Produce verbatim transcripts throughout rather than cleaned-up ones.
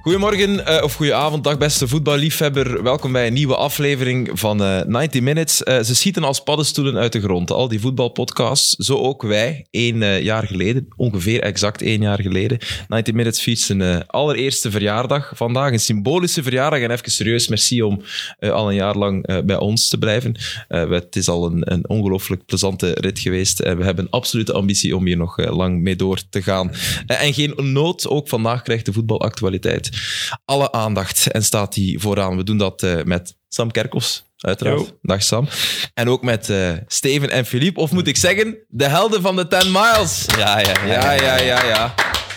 Goedemorgen uh, of goedenavond, dag beste voetballiefhebber. Welkom bij een nieuwe aflevering van uh, negentig minutes. Uh, ze schieten als paddenstoelen uit de grond, al die voetbalpodcasts. Zo ook wij, één uh, jaar geleden, ongeveer exact één jaar geleden. negentig minutes viert zijn uh, allereerste verjaardag vandaag. Een symbolische verjaardag en even serieus, merci om uh, al een jaar lang uh, bij ons te blijven. Uh, het is al een, een ongelooflijk plezante rit geweest. Uh, we hebben absolute ambitie om hier nog uh, lang mee door te gaan. Uh, en geen nood, ook vandaag krijgt de voetbalactualiteit alle aandacht en staat die vooraan. We doen dat uh, met Sam Kerkhoffs, uiteraard. Yo. Dag Sam. En ook met uh, Steven en Philippe, of moet ik zeggen, de helden van de ten miles. Ja, ja, ja. Ja, ja, ja, ja.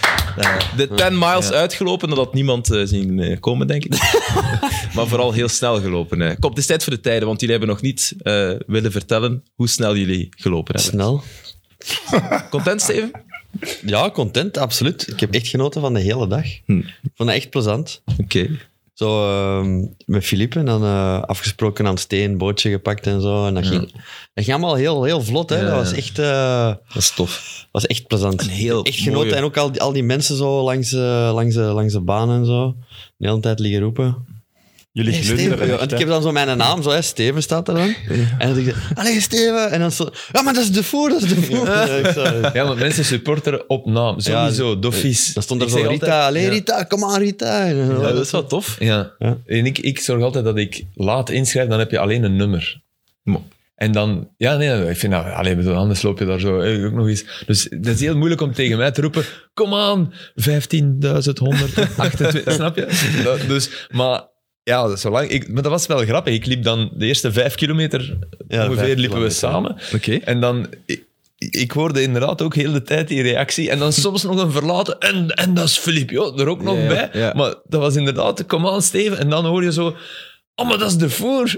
De ten miles ja. uitgelopen, dat had niemand uh, zien uh, komen, denk ik. Maar vooral heel snel gelopen. Uh. Kom, het is tijd voor de tijden, want jullie hebben nog niet uh, willen vertellen hoe snel jullie gelopen hebben. Snel. Content, Steven? Ja, content, absoluut. Ik heb echt genoten van de hele dag. Hm. Ik vond het echt plezant. Oké. Okay. Zo uh, met Philippe en dan uh, afgesproken aan steen, bootje gepakt en zo. En dat, ja. ging, dat ging allemaal heel, heel vlot. Hè. Ja, dat was echt... Uh, dat is tof. Dat was echt plezant. Een heel echt genoten. Mooie... En ook al die, al die mensen zo langs, uh, langs, de, langs de baan en zo. De hele tijd liggen roepen. Jullie hey, Steven, ja, want ik heb dan zo mijn naam, zo, hè, Steven staat er dan. Ja. En dan zeg ik, allee Steven. En dan zo, ja, maar dat is de voer, dat is de voer. Ja, ja, maar mensen supporteren op naam, sowieso, ja, d'office. Dan stond er ik zo, Rita, altijd, allee ja. Rita, kom aan Rita. En, ja, dat is wel tof. Ja. Ja. En ik, ik zorg altijd dat ik laat inschrijf, dan heb je alleen een nummer. En dan, ja, nee, ik vind dat, allee, anders loop je daar zo hey, ook nog eens. Dus dat is heel moeilijk om tegen mij te roepen, kom aan, vijftienduizend honderdachtentwintig, snap je? Dat, dus, maar... Ja, zolang ik, maar dat was wel grappig. Ik liep dan de eerste vijf kilometer, ja, ongeveer vijf liepen we samen. Okay. En dan, ik, ik hoorde inderdaad ook heel de tijd die reactie. En dan soms nog een verlaten. En, en dat is Philippe, joh, er ook nog ja, bij. Ja. Maar dat was inderdaad, kom aan Steven. En dan hoor je zo... Oh, maar dat is de voer.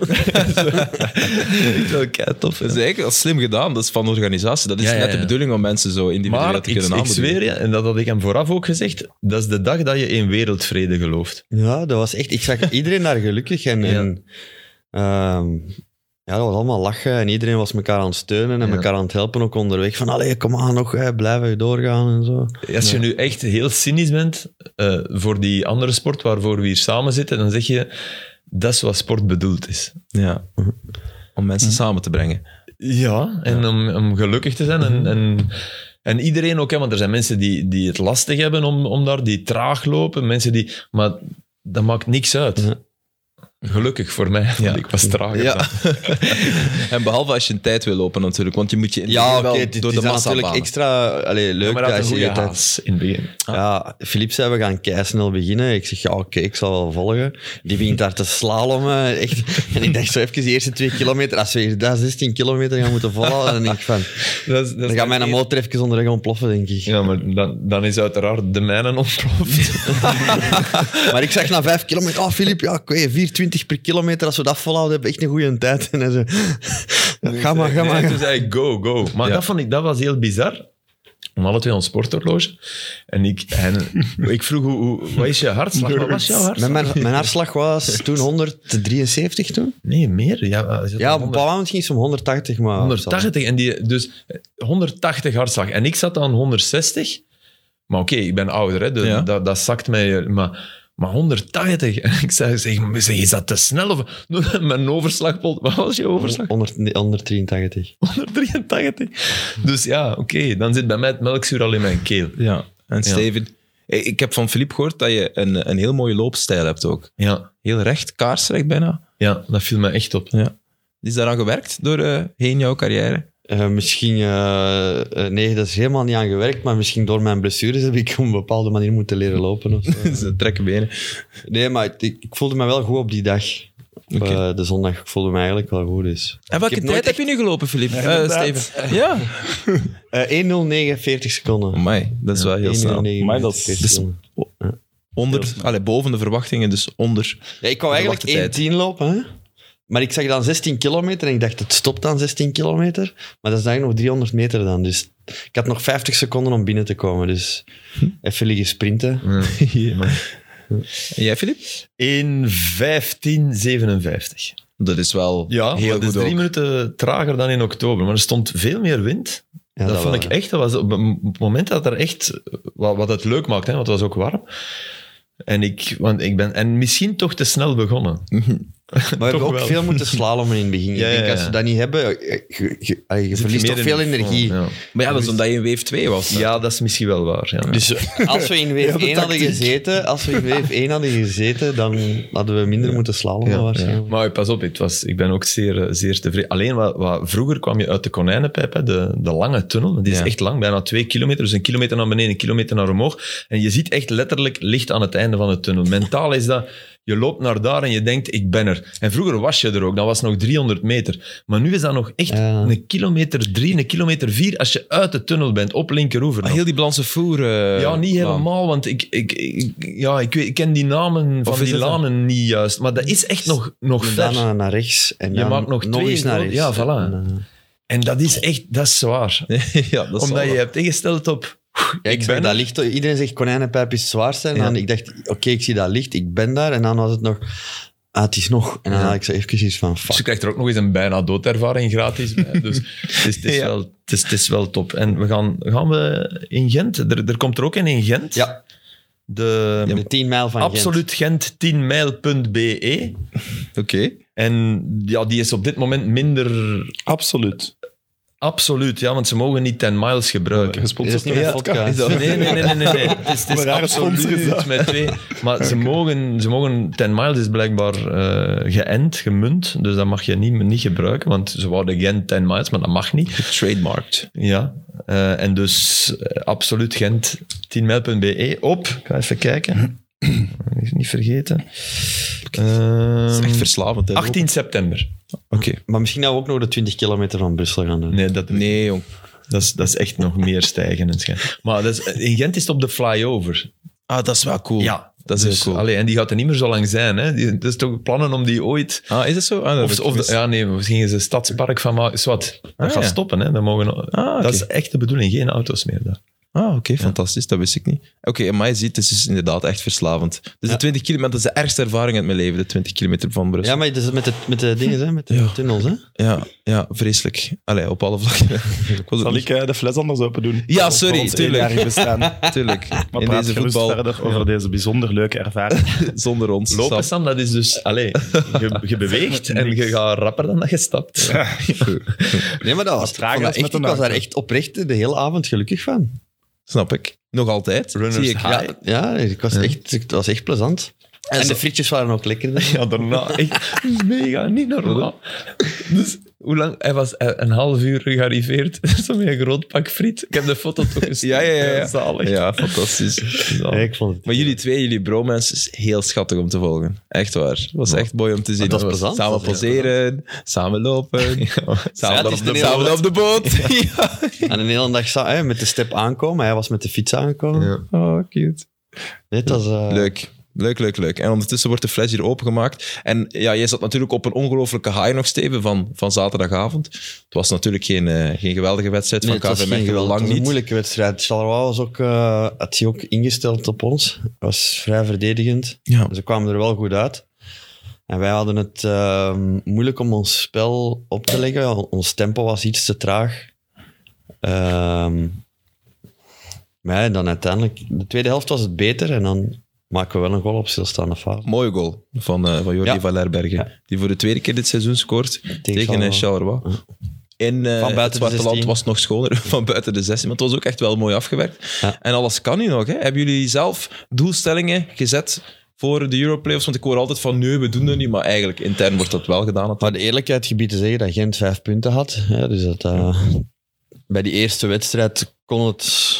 Dat is tof. Dat is eigenlijk wel slim gedaan. Dat is van de organisatie. Dat is ja, ja, ja. net de bedoeling om mensen zo individueel maar te kunnen aanbieden. Maar ik zweer je, en dat had ik hem vooraf ook gezegd, dat is de dag dat je in wereldvrede gelooft. Ja, dat was echt... Ik zag iedereen daar gelukkig. En, ja. en um, ja, dat was allemaal lachen. En iedereen was elkaar aan het steunen en ja. elkaar aan het helpen ook onderweg. Van, allee, kom aan nog, hè, blijven doorgaan en zo. Als je ja. nu echt heel cynisch bent uh, voor die andere sport waarvoor we hier samen zitten, dan zeg je... Dat is wat sport bedoeld is. Ja. Om mensen hm. samen te brengen. Ja, en ja. Om, om gelukkig te zijn. En, en, en iedereen ook, hè, want er zijn mensen die, die het lastig hebben om, om daar, die traag lopen. Mensen die... Maar dat maakt niks uit. Ja. Gelukkig voor mij, want ja. ik was trager. Ja. En behalve als je een tijd wil lopen natuurlijk, want je moet je ja, okay, wel het, door het de massa natuurlijk banen. extra allee, leuk. Ja, maar dat als een je goede haas in het begin. Ah. Ja, Philippe zei, we gaan keisnel beginnen. Ik zeg, ja, oké, okay, ik zal wel volgen. Die begint daar te slalommen. Echt. En ik dacht zo even, de eerste twee kilometer, als we daar zestien kilometer gaan moeten volhouden, dan denk ik van, dat is, dat dan gaat mijn motor even onderweg ontploffen, denk ik. Ja, maar dan, dan is uiteraard de mijne ontploft. Maar ik zag na vijf kilometer, oh, Philippe, ja, ik weet, vier twintig per kilometer, als we dat volhouden, hebben we echt een goede tijd. En zo, ga maar, ga maar. Nee, toen zei ik, go, go. Maar ja. dat, vond ik, dat was heel bizar. Om alle twee ons sporthorloge. En ik, en ik vroeg, hoe, hoe, wat is je hartslag? Wat was jouw hartslag? Mijn, mijn hartslag was toen honderddrieënzeventig toen. Nee, meer. Ja, ja op een bepaald moment ging het om honderdtachtig. Maar honderdtachtig. En die, dus honderdtachtig hartslag. En ik zat aan honderdzestig. Maar oké, okay, ik ben ouder. Hè, dus ja. dat, dat zakt mij... Maar, Maar honderdtachtig. En ik zei, zeg, zeg, is dat te snel? Of mijn overslag... Wat was je overslag? honderddrieëntachtig. honderddrieëntachtig. Dus ja, oké. Okay, dan zit bij mij het melkzuur al in mijn keel. Ja. En Steven, ja. ik heb van Philippe gehoord dat je een, een heel mooie loopstijl hebt ook. Ja. Heel recht, kaarsrecht bijna. Ja, dat viel me echt op. Ja. Is daaraan gewerkt door uh, heen jouw carrière? Uh, misschien... Uh, uh, nee, dat is helemaal niet aan gewerkt, maar misschien door mijn blessures heb ik op een bepaalde manier moeten leren lopen. Of zo. Trekke benen. Nee, maar ik, ik voelde me wel goed op die dag. Okay. Uh, de zondag ik voelde me eigenlijk wel goed. Dus. En welke heb tijd heb je nu gelopen, Philippe? Uh, Steven? Ja. uh, één nul negen, veertig seconden. Amai, dat is wel heel snel. Maar dat is... Dus, onder, allee, boven de verwachtingen, dus onder. Ja, ik wou eigenlijk één tien lopen, hè? Maar ik zag dan zestien kilometer en ik dacht, het stopt aan zestien kilometer. Maar dat is eigenlijk nog driehonderd meter dan. Dus ik had nog vijftig seconden om binnen te komen. Dus even liggen sprinten. Ja, maar... En jij, Philippe? één vijftien zevenenvijftig. Dat is wel ja, heel goed. Dat is drie ook. minuten trager dan in oktober. Maar er stond veel meer wind. Ja, dat, dat vond wel. ik echt... Dat was op het moment dat er echt... Wat, wat het leuk maakt, hè, want het was ook warm... En, ik, want ik ben, en misschien toch te snel begonnen. Maar we hebben ook wel. veel moeten slalommen in het begin. Ja, ik denk, ja, als ja. ze dat niet hebben, je, je, je, je verliest toch Meer veel in- energie. Ja. Maar ja, dat is omdat je in Wave twee was. Ja, dat is misschien wel waar. Ja. Dus als we in Wave één hadden gezeten, als we in Wave één hadden gezeten, dan hadden we minder moeten slalommen Ja, waarschijnlijk. ja. Maar pas op, het was, ik ben ook zeer, eh, zeer tevreden. Alleen, wat, wat, vroeger kwam je uit de Konijnenpijp, hè, de, de lange tunnel. Die is Ja. echt lang, bijna twee kilometer. Dus een kilometer naar beneden, een kilometer naar omhoog. En je ziet echt letterlijk licht aan het einde van de tunnel. Mentaal is dat... Je loopt naar daar en je denkt, ik ben er. En vroeger was je er ook, dat was nog driehonderd meter. Maar nu is dat nog echt Ja. een kilometer drie, een kilometer vier, als je uit de tunnel bent, op linkeroever. Maar nog. heel die Blanse voer... eh, Ja, niet laan. helemaal, want ik, ik, ik, ja, ik, weet, ik ken die namen van Of is die het dat? lanen niet juist. Maar dat is echt nog, nog En ver. dan naar, naar rechts en Je dan maakt nog nog twee eens naar grote- rechts. ja, voilà. En, uh, En dat is echt, dat is zwaar. ja, dat is Omdat wel- je hebt ingesteld op... ja, ik ik zeg, ben dat er. licht, iedereen zegt konijnenpijp is het zwaarste. En Ja. dan, ik dacht, oké, ik zie dat licht, ik ben daar. En dan was het nog, ah, het is nog. En dan Ja. had ik zo even iets van, Dus fuck. je krijgt er ook nog eens een bijna doodervaring gratis bij. Dus het is, het is, Ja. wel, het is, het is wel top. En we gaan, gaan we in Gent? Er, er komt er ook een in Gent. Ja, De de tien mijl van Gent. Absoluut Gent tien mijl punt b e. Oké. En ja, die is op dit moment minder... Absoluut. Absoluut, ja, want ze mogen niet ten miles gebruiken. Gesponsord Dit is door niet een Vodka. podcast. Nee, nee, nee, nee, nee. nee. Het is, het is Een rare sponsor is dat. absoluut met twee. Maar ze mogen, ze mogen, ten miles is blijkbaar eh geënt, gemunt, dus dat mag je niet, niet gebruiken, want ze wouden Gent ten miles, maar dat mag niet. Trademarked. Ja, eh, en dus eh, absoluut Gent tien mijl punt b e op. Ik ga even kijken. Niet vergeten. Dat is echt Ehm, verslavend. hè. achttien september. Oké. Maar misschien gaan we ook nog de twintig kilometer van Brussel gaan doen. Nee, dat, Nee, jong. dat, is, dat is echt nog meer stijgen. En schijn. Maar dat is, in Gent is het op de flyover. Ah, dat is wel cool. Ja, dat is dus, heel cool. allee, en die gaat er niet meer zo lang zijn. Hè? Die, dat is toch plannen om die ooit... Ah, is het zo? Ah, dat heb Of, ik of de- gemist. ja, nee, misschien is een stadspark van maken. Zwat, dat Ah, gaat ja. stoppen. Hè? Dat, mogen, Ah, oké. dat is echt de bedoeling. Geen auto's meer daar. Ah, oké, fantastisch. Dat wist ik niet. Oké, maar je ziet, het is dus inderdaad echt verslavend. Dus de Ja. twintig kilometer, dat is de ergste ervaring uit mijn leven, de twintig kilometer van Brussel. Ja, maar het is met de, met de dingen, hè, met de Ja. tunnels. Hè? Ja, ja, vreselijk. Allee, op alle vlakken. Ik was het Zal niet- ik eh, de fles anders open doen? Ja, Voor sorry, ons tuurlijk. eenjarig bestaan. Tuurlijk. Maar In praat deze gerust voetbal verder over deze bijzonder leuke ervaring. zonder ons. Lopen, Sam. Sam, dat is dus... Allee, je, je beweegt en je gaat rapper dan dat je stapt. Nee, maar dat was, trager ik vond dat als met echt, een ik was daar auto. echt oprecht de hele avond gelukkig van. Snap ik. Nog altijd. Runners Zie ik. high. Ja, ik was echt, het was echt plezant. En, zo- de frietjes waren ook lekkerder. Ja, daarna. Echt mega, niet normaal. Dus hoe lang? Hij was eh, een half uur gearriveerd. Zo met een groot pak friet. Ik heb de foto toch gestuurd. Ja, ja, ja. ja. Zalig. Ja, fantastisch. Zalig. Nee, ik vond het Maar jullie twee, jullie bromance, is heel schattig om te volgen. Echt waar. Het was echt mooi om te zien. dat is plezant. Samen Dat is poseren, samen lopen, Ja, samen, het op is de, een samen hele- op de boot. ja. En een hele dag sa- hè, met de step aankomen. Hij was met de fiets aankomen. Ja. Oh, cute. Nee, het was, eh, Leuk. Leuk, leuk, leuk. En ondertussen wordt de fles hier opengemaakt. En ja, jij zat natuurlijk op een ongelofelijke high nog, Steven, van, van zaterdagavond. Het was natuurlijk geen, eh, geen geweldige wedstrijd nee, van het was K V geen Mechelen, geweld. lang Het was een niet. moeilijke wedstrijd. Charleroi was ook, eh, had zich ook ingesteld op ons. Was vrij verdedigend. Ja. Ze kwamen er wel goed uit. En wij hadden het eh, moeilijk om ons spel op te leggen. Ons tempo was iets te traag. Ehm, maar ja, dan uiteindelijk... De tweede helft was het beter. En dan maken we wel een goal op stilstaande fase. Mooie goal van, eh, van Jordi Ja. van Lerbergen. Ja. Die voor de tweede keer dit seizoen scoort tegen eh, Charleroi. In uh, Van het buiten de Zwarte Land zestien. was het nog schoner, van buiten de zestien. Maar het was ook echt wel mooi afgewerkt. Ja. En alles kan nu nog. Hè? Hebben jullie zelf doelstellingen gezet voor de Europlayoffs? Want ik hoor altijd van, nee, we doen dat niet. Maar eigenlijk, intern wordt dat wel gedaan. Maar de eerlijkheid gebied te zeggen dat Gent vijf punten had. Ja, dus dat, uh, bij die eerste wedstrijd kon het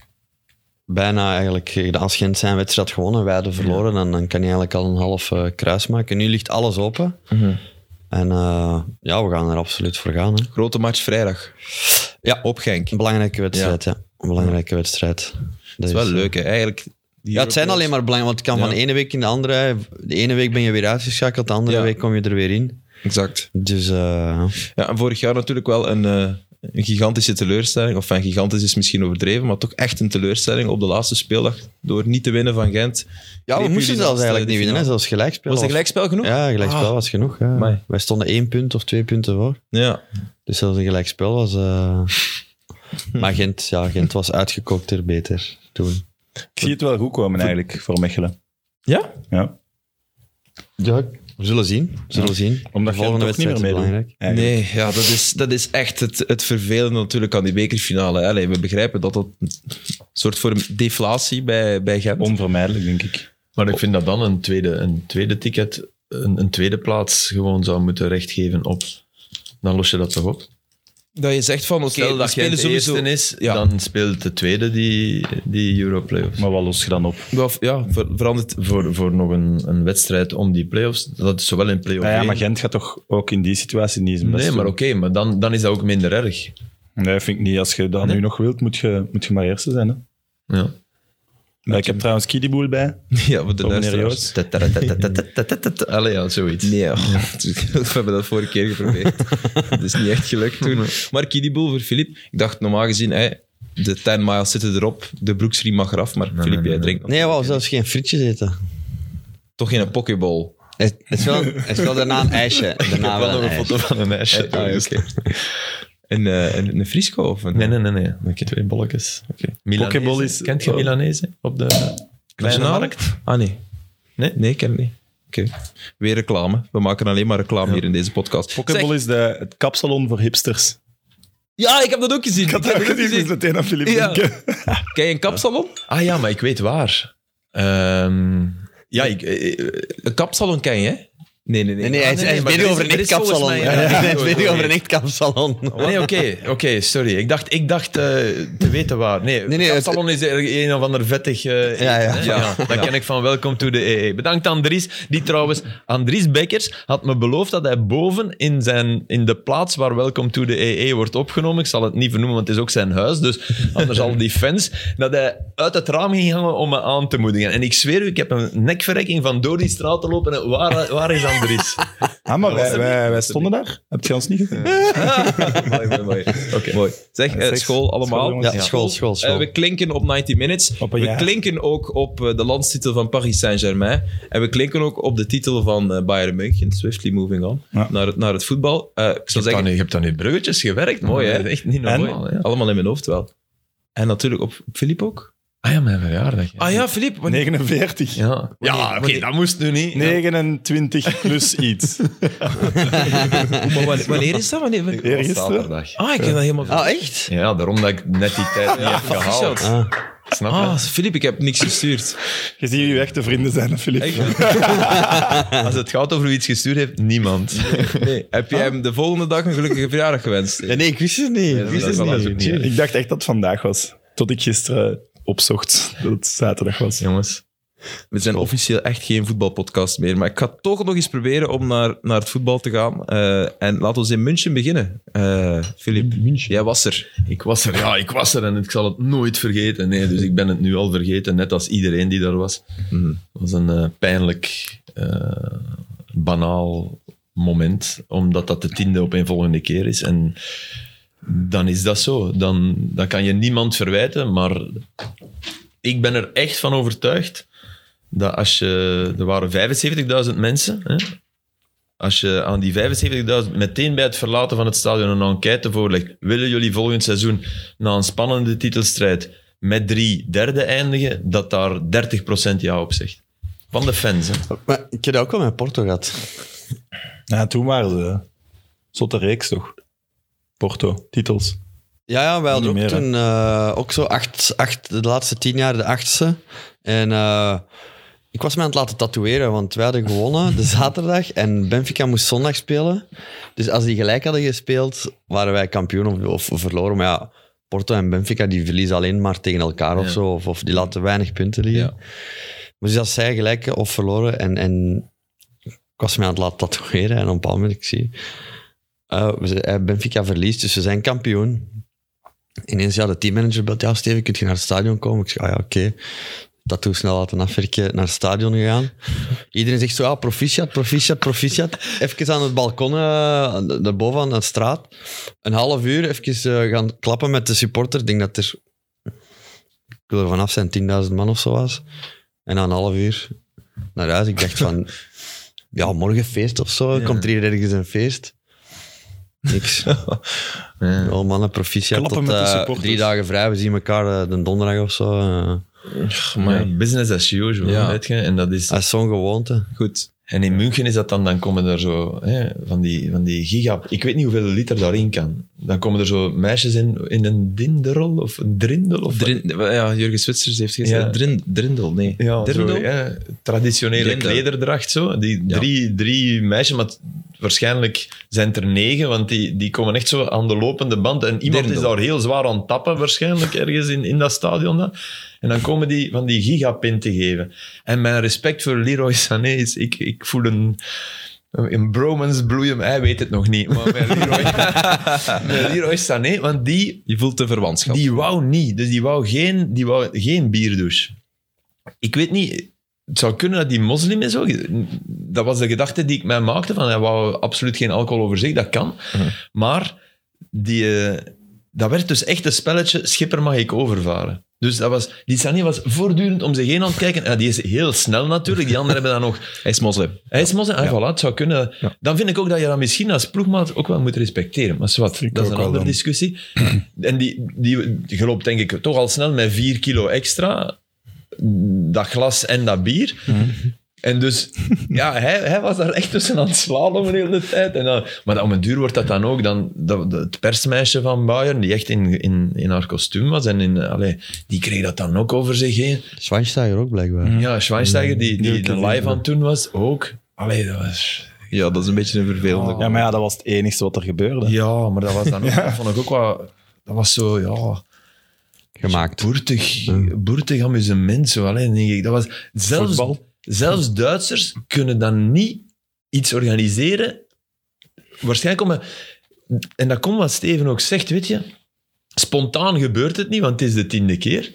bijna eigenlijk... Als Gent zijn wedstrijd gewonnen, wij hadden verloren, dan, dan kan je eigenlijk al een half uh, kruis maken. Nu ligt alles open. Mhm. En uh, ja, we gaan er absoluut voor gaan. Hè. Grote match vrijdag. Ja. Op Genk. Een belangrijke wedstrijd, ja. Een belangrijke wedstrijd. Dat is wel leuk, hè? Eigenlijk... die Ja, het zijn Europlayoffs- alleen maar belangrijk, want het kan Ja. van de ene week in de andere. De ene week ben je weer uitgeschakeld, de andere Ja. week kom je er weer in. Exact. Dus uh, Ja, en vorig jaar natuurlijk wel een, uh, een gigantische teleurstelling. Of enfin, gigantisch is misschien overdreven, maar toch echt een teleurstelling op de laatste speeldag. Door niet te winnen van Gent. ja, we Grepen moesten jullie zelfs naast, eigenlijk eh, niet de winnen, hè. finale? Zelfs gelijkspel. Was het gelijkspel genoeg? Ja, gelijkspel Ah. was genoeg. Ja. Amai. Wij stonden één punt of twee punten voor. Ja. Dus zelfs een gelijkspel was... Uh... maar Gent, ja, Gent was uitgekookter beter toen. Ik zie het wel goed komen eigenlijk voor Mechelen. Ja? Ja. Ja, we zullen zien. We zullen Ja. zien. Omdat de je volgende toch niet wedstrijd meer is meedoet. belangrijk. Eigenlijk. Nee, ja, dat is, dat is echt het, het vervelende natuurlijk aan die bekerfinale. Hè. Allee, we begrijpen dat dat een soort voor deflatie bij, bij Gent. Onvermijdelijk, denk ik. Maar ik vind dat dan een tweede, een tweede ticket, een, een tweede plaats gewoon zou moeten rechtgeven op. Dan los je dat toch op? Dat je zegt van, oké, Stel we dat spelen Gent de sowieso... eerste is, Ja. dan speelt de tweede die, die Euro-playoffs. Maar wat los je dan op? Wel, ja, ver- verandert... Voor, voor nog een, een wedstrijd om die playoffs, dat is zowel in play-off Ja, ja, één- maar Gent gaat toch ook in die situatie niet zijn best Nee, maar doen? oké, maar dan, dan is dat ook minder erg. Nee, vind ik niet. Als je dat Nee? nu nog wilt, moet je, moet je maar eerste zijn. Hè? Ja. Maar ik heb trouwens Kidiboel bij. Ja, voor de Voor meneer luisteraars. Joost. Allee, ja, zoiets. Nee, ja. we hebben dat vorige keer geprobeerd. Het is niet echt gelukt toen. Maar Kidiboel voor Filip. Ik dacht, normaal gezien, hey, de tien miles zitten erop, de broeksriem mag eraf, maar Nee, Filip, nee, jij nee. drinkt nog. Nee, hij wou zelfs geen frietjes eten. Toch geen pokeball. Het het is wel, het is wel daarna een ijsje. Ik Daarna heb wel nog een een ijsje. foto van een ijsje. Ah, ja, oké. En eh, een, een frisco of een... Nee, nee, nee. nee. Twee bolletjes. Oké. Milanese. Pokeball is- Kent je oh. Milanese op de kleine Nationale? markt? Ah, nee. Nee? Nee, ik ken het niet. Oké. Weer reclame. We maken alleen maar reclame hier in deze podcast. Pokeball Zeg- is de, het kapsalon voor hipsters. Ja, ik heb dat ook gezien. Ik had heb dat dat ook gezien, dus meteen aan Filip Ja. denken. Ken je een kapsalon? Ah ja, maar ik weet waar. Ehm, ja, ik... eh, eh, Een kapsalon ken je, hè? Nee, nee, nee. Nee, nee, hij is, nee, hij is maar bezig er is- over een er is volgens echt-kapsalon. mij- Ja, ja, hij is ja, bezig ja. over een echt-kapsalon. Nee, oké, oké, sorry. Ik dacht, ik dacht eh, te weten waar. Nee, Nee, nee, het het- salon is er een of ander vettig... eh, Ja, ja. eten, hè? Ja. Dat ken ik van Welcome to the E E. Bedankt Andries. Die trouwens, Andries Bekkers had me beloofd dat hij boven in, zijn, in de plaats waar Welcome to the E E wordt opgenomen, ik zal het niet vernoemen, want het is ook zijn huis, dus anders al die fans, dat hij uit het raam ging hangen om me aan te moedigen. En ik zweer u, ik heb een nekverrekking van door die straat te lopen en waar, waar is Andries? Ah, maar wij, wij, wij stonden daar. Heb je ons niet gezien? mooi, mooi, mooi. Oké. Mooi. Zeg, eh, Zeg, school allemaal. school, jongens. Ja, school, school, school. Eh, we klinken op negentig minutes. Op een we jaar. klinken ook op eh, de landstitel van Paris Saint-Germain. En we klinken ook op de titel van eh, Bayern München. Swiftly moving on. Ja. Naar, het, naar het voetbal. Eh, ik zou Je hebt, dan, zeggen, je hebt dan in bruggetjes gewerkt. Mooi, hè? Dat is echt niet En? normaal. Ja. allemaal in mijn hoofd wel. En natuurlijk op, op Filip ook. Ah ja, mijn verjaardag. Ja, Ah ja, Filip. wanneer- negenenveertig. ja. ja oké, dat moest nu niet. negenentwintig plus iets. Maar wanneer, wanneer is dat? Wanneer, wanneer- Eergisteren? Zaterdag. Ah, ik heb dat helemaal... Ah, echt? Ja, daarom dat ik net die tijd niet heb gehaald. Proficiat. Ah. Snap je? Ah, Filip, ik heb niks gestuurd. Je ziet wie uw echte vrienden zijn, hè, Filip. Als het gaat over wie iets gestuurd heeft, niemand. Nee. Heb jij hem de volgende dag een gelukkige verjaardag gewenst? Ja, nee, ik wist het niet. Ik dat wist is het wel niet. leuk. Ik dacht echt dat het vandaag was. Tot ik gisteren opzocht dat het zaterdag was. Jongens. We zijn officieel echt geen voetbalpodcast meer, maar ik ga toch nog eens proberen om naar, naar het voetbal te gaan. Eh, en laten we in München beginnen. Eh Filip, jij was er. Ik was er, ja, ik was er en ik zal het nooit vergeten. Nee, dus ik ben het nu al vergeten, net als iedereen die daar was. Mhm. Het was een eh, pijnlijk, eh, banaal moment, omdat dat de tiende opeenvolgende keer is. En dan is dat zo. Dan, dan kan je niemand verwijten, maar ik ben er echt van overtuigd dat als je... Er waren vijfenzeventigduizend mensen. Hè? Als je aan die vijfenzeventigduizend meteen bij het verlaten van het stadion een enquête voorlegt, willen jullie volgend seizoen na een spannende titelstrijd met drie derde eindigen, dat daar dertig procent ja op zegt. Van de fans, hè. Maar ik heb dat ook wel met Porto gehad. Ja, toen waren ze zotte reeks toch? Porto, titels. Ja, ja, wij hadden ook Niet meer, hè? toen eh, ook zo acht, acht, de laatste tien jaar de achtste. En eh, ik was mij aan het laten tatoeëren, want wij hadden gewonnen de zaterdag en Benfica moest zondag spelen. Dus als die gelijk hadden gespeeld, waren wij kampioen of, of verloren. Maar ja, Porto en Benfica die verliezen alleen maar tegen elkaar of Ja. zo. Of, of die laten weinig punten liggen. Ja. Maar dus als zij gelijk of verloren en, en ik was mij aan het laten tatoeëren en op een bepaald moment ik zie... Uh, we zijn- eh, Benfica verliest, dus we zijn kampioen. Ineens, ja, de teammanager belt, ja, Steven, kun je naar het stadion komen? Ik zeg, ah ja, oké. Okay. Tattoo snel laten afwerken, naar het stadion gegaan. Iedereen zegt zo, ja, proficiat, proficiat, proficiat. Even aan het balkon, uh, daarboven aan de straat. Een half uur, even uh, gaan klappen met de supporter. Ik denk dat er, ik wil er vanaf zijn, tienduizend man of zo was. En na een half uur naar huis. Ik dacht van, ja, morgen feest of zo. Ja. Komt er hier ergens een feest? Niks. Ja. Oh mannen, proficiat. Klappen Tot met de uh, supporters. drie dagen vrij. We zien elkaar uh, de donderdag of zo. Uh, Ja, business as usual, Ja. weet je. En dat is... Dat is zo'n gewoonte. Goed. En in München is dat dan, dan komen er zo hè, van, die, van die giga... Ik weet niet hoeveel liter daarin kan. Dan komen er zo meisjes in, in een dinderol of een drindel. Of Drin, ja, Jurgen Zwitsers heeft gezegd Ja. drin, drindel, nee. ja, Drindel? zo, hè, traditionele Drindel. klederdracht. Zo. Die Ja. drie, drie meisjes, maar t- waarschijnlijk zijn het er negen, want die, die komen echt zo aan de lopende band. En iemand Drindel. is daar heel zwaar aan het tappen, waarschijnlijk, ergens in, in dat stadion. Dan. En dan komen die van die gigapinten geven. En mijn respect voor Leroy Sané is... Ik, ik voel een... Een bromance bloeien, hij weet het nog niet. Maar met Leroy, met Leroy Sané, want die, Je voelt de verwantschap. die wou niet. Dus die wou geen, die wou geen bierdouche. Ik weet niet... Het zou kunnen dat die moslim is ook. Dat was de gedachte die ik mij maakte. Van, hij wou absoluut geen alcohol over zich, dat kan. Mhm. Maar die, eh, dat werd dus echt een spelletje, schipper mag ik overvaren. Dus dat was, die Sané was voortdurend om zich heen aan het kijken. En die is heel snel natuurlijk. Die anderen hebben dan nog... Hij is moslim. Hij is moslim. Ah, voilà, het zou kunnen. Ja. Dan vind ik ook dat je dat misschien als ploegmaat ook wel moet respecteren. Maar zwart, Ik dat is ook een wel andere dan. discussie. En die, die, die loopt denk ik toch al snel met vier kilo extra. Dat glas en dat bier. En dus, ja, hij, hij was daar echt tussen aan het slalommen de hele tijd. En dan, maar dan, om een duur wordt dat dan ook, dan, dat, dat, het persmeisje van Bayern, die echt in, in, in haar kostuum was, en in, allee, die kreeg dat dan ook over zich heen. Schweinsteiger ook, blijkbaar. Ja, Schweinsteiger, die, die, Die de ook gezien, live aan ja. het doen was, ook. Allee, dat was... Ja, dat is een beetje een vervelende... Ja, maar ja, dat was het enige wat er gebeurde. Ja, maar dat was dan ook, dat vond ik ook wel... Dat was zo, ja... Gemaakt. Boertig, boertig amusement, zo. Allee, denk ik. Dat was... Zelfs, Voetbal. zelfs Duitsers kunnen dan niet iets organiseren. Waarschijnlijk om... En dat komt wat Steven ook zegt, weet je. Spontaan gebeurt het niet, want het is de tiende keer.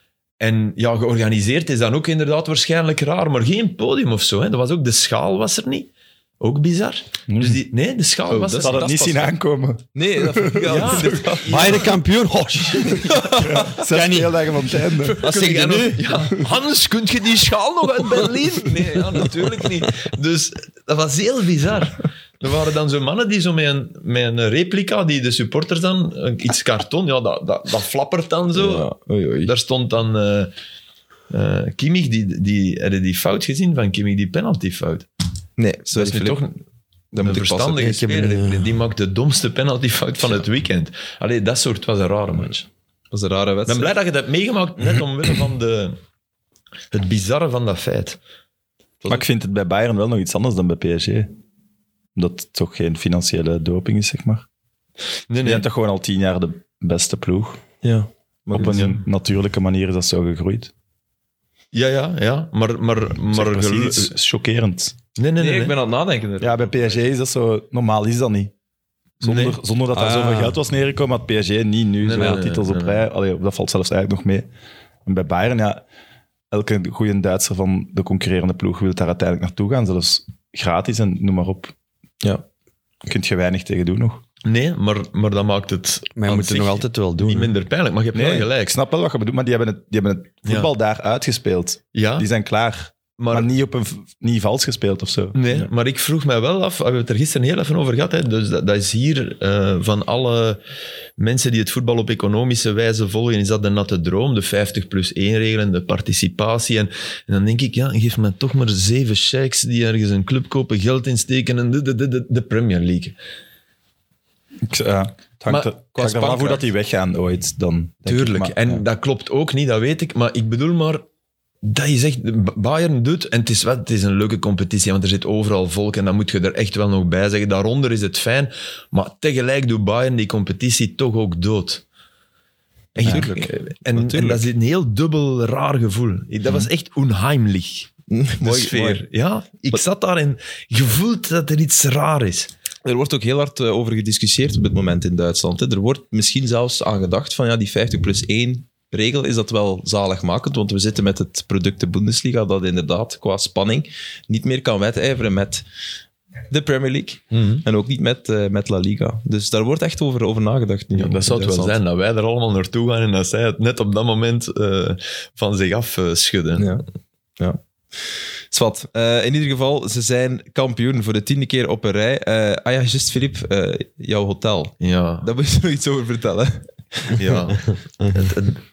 En ja, georganiseerd is dan ook inderdaad waarschijnlijk raar, maar geen podium of zo. Hè. Dat was ook, de schaal was er niet. Ook bizar. Dus die, nee, de schaal Oh, was dat er Ik had het dat niet is zien pas- aankomen. Nee, dat vind ik wel. Ja. Bayern kampioen? Oh, shit. Zes speeldagen van het einde. Wat Kun zeg je jij nu? nog- Ja, Hans, kun je die schaal nog uit Berlijn? Nee, ja, natuurlijk niet. Dus dat was heel bizar. Er waren dan zo mannen die zo met een, met een replica, die de supporters dan, iets karton, ja, dat, dat, dat flappert dan zo. Ja, oei, oei. Daar stond dan uh, uh, Kimmich, die, die, heb je die fout gezien van Kimmich, die penaltyfout? Nee, Dat sorry, is nu Filip. toch Dat moet een ik passen. verstandige Ik heb speler. een, Die, die maakt de domste penaltyfout van het weekend. Allee, dat soort was een rare match. Dat is een rare Ik ben wedstrijd. blij dat je dat hebt meegemaakt, net omwille van de, het bizarre van dat feit. Maar ik vind het bij Bayern wel nog iets anders dan bij P S G. Omdat het toch geen financiële doping is, zeg maar. Nee, Je nee. bent toch gewoon al tien jaar de beste ploeg. Ja. Maar Op een natuurlijke manier is dat zo gegroeid. Ja, ja, ja. Maar, maar, Zeg, maar precies, gelu- iets chockerend. Nee, nee, nee. Nee, nee. ik ben aan het nadenken. er. Ja, bij P S G is dat zo... Normaal is dat niet. Zonder, Nee. zonder dat daar Ah. zoveel geld was neergekomen, had P S G niet nu Nee, zoveel nee, titels nee, op nee, rij. Allee, dat valt zelfs eigenlijk nog mee. En bij Bayern, ja, elke goede Duitser van de concurrerende ploeg wil daar uiteindelijk naartoe gaan. Zelfs gratis en noem maar op. Ja. Kun je weinig tegen doen nog. Nee, maar, maar dat maakt het Maar je aan moet het zich nog altijd wel doen. niet hè. minder pijnlijk. Maar je hebt wel ik gelijk. snap wel wat je bedoelt, maar die hebben het, die hebben het voetbal daar uitgespeeld. Ja, Die zijn klaar. maar, Maar, niet, op een, v- niet vals gespeeld of zo. nee, maar ik vroeg mij wel af, we hebben het er gisteren heel even over gehad, hè, dus dat, dat is hier eh, van alle mensen die het voetbal op economische wijze volgen, is dat de natte droom, de vijftig plus één regelen, de participatie. En, en dan denk ik, ja, geef me toch maar zeven sheiks die ergens een club kopen, geld insteken en de, de, de, de, de Premier League. Ik, ja, het hangt, Maar er- qua hangt ervan af hoe dat spankracht- die weggaan ooit. Dan, denk ik. Tuurlijk. Maar, en ja. dat klopt ook niet, dat weet ik. Maar ik bedoel maar dat je zegt, B- Bayern doet, en het is, wel, het is een leuke competitie, want er zit overal volk en dan moet je er echt wel nog bij zeggen. Daaronder is het fijn, maar tegelijk doet Bayern die competitie toch ook dood. En, je- Natuurlijk. en, en Natuurlijk. dat is een heel dubbel raar gevoel. Dat was echt onheimlich, de Mooi, sfeer. mooi. Ja, ik zat daar en gevoeld dat er iets raar is. Er wordt ook heel hard eh, over gediscussieerd op dit moment in Duitsland. Hè. Er wordt misschien zelfs aan gedacht van ja, die vijftig plus één regel is dat wel zaligmakend, want we zitten met het product de Bundesliga dat inderdaad qua spanning niet meer kan wedijveren met de Premier League en ook niet met, eh, met La Liga. Dus daar wordt echt over, over nagedacht nu. Ja, dat zou het wel zijn, dat wij er allemaal naartoe gaan en dat zij het net op dat moment eh, van zich af eh, schudden. Ja. ja. Zwat, eh, in ieder geval, ze zijn kampioen voor de tiende keer op een rij. Eh, ah ja, juist, Filip, eh, jouw hotel. Ja. Daar moet je nog iets over vertellen. Ja. het, het,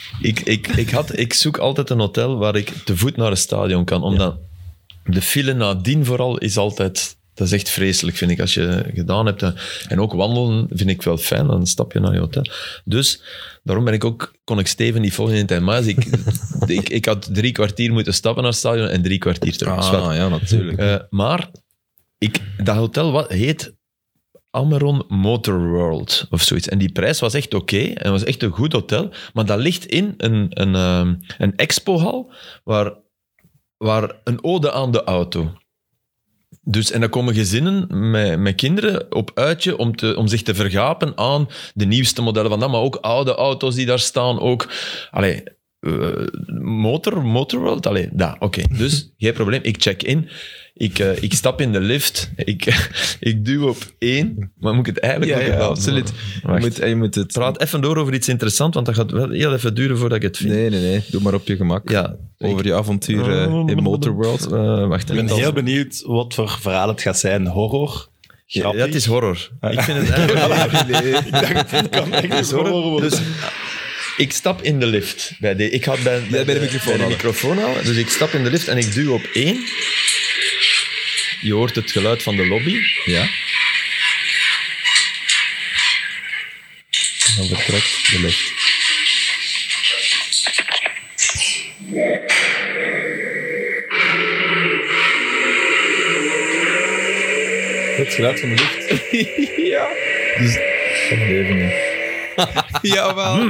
ik, ik, ik, had, ik zoek altijd een hotel waar ik te voet naar het stadion kan. Omdat ja. de file nadien vooral is altijd... Dat is echt vreselijk, vind ik, als je gedaan hebt. En ook wandelen vind ik wel fijn, dan stap je naar je hotel. Dus daarom ben ik ook, kon ik Steven niet volgen in het maar ik, ik, ik had drie kwartier moeten stappen naar het stadion en drie kwartier terug. Ah, ja, natuurlijk. Uh, maar ik, dat hotel wat, heet Ameron Motor World of zoiets. En die prijs was echt oké. Okay, en was echt een goed hotel. Maar dat ligt in een, een, um, een expohal waar, waar een ode aan de auto... Dus, en dan komen gezinnen met, met kinderen op uitje om, te, om zich te vergapen aan de nieuwste modellen van dat, maar ook oude auto's die daar staan. Ook, allee, uh, motor, Motorworld, allee, dat, oké. Okay. Dus, geen probleem, ik check in. Ik, uh, ik stap in de lift, ik, ik duw op één, maar moet ik het eigenlijk... Ja, ja, ja absoluut. Je moet, je moet het... Praat even door over iets interessants, want dat gaat wel heel even duren voordat ik het vind. Nee, nee, nee. Doe maar op je gemak. Ja, over je avontuur uh, in Motorworld. Uh, wacht, ik ben heel benieuwd wat voor verhaal het gaat zijn. Horror? Ja, het is horror. Ah, ik vind het eigenlijk... nee, nee. Ik dacht, het kan echt horror worden. Dus, ik stap in de lift. Bij de, ik had bij, bij, bij de microfoon, bij de microfoon halen. Dus ik stap in de lift en ik duw op één. Je hoort het geluid van de lobby. Ja. En dan vertrekt de lift. Het geluid van de lift. Ja. Dus van leven. Jawel.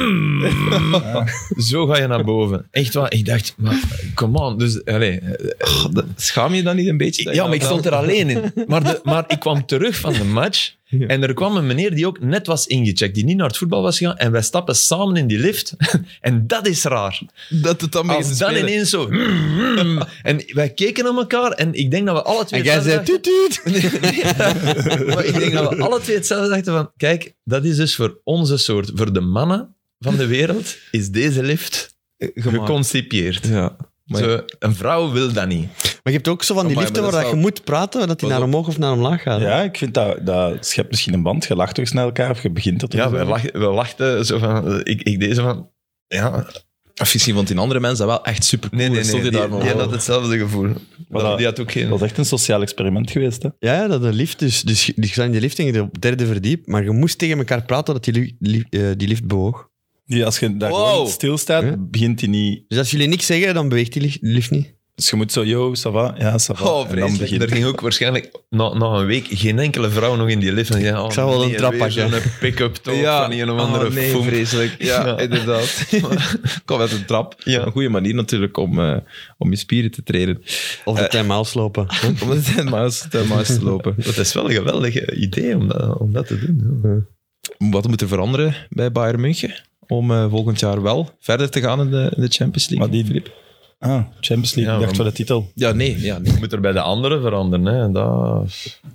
Ja. Zo ga je naar boven. Echt waar. Ik dacht, maar come on. Dus, allez. Oh, schaam je dan niet een beetje? Ja, maar ik stond er alleen in. Maar, de, maar ik kwam terug van de match ja. en er kwam een meneer die ook net was ingecheckt, die niet naar het voetbal was gegaan en wij stappen samen in die lift. En dat is raar. Dat het dan Als dan spelen. Ineens zo... En wij keken naar elkaar en ik denk dat we alle twee... En jij zei tuut tuut. Maar ik denk dat we alle twee hetzelfde dachten van, kijk, dat is dus voor onze soort, voor de mannen van de wereld, is deze lift Gemaakt. geconcipieerd. Ja. Maar zo, een vrouw wil dat niet. Maar je hebt ook zo van die oh, liften waar wel... je moet praten, dat die naar omhoog of naar omlaag gaat. Ja, ik vind dat, dat schept misschien een band. Je lacht toch snel elkaar of je begint dat te Ja, we lachten, we lachten zo van... Ik, ik deed zo van... Ja... Of misschien vond die andere mensen dat wel echt super cool. Nee, nee, nee. Die, die, die, die had hetzelfde gevoel. Dat, dat, die had ook geen... dat is echt een sociaal experiment geweest, hè? Ja, dat de lift dus... Dus die zijn in de lift en je op het derde verdiep, maar je moest tegen elkaar praten dat die, li, uh, die lift bewoog. Die, als je daar wow. gewoon stilstaat, ja. begint die niet... Dus als jullie niks zeggen, dan beweegt die lift niet. Dus je moet zo, yo, ça va, ja, ça va. Oh, en dan begint... Er ging ook waarschijnlijk na, na een week geen enkele vrouw nog in die lift. En ja, oh, ik zou wel een trap pakken. Een pick-up top ja. van een of andere oh, nee, foam. Vreselijk. Ja, ja. inderdaad. Kom met een trap. Ja. Een goede manier natuurlijk om, uh, om je spieren te trainen. Of de uh, ten-miles lopen. Om de ten-miles te lopen. Dat is wel een geweldig idee om dat, om dat te doen. Ja. Wat moet er veranderen bij Bayern München om uh, volgend jaar wel verder te gaan in de, in de Champions League? Maar die Filip? Ah, Champions League, ja, ik dacht voor de titel. Ja, nee. Ja, nee. Je moet er bij de anderen veranderen. Hè. Dat...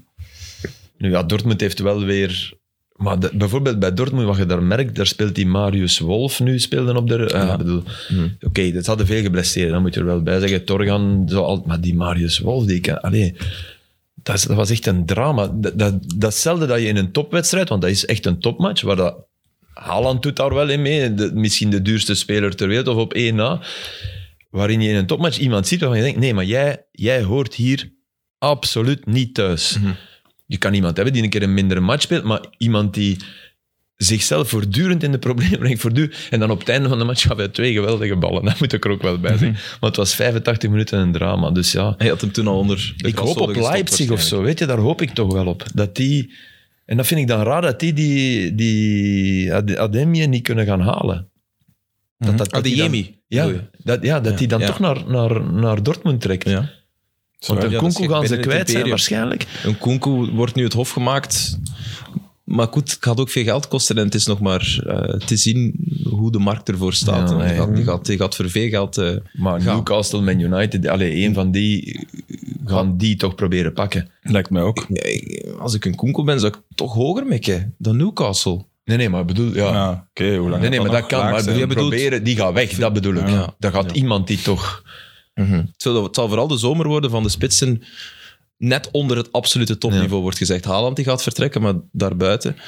Nu ja, Dortmund heeft wel weer... Maar de, bijvoorbeeld bij Dortmund, wat je daar merkt, daar speelt die Marius Wolf nu, speelde op de... Uh, ja. bedoel, hmm. Oké, okay, dat hadden veel geblesseerd, dat moet je er wel bij zeggen. Torgan, zo al, maar die Marius Wolf, die kan... Allee, dat, is, dat was echt een drama. Dat, dat, datzelfde dat je in een topwedstrijd, want dat is echt een topmatch, waar dat... Haaland doet daar wel in mee, de, misschien de duurste speler ter wereld, of op één na... waarin je in een topmatch iemand ziet waarvan je denkt, nee, maar jij, jij hoort hier absoluut niet thuis. Mm-hmm. Je kan iemand hebben die een keer een mindere match speelt, maar iemand die zichzelf voortdurend in de problemen brengt, voortdurend. En dan op het einde van de match gaf hij twee geweldige ballen. Dat moet ik er ook wel bij zeggen. Mm-hmm. Maar het was vijfentachtig minuten een drama, dus ja. Hij had hem toen al onder de Ik hoop op Leipzig of zo, weet je, daar hoop ik toch wel op. Dat die... En dat vind ik dan raar, dat die die, die Ademje niet kunnen gaan halen. Dat, dat, dat die Adeyemi. Ja, dat, ja, dat ja, die dan ja. toch naar, naar, naar Dortmund trekt. Ja. Want een ja, Kunku gaan ze kwijt zijn waarschijnlijk. Een Kunku wordt nu het hof gemaakt. Maar goed, het gaat ook veel geld kosten. En het is nog maar uh, te zien hoe de markt ervoor staat. Ja, nee, die, gaat, die, gaat, die gaat voor veel geld uh, Maar gaan. Newcastle, Man United, allee, een van die gaan die toch proberen pakken. Lijkt mij ook. Als ik een Kunku ben, zou ik toch hoger mikken dan Newcastle. Nee, nee, maar ik bedoel... Ja. ja Oké, okay, hoe lang Nee, nee, maar dat kan. Maar bedoel, proberen, die gaat weg, dat bedoel ik. Ja. Daar gaat ja. iemand die toch... Mm-hmm. Het, zal, het zal vooral de zomer worden van de spitsen net onder het absolute topniveau, ja. wordt gezegd. Haaland die gaat vertrekken, maar daarbuiten...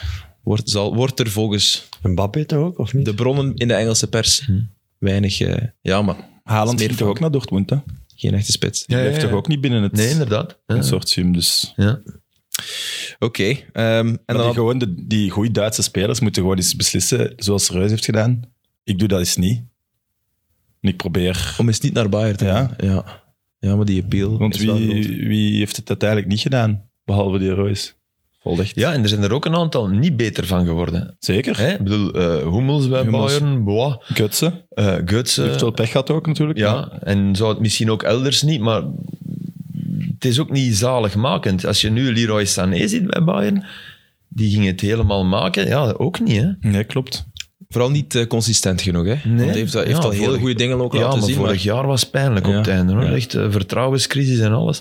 wordt, zal, wordt er volgens Mbappé toch ook, of niet? de bronnen in de Engelse pers Hm. weinig... Uh, ja, maar Haaland meer ging toch ook naar Dortmund, hè? geen echte spits. Die Ja, blijft ja, toch ja. ook niet binnen het Nee, inderdaad. Ja. consortium, dus... Ja. Oké. Okay, um, en Maar dan die, had- gewoon, de, die goede Duitse spelers moeten gewoon eens beslissen, zoals Reus heeft gedaan. Ik doe dat eens niet. En ik probeer... om eens niet naar Bayern te Ja. gaan. Ja. ja, maar die appeal Want is wel groot. wie, wie heeft het uiteindelijk niet gedaan? Behalve die Reus. Voldigt. ja, en er zijn er ook een aantal niet beter van geworden. Zeker. Hè? Ik bedoel, eh Hummels bij Hummels. Bayern, Bois, Gutsen. uh, Götze. heeft wel pech gehad ook natuurlijk. Ja, en zou het misschien ook elders niet, maar het is ook niet zaligmakend. Als je nu Leroy Sané ziet bij Bayern, die ging het helemaal maken. Ja, ook niet, hè. Nee, klopt. Vooral niet uh, consistent genoeg. Hè? Nee. Want hij heeft, heeft Ja, al hele vorig- goede dingen ook Ja, laten maar zien. vorig Maar jaar was het pijnlijk Ja. op het einde. Hoor. Ja. Echt uh, vertrouwenscrisis en alles.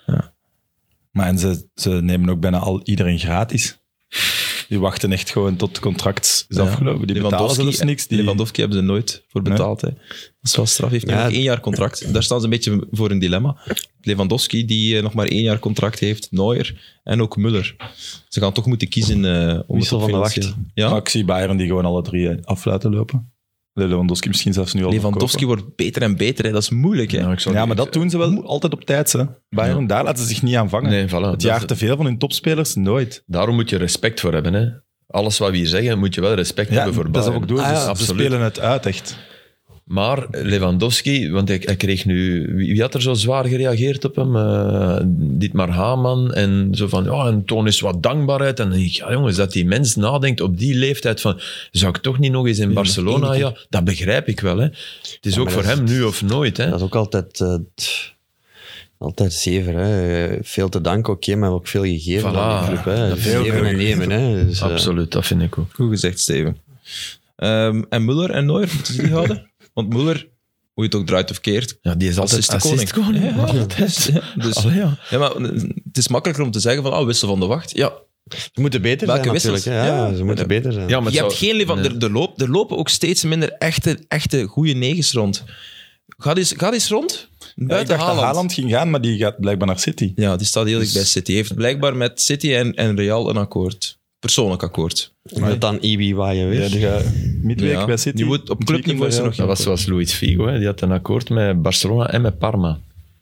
Maar en ze, ze nemen ook bijna al iedereen gratis. Die wachten echt gewoon tot het contract is Ja. afgelopen. Die betalen Lewandowski, zelfs niks. Die... Lewandowski hebben ze nooit voor betaald. Hè. Dat is wel straf. Hij heeft nu Ja. nog één jaar contract. Daar staan ze een beetje voor een dilemma. Lewandowski, die uh, nog maar één jaar contract heeft. Neuer en ook Müller. Ze gaan toch moeten kiezen uh, om Wissel het op van de financieel- wacht. Ja, Maar ik zie Bayern die gewoon alle drie eh, af laten lopen. Lewandowski misschien zelfs nu al Lewandowski verkopen. wordt beter en beter. Hè. Dat is moeilijk. Hè. Ja, ik zou Ja, die- maar dat doen ze wel altijd op tijd. Hè. Bayern, daar laten ze zich niet aan vangen. Nee, voilà. Het Dat- jaar te veel van hun topspelers, nooit. Daarom moet je respect voor hebben. Hè. Alles wat we hier zeggen, moet je wel respect Ja, hebben voor dat is Bayern. ook doen. Ah, ja, ze absoluut. spelen het uit, echt. Maar Lewandowski, want hij, hij kreeg nu... Wie, wie had er zo zwaar gereageerd op hem? Uh, Dietmar Hamann. En zo van, ja, en toon eens wat dankbaarheid. En dan denk ik, ja jongens, dat die mens nadenkt op die leeftijd van, zou ik toch niet nog eens in Barcelona? Ja, dat begrijp ik wel. Hè. Het is Ja, ook maar voor dat is- hem nu of nooit. Hè. Dat is ook altijd, eh, t- altijd zever. Hè. Veel te danken, oké, maar ook veel gegeven Voilà. aan die club. Hè. Dat veel Geven en nemen. Hè. Dus, eh, Absoluut, dat vind ik ook. Goed gezegd, Steven. Ehm, en Müller en Neuer, moeten ze die houden? Want Müller, hoe je het ook draait of keert, Ja, die is altijd assist de koning. assist-koning. Ja, Ja, altijd. Ja, dus, Allee, ja. ja, maar het is makkelijker om te zeggen van, oh, wissel van de wacht. Ja, Ze moeten beter Welke zijn wissels? natuurlijk. Hè. Ja, Ja. ze moeten beter zijn. Ja, maar je het hebt zou- geen Levan, nee. er, er, loop, er lopen ook steeds minder echte, echte goede negens rond. Ga eens, ga eens rond. Ja, ik Buiten dacht dat Haaland. Haaland ging gaan, maar die gaat blijkbaar naar City. Ja, die staat heel dicht Dus- bij City. Hij heeft blijkbaar met City en, en Real een akkoord. Persoonlijk akkoord. Met dan Ibi waar je Ja, weer. die gaat midweek Ja, bij City. die moet- op Het clubniveau weekend is er bij nog Dat was zoals Luis Figo, hè. Die had een akkoord met Barcelona en met Parma.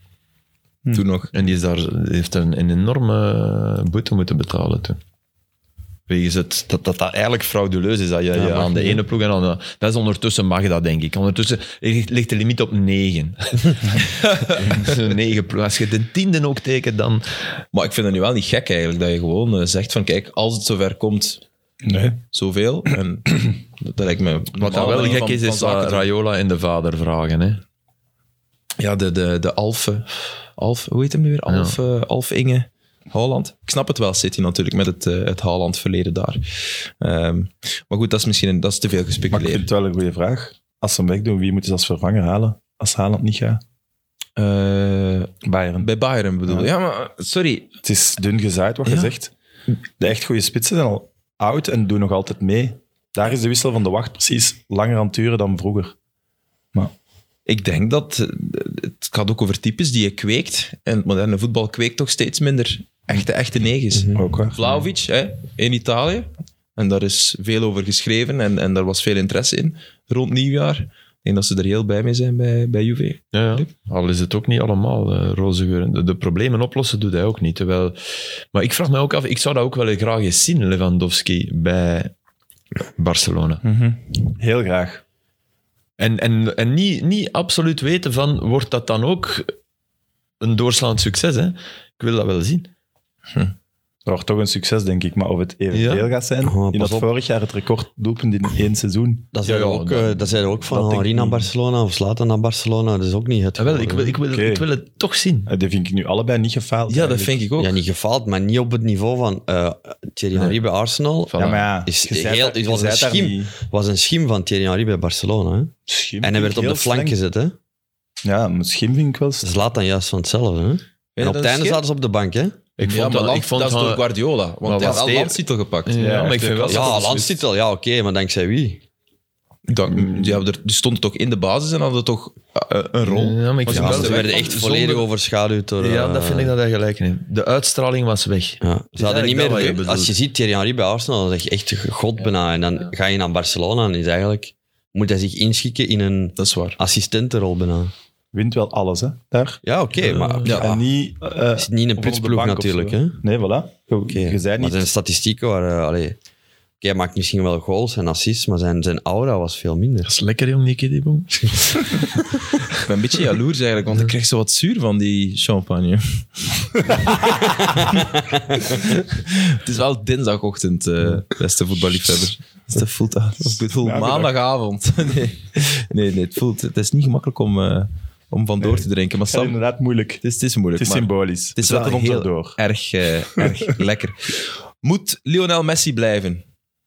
Toen nog. En die, is daar, die heeft een, een enorme boete moeten betalen toen. Wegens het, dat, dat dat eigenlijk frauduleus is. Dat je, je mag aan de niet, ene ploeg en aan de... Dat is ondertussen mag dat, denk ik. Ondertussen ligt ligt de limiet op negen. negen ploeg. Als je de tiende ook tekent, dan... Maar ik vind het nu wel niet gek eigenlijk, dat je gewoon eh, zegt van, kijk, als het zover komt, Nee. zoveel. En dat lijkt me... Wat dat wel gek is, is wat Raiola en de vader vragen. Hè. Ja, de, de, de Alf, eh, Alf, hoe heet hem nu weer? Alf, eh, Alf Inge Haaland. Ik snap het wel, City natuurlijk, met het, eh, het Haaland-verleden daar. Ehm, maar goed, dat is misschien een, dat is te veel Maar ik vind gespeculeerd. het wel een goede vraag. Als ze hem wegdoen, wie moeten ze als vervanger halen? Als Haaland niet gaat? Eh, Bayern. bij Bayern bedoel je? Ja, maar sorry. Het is dun gezaaid, wat je Ja. zegt. De echt goede spitsen zijn al oud en doen nog altijd mee. Daar is de wissel van de wacht precies langer aan het duren dan vroeger. Maar Ik denk dat eh, het gaat ook over types die je kweekt. En het moderne voetbal kweekt toch steeds minder echte, echte negens. ook waar. Vlahovic hè, in Italië. En daar is veel over geschreven en, en daar was veel interesse in rond nieuwjaar. Ik denk dat ze er heel bij mee zijn bij, bij Juve. Ja, ja. Al is het ook niet allemaal uh, roze geur. De, de problemen oplossen doet hij ook niet. Terwijl... Maar ik vraag me ook af, ik zou dat ook wel graag eens zien, Lewandowski, bij Barcelona. Mhm. Heel graag. En, en, en niet, niet absoluut weten van, wordt dat dan ook een doorslaand succes? Hè? Ik wil dat wel zien. Dat wordt toch een succes, denk ik. Maar of het evenveel Ja. gaat zijn... Oh, in pas dat op. vorig jaar het record doelpunt in één seizoen. Dat Ja, zijn ja, ook, dat- eh, dat zijn ook dat van denk Henri ik naar niet. Barcelona of Zlatan naar Barcelona. Dat is ook niet het Ja, wel, ik, geval, wil, hè. ik, wil, Oké. ik wil het toch zien. Eh, Die vind ik nu allebei niet gefaald. Ja, dat eigenlijk. vind ik ook. Ja, niet gefaald, maar niet op het niveau van eh, Thierry Henry bij Arsenal. Voilà. Ja, maar ja, Is je zei heel, daar- het je was, een zei daar schim, niet- was een schim van Thierry Henry bij Barcelona. Hè? Schim En hij werd op heel de flank streng. gezet. Hè? Ja, maar schim vind ik wel... st- Zlatan juist van hetzelfde. Hè? En op het einde zaten ze op de bank. Hè? Ik ja, vond maar dat, Land- ik vond dat is dat- door Guardiola. Want hij wat had al Steven- landstitel gepakt. Ja, maar ik echt vind wel... een Ja, beslist. landstitel, ja, oké, maar dankzij wie? Dat, ja, er, die stonden toch in de basis en hadden toch uh, een rol. Ja, maar ik Maar vind ze wel- Ze werden weg echt van- volledig zonder- overschaduwd door... Ja, eh, dat vind ik dat hij gelijk in heeft. De uitstraling was weg. Ja. Ze hadden niet eigenlijk dat wat je meer... bedoelt. Als je ziet, Thierry Henry bij Arsenal, dat is echt god bijna. En dan ga je naar Barcelona en is eigenlijk... Moet hij zich inschikken in een Dat is waar. assistentenrol bijna. Wint wel alles, hè, daar. Ja, oké, maar... ja. En niet... uh, Het is niet een op de putsploeg bank of natuurlijk, zo. hè. Nee, voilà. Je, Oké, je zei maar niet... zijn statistieken waren... Allee, oké, hij maakt misschien wel goals en assists, maar zijn, zijn aura was veel minder. Dat is lekker, jong, die kiddieboom. Ik ben een beetje jaloers eigenlijk, want ik krijg zo wat zuur van die champagne. Het is wel dinsdagochtend, uh, beste voetballiefhebber. Dus dat voelt dat. Ik bedoel, Ja, maandagavond. Nee, nee, nee het, voelt, het is niet gemakkelijk om, uh, om van door te drinken. Maar Het is Sam, inderdaad moeilijk. het is, het is moeilijk. Het is maar symbolisch. het is We wel zetten ons heel erdoor. erg, uh, erg lekker. Moet Lionel Messi blijven?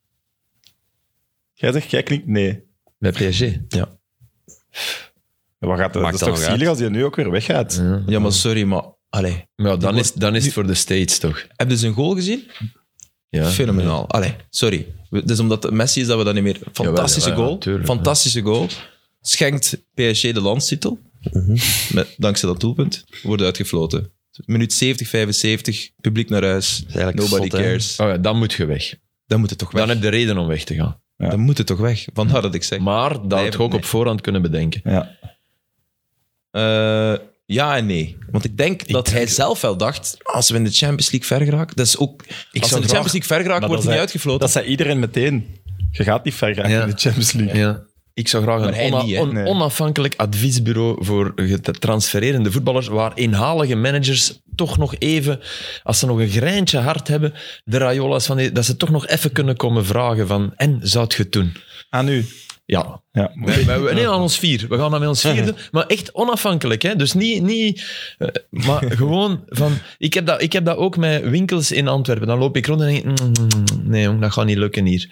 Jij zegt, jij klinkt nee. Bij P S G. Ja. Wat gaat, dat Maakt is dat toch nog zielig uit? als hij nu ook weer weggaat? Ja. Ja, maar sorry, maar... Allee, Maar ja, dan, Die is, dan is het voor de States, toch? heb je zijn goal gezien? Ja. Fenomenaal. Allee, sorry. We- Het is omdat het Messi is dat we dat niet meer... Fantastische Jawel, ja, goal. tuurlijk, fantastische goal. Schenkt P S G de landstitel. Met, dankzij dat doelpunt. Wordt uitgefloten. Minuut zeventig, vijfenzeventig. Publiek naar huis. eigenlijk Nobody zot, hè. cares. Oh ja, dan moet je weg. Dan moet het toch weg. Dan heb je reden om weg te gaan. Ja. Dan moet het toch weg. Vandaar dat ik zeg. Maar dat had Blijven, je ook nee. op voorhand kunnen bedenken. Ja. Eh, ja en nee. Want ik denk dat hij zelf wel dacht, als we in de Champions League ver geraken, dat is ook... als we in de zou Champions graag- League ver geraken, Maar wordt hij dat niet zei- uitgefloten. Dat zei iedereen meteen. Je gaat niet ver gaan Ja. in de Champions League. Ja. Ik zou graag Maar een, hij ona- niet, hè? on- Nee. onafhankelijk adviesbureau voor te transfererende voetballers, waar inhalige managers toch nog even, als ze nog een greintje hart hebben, de Rayola's van die, dat ze toch nog even kunnen komen vragen van, en zou het je het doen? Aan u. Ja. Ja. Wij, wij, nee, aan ons vier. We gaan dat met ons vier doen. Maar echt onafhankelijk. Hè? Dus niet... niet uh, maar gewoon van... Ik heb, dat, ik heb dat ook met winkels in Antwerpen. Dan loop ik rond en denk ik... Mm, nee, jong, dat gaat niet lukken hier.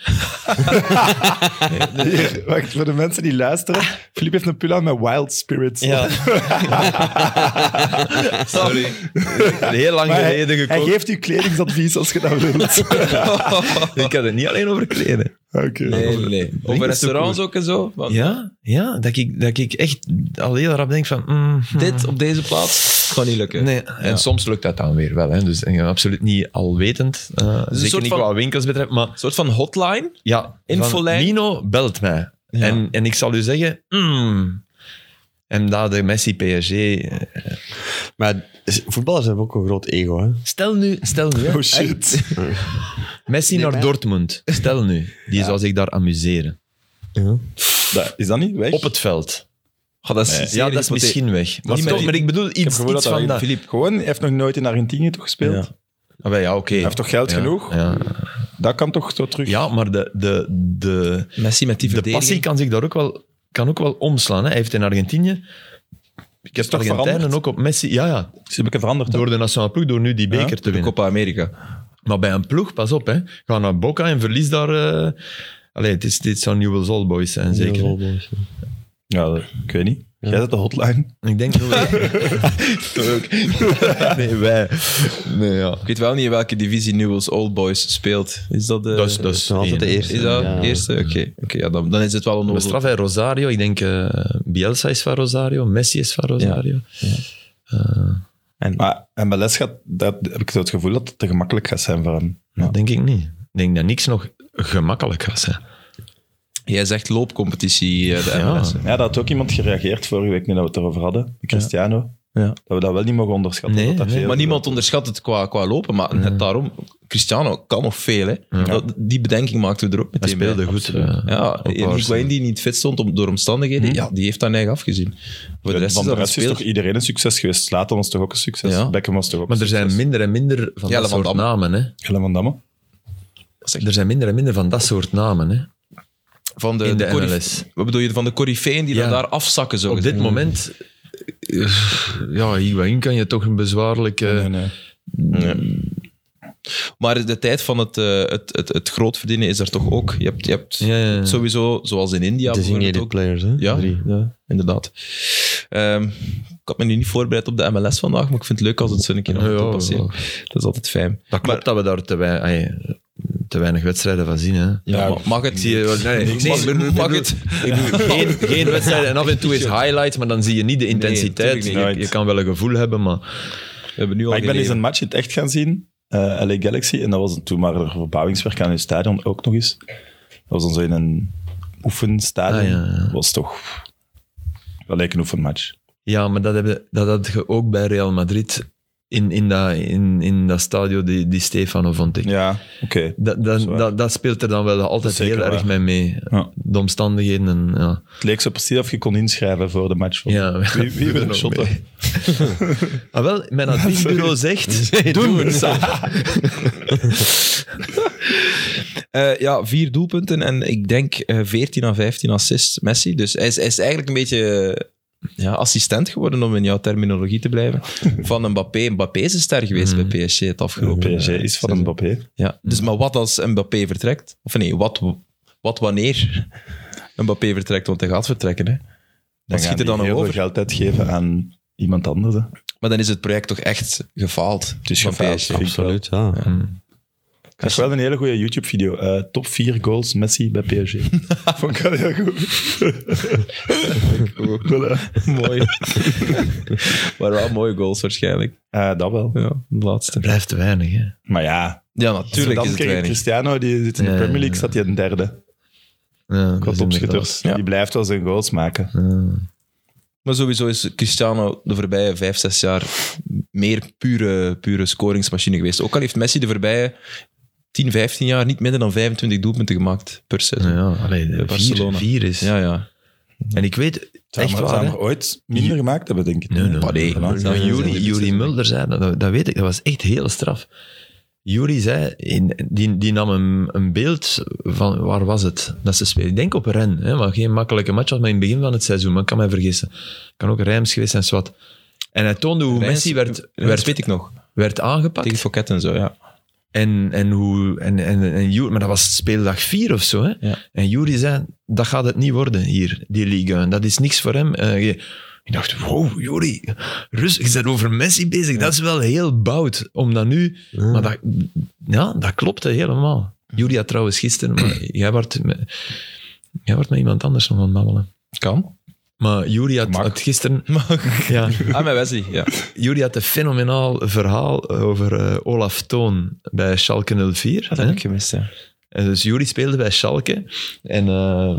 Hier, wacht, voor de mensen die luisteren. Filip heeft een pul aan met Wild Spirits. Ja. Sorry. Heel lang Maar hij, geleden hij gekocht. geeft u kledingsadvies als je dat wilt. Ik had het niet alleen over kleden. Oké. Nee, nee, nee. Over restaurants ook en zo. Want Ja, ja dat, ik, dat ik echt al heel rap denk van... Mm, dit op deze plaats gaat niet lukken. Nee, en soms lukt dat dan weer wel. Hè. Dus ik ben absoluut niet alwetend. Uh, zeker soort niet van- qua winkels betreft. Maar Een soort van hotline. ja, Infolijn. van Mino belt mij. Ja. En, en ik zal u zeggen... Mm, en dat de Messi P S G... eh, Maar voetballers hebben ook een groot ego, hè. Stel nu... Stel nu hè. Oh shit. Messi naar maar- Dortmund. Stel nu. Die zou zich daar amuseren. Ja. Dat, is dat niet weg? Op het veld. Oh, dat is Nee. zeer Ja, dat is hypothe- misschien weg. Maar, niet toch, met- maar ik bedoel Ik heb iets, het gevoel iets dat van dat... dat... Filip, gewoon, hij heeft nog nooit in Argentinië toch gespeeld? Ja. Ah, wel, ja, oké. Hij heeft toch geld Ja, genoeg? Ja. Dat kan toch zo terug? ja, maar de, de, de, Messi met die de verdediging. passie kan zich daar ook wel, kan ook wel omslaan. Hè. Hij heeft in Argentinië... Ik heb toch Argentijnen veranderd? ook op Messi... Ja, ja. Is een beetje veranderd. hè? Door de nationale ploeg, door nu die beker Ja, te de winnen. Copa America. Maar bij een ploeg, pas op, hè. Ga naar Boca en verlies daar... Uh... Allee, het is, dit zou Newell's Old Boys zijn, zeker. hè. Ja, dat- ik weet niet. Jij zet de hotline. Ik denk dat we... nee, wij... Nee, ja. Ik weet wel niet in welke divisie Newell's Old Boys speelt. Is dat de... Dat is, dat is nog altijd de één. eerste. Is dat Ja. de eerste? Oké, Oké, ja, dan, dan is het wel een De onnozel. straf bij Rosario. Ik denk uh, Bielsa is van Rosario, Messi is van Rosario. Maar M L S gaat, dat heb ik zo het gevoel dat het te gemakkelijk gaat zijn voor hem. Dat denk ik niet. Ik denk dat niks nog gemakkelijk gaat zijn. Jij zegt loopcompetitie, eh, de Ja. M L S. Ja, dat had ook iemand gereageerd vorige week, nu dat we het erover hadden. Cristiano. Ja. Dat we dat wel niet mogen onderschatten. Nee, dat dat nee. veel- Maar niemand onderschat het qua, qua lopen. Maar net daarom, Cristiano kan nog veel. Hè. Dat, die bedenking maakten we er ook Hij meteen speelde bij. goed. Absoluut. uh, Ja, op Higuain Arsenal. die niet fit stond om, door omstandigheden, ja, die heeft dat eigen afgezien. Voor de rest van is de dat rest is gespeeld. toch iedereen een succes geweest. Zlatan was toch ook een succes? Ja. Beckham was toch ook Maar een er zijn succes? minder en minder van Ja, dat Van soort Damme. namen. Hè. Glenn van Damme. Er zijn minder en minder van dat soort namen. Hè. Van de, in de corif- M L S. Wat bedoel je, van de coryfeeën die Ja. dan daar afzakken? Zo Op dit moment... uh, Ja, Higuain kan je toch een bezwaarlijke... Nee, nee. Nee. Maar de tijd van het, uh, het, het, het groot verdienen is er toch ook. Je hebt, je hebt Ja, ja, ja. sowieso, zoals in India bijvoorbeeld Designated ook. players, hè? Ja, Drie. ja, inderdaad. Ehm, ik had me nu niet voorbereid op de M L S vandaag, maar ik vind het leuk als het zo een keer Ja, af en toe ja, passeert. ja. Dat is altijd fijn. Dat klopt dat we daar te, wij, ay, te weinig wedstrijden van zien. Hè. Ja, Ja, maar mag het? Zie je, nee, nee, mag, nee, mag het? Ik bedoel, geen, geen wedstrijden en af en toe is highlights, maar dan zie je niet de intensiteit. tuurlijk niet. je, je kan wel een gevoel hebben, maar... We hebben nu al Maar ik ben eens gereden. een match in het echt gaan zien, uh, L A Galaxy, en dat was toen maar er verbouwingswerk aan het stadion ook nog eens. Dat was dan zo in een oefenstadion. Ah, ja, ja. Dat was toch wel leek een oefenmatch. Ja, maar dat, heb, dat had je ook bij Real Madrid in, in, dat, in, in dat stadion, die, die Stefano, vond ik. Ja, oké. Okay. Dat, dat, waar. dat, dat speelt er dan wel altijd Zeker heel erg waar. mee mee. Ja. De omstandigheden en... Ja. Het leek zo precies of je kon inschrijven voor de match. Ja, Wie, wie wil er nog shotten? mee. Ah, wel, mijn adviesbureau zegt... Doen! Uh, ja, vier doelpunten en ik denk uh, veertien à vijftien assists Messi. Dus hij is, hij is eigenlijk een beetje uh, ja, assistent geworden, om in jouw terminologie te blijven, van Mbappé. Mbappé is een ster geweest Mm. bij P S G het afgelopen. P S G uh, is van seizoen. Mbappé. Ja, dus maar wat als Mbappé vertrekt? Of nee, wat, wat wanneer Mbappé vertrekt? Want hij gaat vertrekken, hè. Dan Wat schiet gaan er die dan nog heel over? veel geld uitgeven aan iemand anders. Hè. Maar dan is het project toch echt gefaald. Het is van gefaald, P S G. vind ik wel. Absoluut, ja. Dat is wel een hele goede YouTube-video. Uh, top vier goals Messi bij P S G. Vond ik wel heel goed. Voilà. Mooi. Maar wel mooie goals waarschijnlijk. Uh, dat wel. Ja, de laatste. Het blijft te weinig, hè. Maar ja, Ja, natuurlijk dan is het kreeg weinig. Cristiano, die zit in de Ja, Premier League, ja. staat hij een derde. Ja, dat Qua is topschutters. Ja. Die blijft wel zijn goals maken. inderdaad. Ja. Maar sowieso is Cristiano de voorbije vijf, zes jaar meer pure, pure scoringsmachine geweest. Ook al heeft Messi de voorbije tien, vijftien jaar niet minder dan vijfentwintig doelpunten gemaakt per seizoen. Ja, allee, de Barcelona. vier, vier is... Ja, ja. En ik weet, Zou echt maar, waar, zou hè. maar ooit minder gemaakt hebben, denk ik. Nee, nee. Maar nee, Voilà. nee, Nou, nee, Juri, nee, Juri nee. Mulder zei, dat, dat, dat weet ik, dat was echt heel straf. Juri zei, in, die, die nam een, een beeld van, waar was het, dat ze spelen. Ik denk op Rennes, hè, maar geen makkelijke match was, maar in het begin van het seizoen, maar ik kan mij vergissen. Kan ook Reims geweest zijn, zwart. En hij toonde hoe Reims- Messi werd, Reims werd, weet ik nog. werd aangepakt. Tegen Fouquet en zo, ja. En, en hoe, en, en, en Juri, maar dat was speeldag vier of zo. Hè? Ja. En Juri zei, dat gaat het niet worden hier, die Liga. Dat is niks voor hem. Uh, je, ik dacht, wow, Juri, rustig, je bent over Messi bezig. Dat is wel heel bout om dat nu... Ja. Maar dat, ja, dat klopte helemaal. Juri had trouwens gisteren... Maar jij wordt met, jij wordt met iemand anders nog aan het babbelen. Kan. Maar Juri had, Mag. had gisteren... Ja, Ah, met Wesley, ja. Juri had een fenomenaal verhaal over uh, Olaf Toon bij Schalke nul vier. Dat hè? heb ik gemist, ja. En dus Juri speelde bij Schalke. En uh,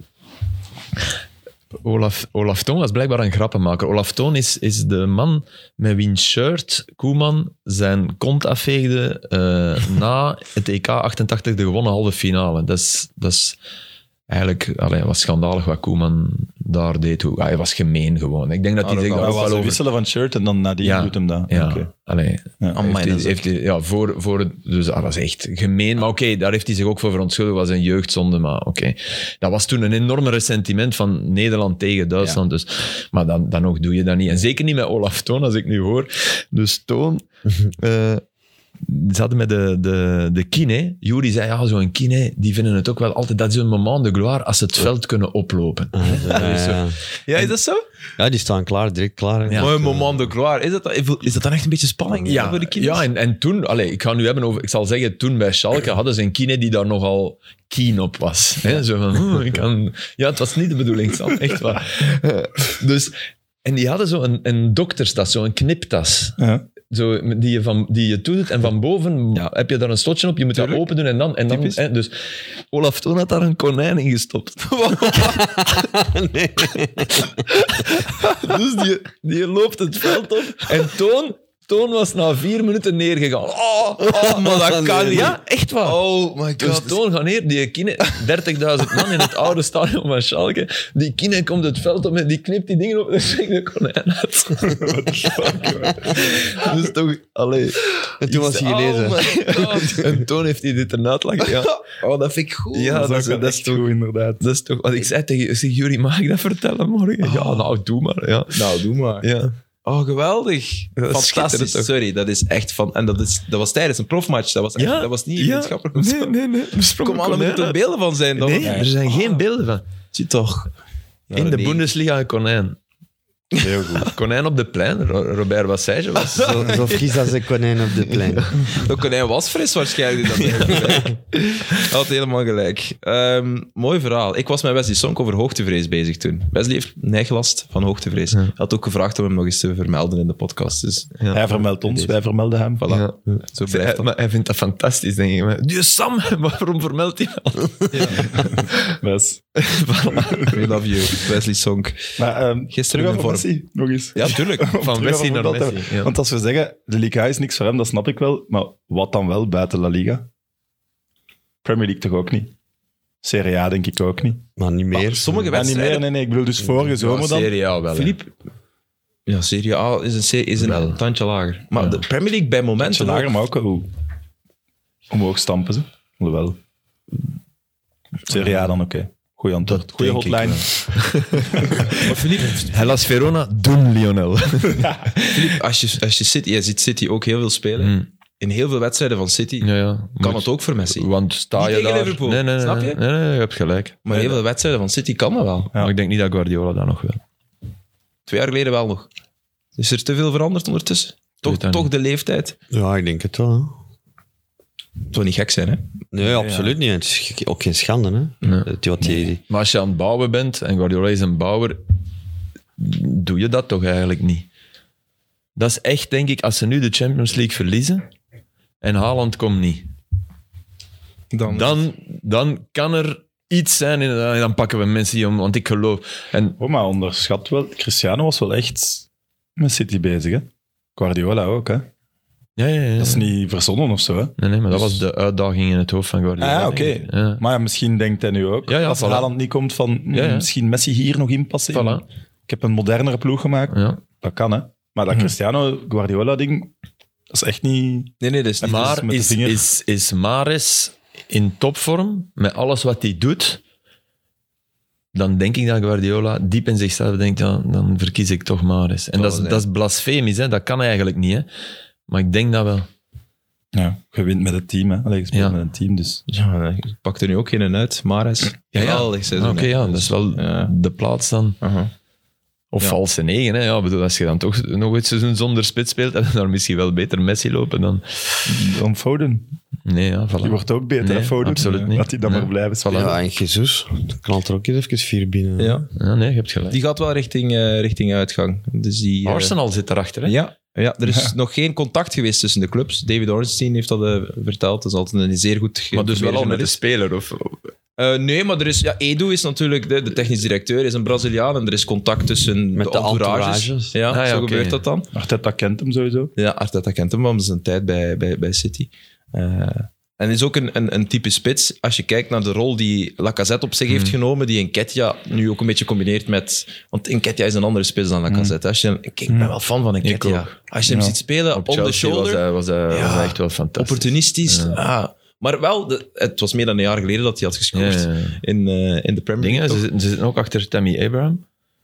Olaf, Olaf Toon was blijkbaar een grappenmaker. Olaf Toon is, is de man met wiens shirt Koeman zijn kont afveegde uh, na het E K achtentachtig, de gewonnen halve finale. Dat is... Dat is eigenlijk, allee, het was schandalig wat Koeman daar deed. Hoe, ah, hij was gemeen gewoon. Ik denk dat hij Ah, zich dat daar Dat ook was wel een over... wisselen van shirt en dan nadien Ja. doet hem dat. Ja, Oké. allee. Ja. Amai, Heeft hij- dat is heeft hij- ja, voor, voor, dus dat was echt gemeen. Maar oké, daar heeft hij zich ook voor verontschuldigd. Dat was een jeugdzonde, maar oké. Dat was toen een enorm ressentiment van Nederland tegen Duitsland. Dus, maar dan, dan nog doe je dat niet. En zeker niet met Olaf Toon, als ik nu hoor. Dus Toon... eh, ze hadden met de, de, de kine. Juri zei, ja, zo'n kine, die vinden het ook wel altijd... Dat is een moment de gloire als ze het veld kunnen oplopen. Ja, ja. Ja, is dat zo? Ja, die staan klaar, direct klaar. hè. Ja. Mooi moment de gloire. Is dat, is dat dan echt een beetje spanning Ja, voor de kinderen? ja en, en toen, allez, ik ga nu hebben over, ik zal zeggen, toen bij Schalke hadden ze een kine die daar nogal keen op was. Hè? Zo van, hm, ik kan, ja, het was niet de bedoeling, Sam, echt waar. Eh, dus, en die hadden zo een, een dokterstas, zo'n kniptas. Ja. Zo, die, je van, die je toedoet en van boven Ja. heb je daar een slotje op, je moet dat Tuurlijk. open doen en dan... En dan Typisch. hè, dus Olaf Toon had daar een konijn in gestopt. Dus die, die loopt het veld op en Toon, Toon was na vier minuten neergegaan. Oh, oh, maar dat kan niet. Ja, echt waar. Oh my Dus god. Toon gaat neer, die kine, dertigduizend man in het oude stadion van Schalke. Die kine komt het veld op en die knipt die dingen op en steekt de konijn uit. Dus toch, allee. En toen was hij gelezen. Oh my god. En Toon heeft hij dit eruit lachen. Ja, Oh, dat vind ik goed. ja dat dat, is is, ook dat echt is toch... goed, inderdaad. Dat is toch wat ik zei tegen ik zeg, Jury, mag ik dat vertellen morgen? Ja, nou, doe maar. Ja. Nou, doe maar. Ja. Oh, geweldig. Dat is Fantastisch. schitterend toch? Sorry, dat is echt van... En dat, is, dat was tijdens een profmatch. Dat was, echt, dat was niet ja. wetenschappelijk. of zo. Nee, nee, nee. Besprongen Kom, alle moeten er konijn. beelden van zijn. Dan. Nee, er zijn geen beelden van. Zie toch. In de nee. Bundesliga een konijn. Heel goed. Konijn op de plein. Ro- Robert Wassage was... Zo, zo fris als een konijn op de plein. Dat konijn was fris waarschijnlijk. Dat Hij had helemaal gelijk. Um, mooi verhaal. Ik was met Wesley Sonk over hoogtevrees bezig toen. Wesley heeft neiglast van hoogtevrees. Hij had ook gevraagd om hem nog eens te vermelden in de podcast. Dus, Ja. Hij vermeldt ons, wij vermelden hem. voilà. Ja. Zo Hij, blijft dat. maar hij vindt dat fantastisch, denk ik. Maar, die Sam, waarom vermeldt hij dat? Best. We love you, Wesley Sonk. Maar um, Gisteren terug in over vorm. Messi, nog eens. Ja, tuurlijk. Om Van terug Messi over naar voetbal te Messi, hebben. ja. Want als we zeggen, de Liga is niks voor hem, dat snap ik wel. Maar wat dan wel buiten La Liga? Premier League toch ook niet? Serie A denk ik ook niet. Maar niet meer. Sommige Ja, niet wedstrijden... meer, nee, nee. Ik bedoel dus vorige zomer dan. Serie A wel. hè. Philippe... Ja, Serie A is een, se- is een Wel. tandje lager. Maar de Premier League bij Beetje momenten... lager, ook- maar ook wel omhoog stampen ze. Alhoewel. Serie A dan oké. Goeie antwoord. Goeie denk ik hotline. Maar Philippe, Hellas Verona, doen Lionel. Philippe, als je, als je City... Je ziet City ook heel veel spelen. Hmm. In heel veel wedstrijden van City Ja, ja. kan Moet- het ook voor Messi. Want sta Niet je tegen daar... Liverpool, Nee, nee, nee, snap je? Nee, nee, nee, je hebt gelijk. Maar heel veel wedstrijden van City kan dat wel. Ja. Maar ik denk niet dat Guardiola dat nog wil. Twee jaar geleden wel nog. Is er te veel veranderd ondertussen? Toch, weet dat toch niet. de leeftijd? Ja, ik denk het wel. Hè. Het zou niet gek zijn, hè? Nee, absoluut niet. Het is ook geen schande. Hè. Nee. Het- wat die, Maar als je aan het bouwen bent, en Guardiola is een bouwer, doe je dat toch eigenlijk niet? Dat is echt, denk ik, als ze nu de Champions League verliezen en Haaland komt niet, Dan, dan, dan kan er iets zijn en dan pakken we Messi om, want ik geloof. En Oh, maar onderschat wel. Cristiano was wel echt met City bezig, hè? Guardiola ook, hè? ja, ja, ja. Dat is niet verzonnen of zo, hè? Nee, nee, maar dat was de uitdaging in het hoofd van Guardiola. Ah, oké. denk ik. Ja. Maar ja, misschien denkt hij nu ook, Ja, ja, als voilà. Haaland niet komt, van hm, Ja, ja. misschien Messi hier nog inpassen. Voilà. Ik heb een modernere ploeg gemaakt. Ja. Dat kan, hè? Maar dat Cristiano-Guardiola-ding, dat is echt niet... nee, nee, dat is niet... dus Maar met de is, vinger. is, is Mahrez in topvorm, met alles wat hij doet, dan denk ik dat Guardiola diep in zichzelf denkt, ja, dan verkies ik toch Mahrez. En dat is, zijn. dat is blasfemisch, hè? Dat kan eigenlijk niet. Hè? Maar ik denk dat wel. Ja, je wint met het team, hè? Allee, je speelt Ja. met een team, dus... Ja, nee, ik pak er nu ook geen uit. Mahrez. Geweldig seizoen. Oké, ja, dat is wel Ja. de plaats dan. Aha. Of Ja. valse negen. Hè? Ja, bedoel, als je dan toch nog het seizoen zonder spits speelt, heb je dan misschien wel beter Messi lopen dan... Dan Foden. Nee, ja, voilà. Die wordt ook beter, Nee, hè, Foden? absoluut niet. Laat hij dan Nee. maar blijven spelen. ja, en Jesus. Dan klant er ook eens even vier binnen. Ja. Ja, nee, je hebt gelijk. Die gaat wel richting, eh, richting uitgang. Dus die, eh, Arsenal zit erachter, hè? Ja, ja, er is nog geen contact geweest tussen de clubs. David Ornstein heeft dat eh, verteld. Dat is altijd een zeer goed Maar dus wel al met de journalist. speler, of... Eh, nee, maar er is... Ja, Edu is natuurlijk de, de technisch directeur, is een Braziliaan en er is contact tussen Met de, de entourages. entourages. Ja, Ah, ja, zo oké. gebeurt dat dan. Arteta kent hem sowieso. Ja, Arteta kent hem van zijn tijd bij, bij, bij City. Eh, en is ook een, een, een type spits. Als je kijkt naar de rol die Lacazette op zich heeft Mhm. genomen, die Nketiah nu ook een beetje combineert met... Want Nketiah is een andere spits dan Lacazette. Als je, kijk, ik ben wel fan van Nketiah. ook. Als je hem Ja. ziet spelen Op on the Chelsea was shoulder, hij, was hij, was Ja. hij echt wel fantastisch. opportunistisch. Ja. Ah, maar wel, de, het was meer dan een jaar geleden dat hij had gescoord Ja, ja, ja. In, eh, in de Premier Dingen, League. ze, zitten, ze zitten ook achter Tammy Abraham.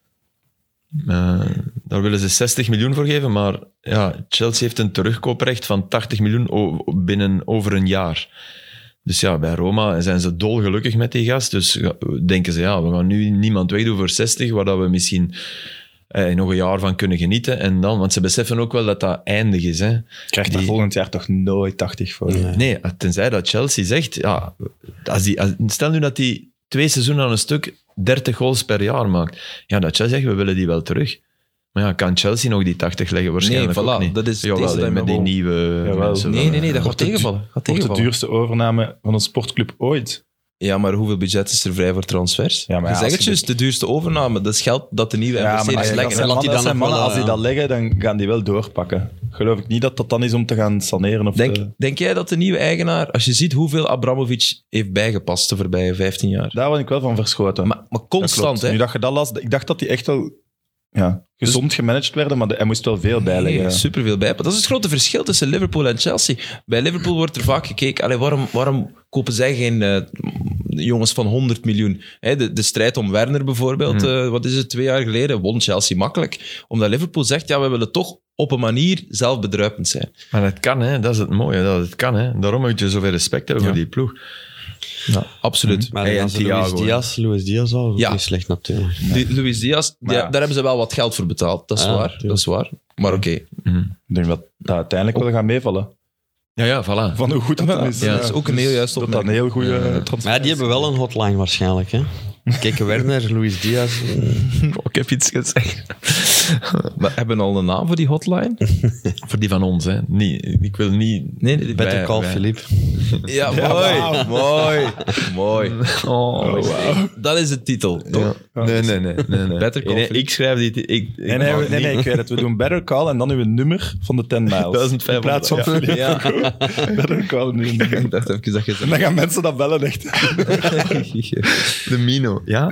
Eh, daar willen ze zestig miljoen voor geven, maar ja, Chelsea heeft een terugkooprecht van tachtig miljoen o- binnen over een jaar. Dus ja, bij Roma zijn ze dolgelukkig met die gast. Dus ja, denken ze, ja, we gaan nu niemand wegdoen voor zestig, waar dat we misschien eh, nog een jaar van kunnen genieten. En dan, want ze beseffen ook wel dat dat eindig is. Hè. Krijgt daar Die- volgend jaar toch nooit tachtig voor. Nee. Nee, tenzij dat Chelsea zegt, ja, als die, als- stel nu dat die twee seizoenen aan een stuk dertig goals per jaar maakt. Ja, dat Chelsea zegt, we willen die wel terug. Maar ja, kan Chelsea nog die tachtig leggen? Waarschijnlijk Nee, voilà, ook niet. dat is Jawel, deze hè, time met die wel. nieuwe Jawel. mensen. Nee, wel, nee, nee, hè. dat gaat Wordt het tegenvallen. Gaat Wordt de tegenvallen. duurste overname van een sportclub ooit. Ja, maar hoeveel budget is er vrij voor transfers? Ja, maar je ja, zegt als het je juist, de duurste overname, dat is geld dat de nieuwe Ja, maar Mercedes dat leggen. zijn laat die mannen, dat dan zijn nog mannen, wel, als die ja. dat leggen, dan gaan die wel doorpakken. Geloof ik niet dat dat dan is om te gaan saneren. Of Denk, te- denk jij dat de nieuwe eigenaar, als je ziet hoeveel Abramovic heeft bijgepast de voorbije vijftien jaar, Daar ben ik wel van verschoten. maar, maar Dat constant, klopt. hè? Nu dat je dat las, ik dacht dat die echt wel ja, gezond gemanaged werden, maar de- hij moest wel veel bijleggen. Nee, ja. superveel bij. Dat is het grote verschil tussen Liverpool en Chelsea. Bij Liverpool wordt er vaak gekeken, allee, waarom, waarom kopen zij geen eh, jongens van honderd miljoen? Hè, de, de strijd om Werner bijvoorbeeld, Hmm. eh, wat is het, twee jaar geleden, won Chelsea makkelijk. Omdat Liverpool zegt, ja, we willen toch op een manier zelfbedruipend zijn. Maar het kan, hè. Dat is het mooie, dat het kan. Hè. Daarom moet je zoveel respect hebben Ja. voor die ploeg. Ja, absoluut. Maar Hey, dan en ze Luis Thiago, Diaz, Luis Diaz al, Ja. niet slecht natuurlijk. Die Luis Diaz, die- Maar ja. daar hebben ze wel wat geld voor betaald. Dat is Ah, waar. tuurlijk. Dat is waar. Maar oké. Ik denk dat dat uiteindelijk wel gaat meevallen. Ja, ja, voilà. Van hoe goed dat dan is. Ja, dat is ook een heel juist Dat dat een heel goede transfer Maar ja, die hebben wel een hotline waarschijnlijk. Hè? Kijk, Werner, Luis Diaz. Oh, ik heb iets gezegd. Maar hebben we al een naam voor die hotline? Voor die van ons, hè. Niet, ik wil niet... Nee, nee. Better Wij- call wij- Philippe. Ja, mooi. Mooi. Mooi. Oh, Dat is de titel, toch? Ja. Nee, nee, nee. nee, nee. Better call Nee, Philippe. ik schrijf die... Ik, ik Nee, nee, maak nee, nee, niet- ik weet het. We doen Better Call en dan uw nummer van de tien miles. duizend vijfhonderd. In plaats van Philippe. Ja. Better Call nu. Ik dacht even dat je En dan gaan mensen dat bellen, echt. De Mino, ja?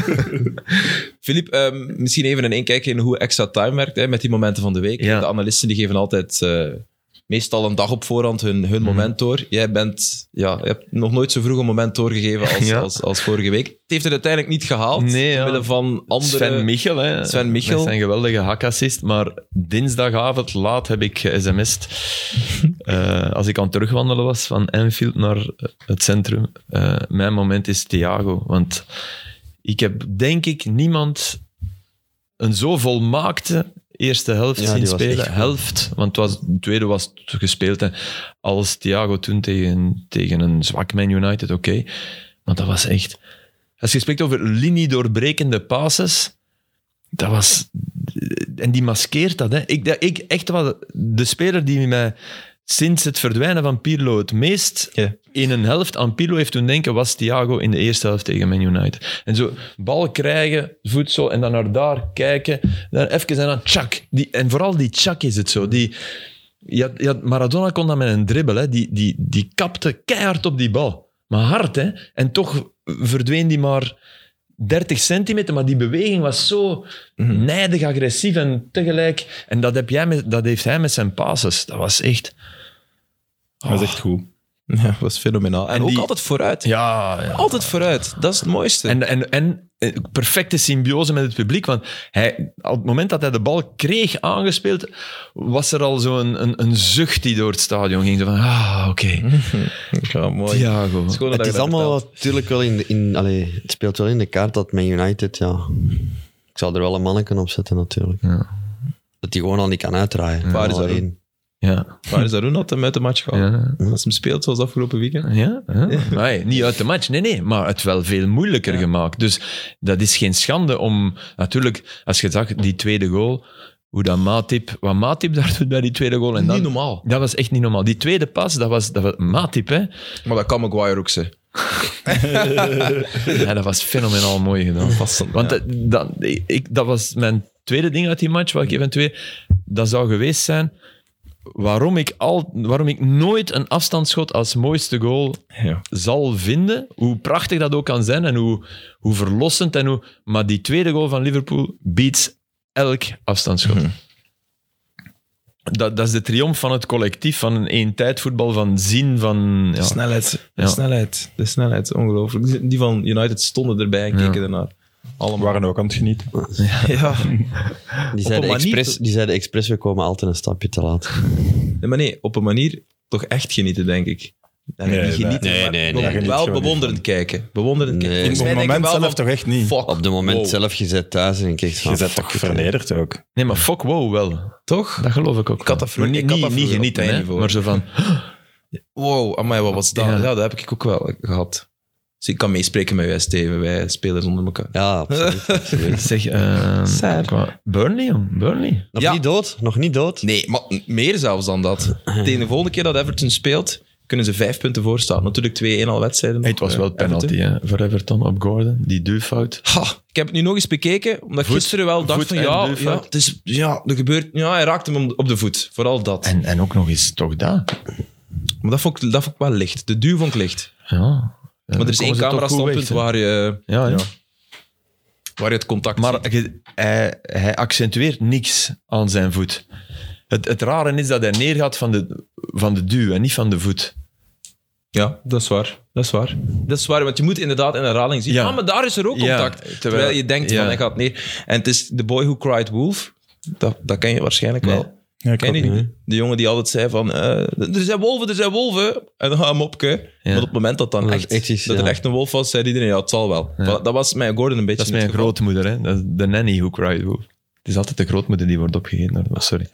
Filip, um, misschien even een inkijk in hoe extra time werkt hè, met die momenten van de week. Ja. De analisten die geven altijd uh, meestal een dag op voorhand hun, hun moment door. Jij bent, ja, je hebt nog nooit zo vroeg een moment doorgegeven als, Ja. als, als vorige week. Het heeft het uiteindelijk niet gehaald. Nee, ja. Omwille van andere... Sven Michel, hè. Sven Michel. Met zijn geweldige hakassist. Maar dinsdagavond laat heb ik ge-sms'd. uh, als ik aan het terugwandelen was van Anfield naar het centrum. Uh, mijn moment is Thiago. Want ik heb, denk ik, niemand een zo volmaakte eerste helft Ja, zien die was spelen. echt goed. Helft, want het was, de tweede was gespeeld hè, als Thiago toen tegen, tegen een zwak Man United, oké. Okay. Maar dat was echt... Als je spreekt over liniedoorbrekende passes, dat was... En die maskeert dat. Hè. Ik, ik, echt wel de speler die mij sinds het verdwijnen van Pirlo het meest Ja. in een helft aan Pirlo heeft doen denken, was Thiago in de eerste helft tegen Man United. En zo bal krijgen, voet zo, en dan naar daar kijken, dan even en dan tjak. Die, en vooral die tjak is het zo. Die, je had, je had, Maradona kon dat met een dribbel, hè. Die, die, die kapte keihard op die bal. Maar hard, hè. En toch verdween die maar dertig centimeter, maar die beweging was zo nijdig, agressief en tegelijk... En dat, heb jij met, dat heeft hij met zijn passes. Dat was echt... Dat is echt goed. Ja, dat was fenomenaal. En, En ook die- altijd vooruit. Ja, ja. Altijd vooruit. Dat is het mooiste. En, en, en eh, perfecte symbiose met het publiek. Want hij, op het moment dat hij de bal kreeg aangespeeld, was er al zo'n een, een zucht die door het stadion ging. Zo van, ah, oké. ja, mooi. Thiago. Schoon dat Het je is dat allemaal vertelt. natuurlijk wel in, in allee, het speelt wel in de kaart dat Man United, ja. Ik zou er wel een manneken op zetten natuurlijk. Ja. Dat die gewoon al niet kan uitdraaien. Waar is Al dat één. Ja. Waar is Arun had hem uit de match gehaald? Ja. Als hem speelt zoals afgelopen weekend. Ja, ja. Maar hey, niet uit de match, nee, nee, maar het wel veel moeilijker gemaakt. Dus dat is geen schande om... Natuurlijk, als je zag, die tweede goal, hoe dat Matip... Wat Matip daar doet bij die tweede goal... En dan, Niet normaal. Dat was echt niet normaal. Die tweede pas, dat was, dat was Matip, hè. Maar dat kan Maguire ook zijn. Ja, dat was fenomenaal mooi gedaan. Vast, Want ja. dat, dat, ik, dat was mijn tweede ding uit die match, wat ik eventueel... Dat zou geweest zijn... Waarom ik, al, waarom ik nooit een afstandsschot als mooiste goal Ja. zal vinden, hoe prachtig dat ook kan zijn en hoe, hoe verlossend en hoe... Maar die tweede goal van Liverpool beats elk afstandsschot. Mhm. Dat, dat is de triomf van het collectief, van een eentijdvoetbal, van zien, van... De Ja. snelheid. De Ja. snelheid. De snelheid. Ongelooflijk. Die van United stonden erbij en keken Ja. ernaar. We Allemaal. waren ook aan het genieten. Ja. Die zeiden manier expres, te- die zeiden expres, we komen altijd een stapje te laat. Nee, maar nee, op een manier toch echt genieten, denk ik. Ja, Nee, niet genieten, nee, maar nee, be- nee. Daar geniet wel je gewoon bewonderend niet kijken. Bewonderend Nee. kijken. Op Volgens het mij denk moment ik wel zelf van, toch echt niet. Fuck, Op het moment wow. zelf, je zit thuis en je kijkt van... Je bent fuck toch it, vernederd ook. Nee, maar fuck wow wel. Toch? Dat geloof ik ook. Ik had dat vroeger- Maar niet, ik had dat niet, niet vroeger op genieten, mijn hè, niveau. maar zo van... Wow, amai, wat was dat? Ja. Ja, dat heb ik ook wel gehad. Dus ik kan meespreken met wij, Steven. Wij spelen onder elkaar. Ja, absoluut. absoluut. Zeg, uh, Sad. qua- Burnley, jong. Burnley. Nog Ja. niet dood? Nog niet dood? Nee, maar meer zelfs dan dat. Tegen de volgende keer dat Everton speelt, kunnen ze vijf punten voorstaan. Natuurlijk twee-een al wedstrijden. Hey, nog, het was eh, wel penalty Everton. hè, voor Everton op Gordon, die duwfout. Ha, ik heb het nu nog eens bekeken, omdat ik Voet- gisteren wel dacht voet van en ja, duwfout. ja, het is, ja, er gebeurt, ja, hij raakte hem op de voet. Vooral dat. En, en ook nog eens toch dat. Maar dat vond, ik, dat vond ik wel licht. De duw vond ik licht. Ja. Maar er is één camera-standpunt waar je, Ja, ja. waar je het contact Maar ziet. je- hij, hij accentueert niks aan zijn voet. Het, het rare is dat hij neergaat van de, van de duw en niet van de voet. Ja, dat is waar. Dat is waar. Dat is waar, want je moet inderdaad in herhaling zien. Ja. Ah, maar daar is er ook Ja, contact. terwijl- terwijl, je denkt ja. van, hij gaat neer. En het is The Boy Who Cried Wolf. Dat, dat ken je waarschijnlijk Nee. wel. Ja, ik Ken je ook die? niet. De jongen die altijd zei van, uh, er zijn wolven, er zijn wolven. En dan ga hem opke. Ja. Maar op het moment dat, dan Dat echt, echt is, dat er ja. echt een wolf was, zei iedereen, ja, het zal wel. Ja. Dat was met Gordon een beetje Dat is mijn het geval. grootmoeder, hè. Dat is de nanny who cried wolf. Het is altijd de grootmoeder die wordt opgegeten. Oh, sorry.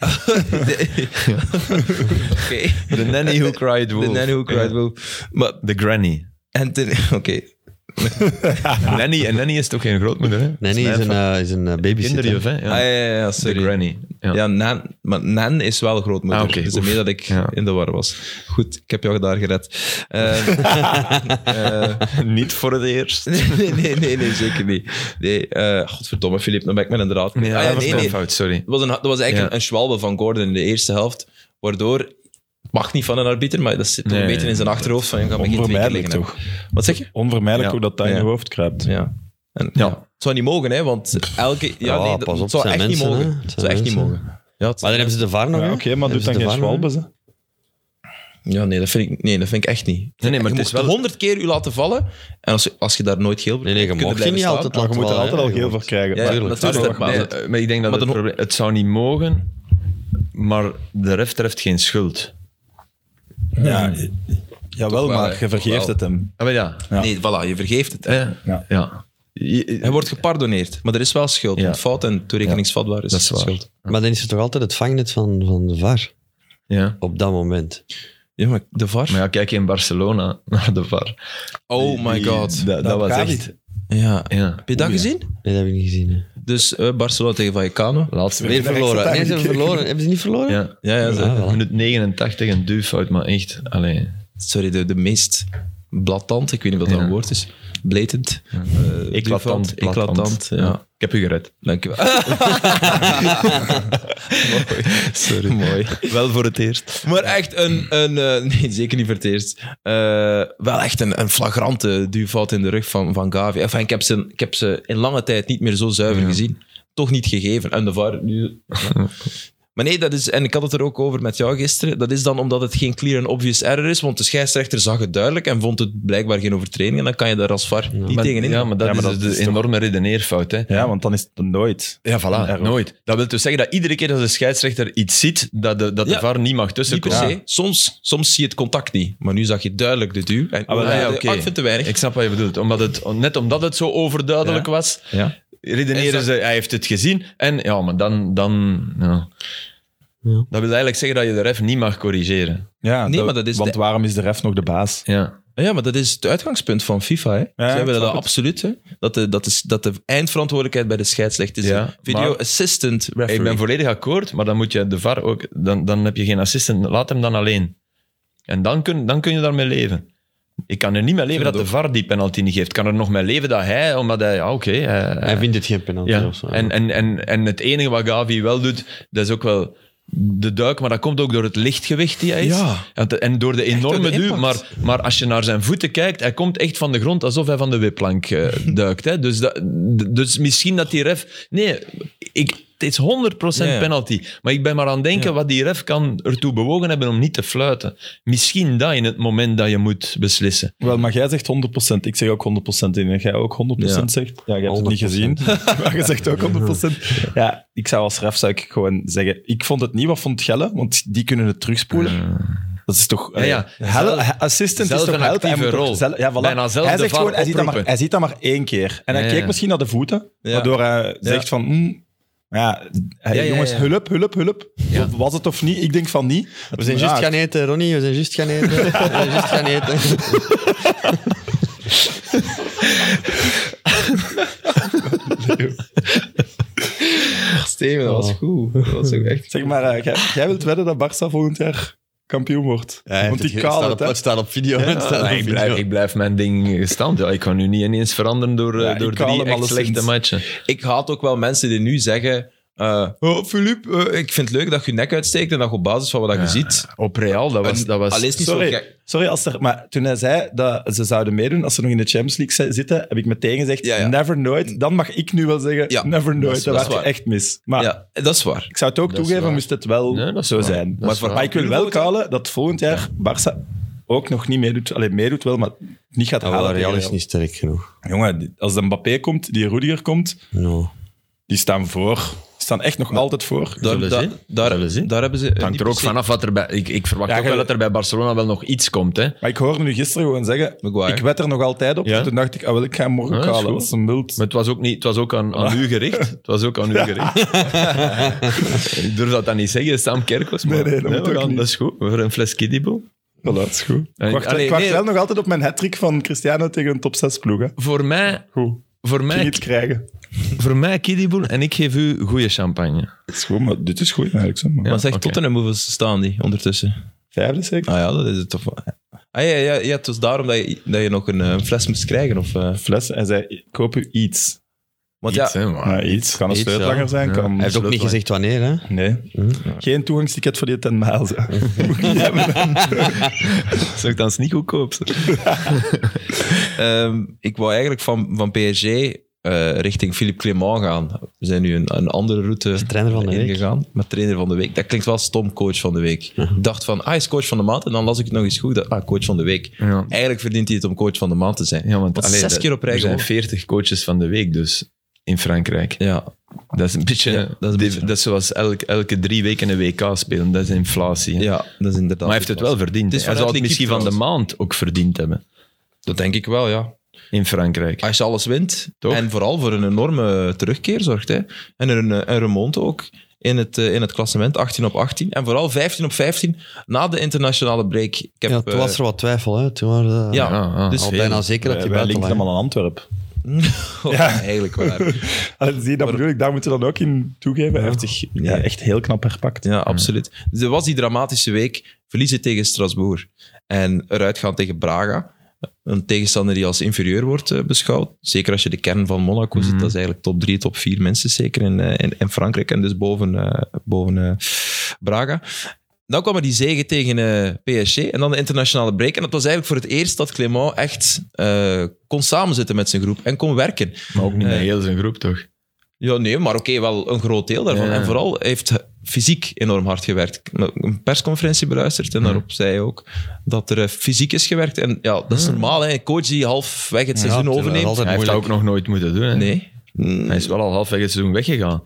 Oké. De nanny who cried De wolf. nanny who cried Ja. wolf. Maar, De granny. en ten- oké. Okay. nanny. En nanny is toch geen grootmoeder, hè? Nee, nee, is een, uh, is een uh, babysitter. Kinderjuf, hè? Ja. Ah, ja, ja, ja, De sorry. granny. Ja. Ja, Nan, maar Nan is wel grootmoeder. Ah, oké, dus oef. daarmee dat ik Ja. in de war was. Goed, ik heb jou daar gered. Uh, uh, Niet voor het eerst. nee, nee, nee, nee, zeker niet. Nee, uh, godverdomme, Filip, dan ben ik met een draad. Nee, Ah, dat was nee, mijn nee. fout, sorry. Dat was, een, dat was eigenlijk Ja. een, een schwalbe van Gordon in de eerste helft, waardoor... Het mag niet van een arbiter, maar dat zit toch Nee, een beetje in zijn nee, achterhoofd van, je gaat me geen twee keer Onvermijdelijk liggen toch? hebben. Wat zeg je? Onvermijdelijk Ja. ook dat dat in Ja. je hoofd kruipt. Ja. En, Ja. ja. Het zou niet mogen, hè, want elke... Ja, Ja, nee, dat pas op, het zou het echt zijn niet mensen, mogen. hè. Het Het zou echt niet zijn mogen. Ja, het- Maar dan hebben ze de V A R nog, Ja, hè? Oké, maar doe Hebben dan ze geen de V A R nog, hè? schwalbes. hè. ja, nee, dat vind ik, nee, dat vind ik echt niet. Nee, nee, maar je het is moet wel- honderd keer u laten vallen, en als je, als je daar nooit geel voor Nee, nee, je krijgt, kun mag je blijven niet staan. altijd Maar je laten moet er vallen, altijd al hè. geel voor krijgen. Ja, Maar- ja, Maar, natuurlijk, maar, maar- maar ik denk dat maar het, dan- probleem, het zou niet mogen, maar de ref treft geen schuld. Ja, jawel, wel, maar hè. je vergeeft Wel. het hem. Ah, maar ja. Ja. Nee, voilà, je vergeeft het. Eh, Ja. ja. Je- Hij wordt gepardoneerd, maar er is wel schuld. Ja. Want fout en toerekeningsvatbaar is, Dat is waar. schuld. Maar dan is het toch altijd het vangnet van, van de V A R ja. op dat moment. Ja, maar de V A R... Maar ja, kijk je in Barcelona naar de V A R. oh my Die- god. Dat, dat was gaat echt... Ja. Ja. Heb je dat gezien? Nee, dat heb ik niet gezien. Hè. Dus uh, Barcelona tegen Vallecano. Laatste Weer minuut. verloren. extra Nee, ze time hebben verloren. gekeken. Hebben ze niet verloren? Ja. Ja, ja, ze- Ah, voilà. Minuut negenentachtig, een duwfout, maar echt... Allee. sorry, de, de meest blatant, ik weet niet wat dat Ja. een woord is, blatant. eh, Eclatant, duiveld, eclatant, ja. Ja. Ik heb u gered. Dank je wel. Mooi. Sorry. Mooi. Wel voor het eerst. Maar echt een... een eh, nee, zeker niet voor het eerst. Eh, wel echt een, een flagrante duwfout in de rug van, van Gavi. Enfin, ik, heb ze, ik heb ze in lange tijd niet meer zo zuiver Ja. gezien. Toch niet gegeven. En de V A R nu... Maar nee, dat is, en ik had het er ook over met jou gisteren, dat is dan omdat het geen clear en obvious error is, want de scheidsrechter zag het duidelijk en vond het blijkbaar geen overtreding en dan kan je daar als V A R niet Maar- tegenin. Ja, maar dat Ja, maar is dat dus is de toch- enorme redeneerfout. Hè. Ja, want dan is het nooit. Ja, voilà, Error. nooit. Dat wil dus zeggen dat iedere keer als de scheidsrechter iets ziet, dat de, dat de Ja. V A R niet mag Niet per tussenkomen. se. Soms, soms zie je het contact niet, maar nu zag je duidelijk de duw. En, Ah, wel, ah, ja, de- oké. ah, ik vind te weinig. Ik snap wat je bedoelt. Omdat het, net omdat het zo overduidelijk Ja. was, Ja. redeneren Is dat- ze, hij heeft het gezien. En ja, maar dan... dan ja. Ja. Dat wil eigenlijk zeggen dat je de ref niet mag corrigeren. Ja, Nee, maar dat is want de- waarom is de ref nog de baas? Ja. Ja, maar dat is het uitgangspunt van FIFA. Hè. Ja, Zij ik willen snap dat het. absoluut. Hè. Dat, de, dat, is, dat de eindverantwoordelijkheid bij de scheidsrechter is. Ja, een Video maar- assistant referee. Ik ben volledig akkoord, maar dan moet je de V A R ook... Dan, dan heb je geen assistent, laat hem dan alleen. En dan kun, dan kun je daarmee leven. Ik kan er niet mee leven vind dat de het V A R die penalty niet geeft. Ik kan er nog mee leven dat hij, omdat hij... Ja, oké. hij- Hij vindt het geen penalty ja. of zo. En, en, en, en het enige wat Gavi wel doet, dat is ook wel de duik, maar dat komt ook door het lichtgewicht die hij is. Ja. En te- En door de door enorme de duw. impact. Maar, maar als je naar zijn voeten kijkt, hij komt echt van de grond alsof hij van de wipplank eh, duikt. Hè. Dus, dat, dus misschien dat die ref... Nee, ik, het is honderd procent Ja, ja. penalty. Maar ik ben maar aan het denken Ja. wat die ref kan ertoe bewogen hebben om niet te fluiten. Misschien dat in het moment dat je moet beslissen. Wel, maar jij zegt honderd procent. Ik zeg ook honderd procent in. En jij ook honderd procent Ja. zegt. Ja, jij hebt het niet gezien. Maar je zegt ook honderd procent. Ja, ik zou als ref zou ik gewoon zeggen... Ik vond het niet, wat vond Gelle? Want die kunnen het terugspoelen. Dat is toch... Ja, ja. eh, hel- Zelf- assistant zelf is toch een help? Hij actieve moet toch rol. zelf- ja, voilà. Bijna zelf hij de zegt V A R gewoon, hij ziet, dat maar, oproepen. hij ziet dat maar één keer. En hij Ja, keek ja. misschien naar de voeten, Ja. waardoor hij zegt van... hmm, ja, hij- Ja, ja, jongens, ja. hulp, hulp, hulp. Ja. Was het of niet? Ik denk van niet. We zijn Ja, juist gaan eten, Ronnie. We zijn juist gaan eten. We zijn juist gaan eten. Steven, dat was goed. Dat was ook echt... Zeg maar, eh, jij, jij wilt wedden dat Barça volgend jaar kampioen wordt? Ja, Want die het, staat kaal op, het, het staat op video. het staat Nee, op ik, video. blijf, ik blijf mijn ding gestand. Ja, ik kan nu niet ineens veranderen door, Ja, eh, door ik haal drie hem echt alleszins. slechte matchen. Ik haat ook wel mensen die nu zeggen... eh, oh, Philippe, eh, ik vind het leuk dat je je nek uitsteekt en dat je op basis van wat je ziet... Op Real, dat was... een- Dat was Allee, is niet zo Sorry, gek. sorry als er, maar toen hij zei dat ze zouden meedoen als ze nog in de Champions League zi- zitten, heb ik meteen gezegd, Ja, ja. never nooit. Dan mag ik nu wel zeggen, Ja, never nooit. is- Dat dat is was waar. echt mis. Maar Ja, dat is waar. ik zou het ook Dat is toegeven, waar. moest het wel Nee, dat is zo waar. zijn. Dat Maar, is waar. maar ik wil wel kalen dat volgend jaar Barça ook nog niet meedoet. Alleen meedoet wel, maar niet gaat Ja, halen. maar Real tegen is niet sterk genoeg. Jongen, die- als de Mbappé komt, die Rudiger komt, No. die staan voor. staan echt nog altijd voor. Daar, Zullen daar, zien. daar, Zullen zien. daar hebben ze... Het hangt niet er ook per se- vanaf wat er bij... Ik, ik verwacht Ja, ook je- wel dat er bij Barcelona wel nog iets komt, hè. Maar ik hoorde nu gisteren gewoon zeggen, Maguire. ik wed er nog altijd op. Ja. En toen dacht ik, ah, wel, ik ga hem morgen Ja, dat is halen goed. als een bult. Maar het was ook, niet, het was ook aan, aan u gericht. Het was ook aan u gericht. Ik durf dat dan niet zeggen, Sam Kerkhoffs. Maar Nee, nee, dat moet we ook gaan- niet. dat is goed. Voor een fles Kiddiebol. Voilà, dat is goed. En- Ik wacht, allee, ik wacht nee. wel nog altijd op mijn hat-trick van Cristiano tegen een top zes ploeg. Hè. Voor mij, Goed. voor Ik mij, niet krijgen. voor mij Kiddiebol en ik geef u goede champagne. Dat is goed, maar dit is goed eigenlijk. Zo, maar. Ja. Maar zeg, oké. Tottenham, hoeveel staan die ondertussen? Vijfde zeker? Ah ja, dat is het toch wel. Ah ja, ja, ja, het was daarom dat je, dat je nog een eh, fles moest krijgen. Of, eh, Fles. Hij zei, koop u iets. want Iets, ja, hè, maar- Maar iets. Kan een Iets, sleutelanger ja. zijn. Ja. Kan Hij heeft ook niet gezegd wanneer, hè? Nee. Geen toegangsticket voor die ten miles. hè. Moet ik niet hebben. Zou ik dan niet goedkoop zijn? ehm, ik wou eigenlijk van, van P S G eh, richting Philippe Clement gaan. We zijn nu een, een andere route trainer van de week. ingegaan. Met trainer van de week. Dat klinkt wel stom, coach van de week. Ik dacht van, ah, hij is coach van de maand. En dan las ik het nog eens goed. dat- Ah, coach van de week. Ja. Eigenlijk verdient hij het om coach van de maand te zijn. Ja, want Want allee, zes dat- keer op rij er zijn gewonnen. veertig coaches van de week dus in Frankrijk. Ja, Dat is een beetje... Ja, dat is een die- beetje- dat is zoals elke, elke drie weken een W K spelen. Dat is inflatie. hè. ja, dat is inderdaad... Maar hij heeft het wel verdiend. Het is Hij zou vanuit het misschien van L'Équipe de maand ook verdiend hebben. Dat denk ik wel, ja. In Frankrijk. Als je alles wint, Toch? en vooral voor een enorme terugkeer zorgt, hè. En een, een remonte ook in het, eh, in het klassement, achttien op achttien. En vooral vijftien op vijftien na de internationale break. Ik heb, Ja, toen eh, was er wat twijfel, hè? Toen waren ze ja, Ja, ja. dus al veel. bijna zeker dat Wij, hij wij buiten linken lag. hem al aan Antwerpen. Oh, Ja. eigenlijk waar. Allee, zie je, dat bedoel ik, daar moeten we dan ook in toegeven. Hij heeft zich ja, echt heel knap herpakt. Ja, absoluut. Dus er was die dramatische week. Verliezen tegen Strasbourg. En eruit gaan tegen Braga. Een tegenstander die als inferieur wordt eh, beschouwd. Zeker als je de kern van Monaco ziet. Mhm. Dat is eigenlijk top drie, top vier mensen zeker in, eh, in, in Frankrijk. En dus boven, eh, boven eh, Braga. Dan kwam er die zege tegen eh, P S G en dan de internationale break. En dat was eigenlijk voor het eerst dat Clément echt eh, kon samenzitten met zijn groep en kon werken. Maar ook niet met Eh, heel zijn groep, toch? Ja, nee, maar oké, wel een groot deel daarvan. Ja. En vooral hij heeft fysiek enorm hard gewerkt. Ik heb een persconferentie beluisterd en daarop zei hij ook dat er eh, fysiek is gewerkt. En ja, dat is normaal, hè. Een coach die halfweg het seizoen dat is overneemt. altijd Hij heeft dat ook moeilijk. nog nooit moeten doen. Hè? Nee. Hij is wel al halfweg het seizoen weggegaan.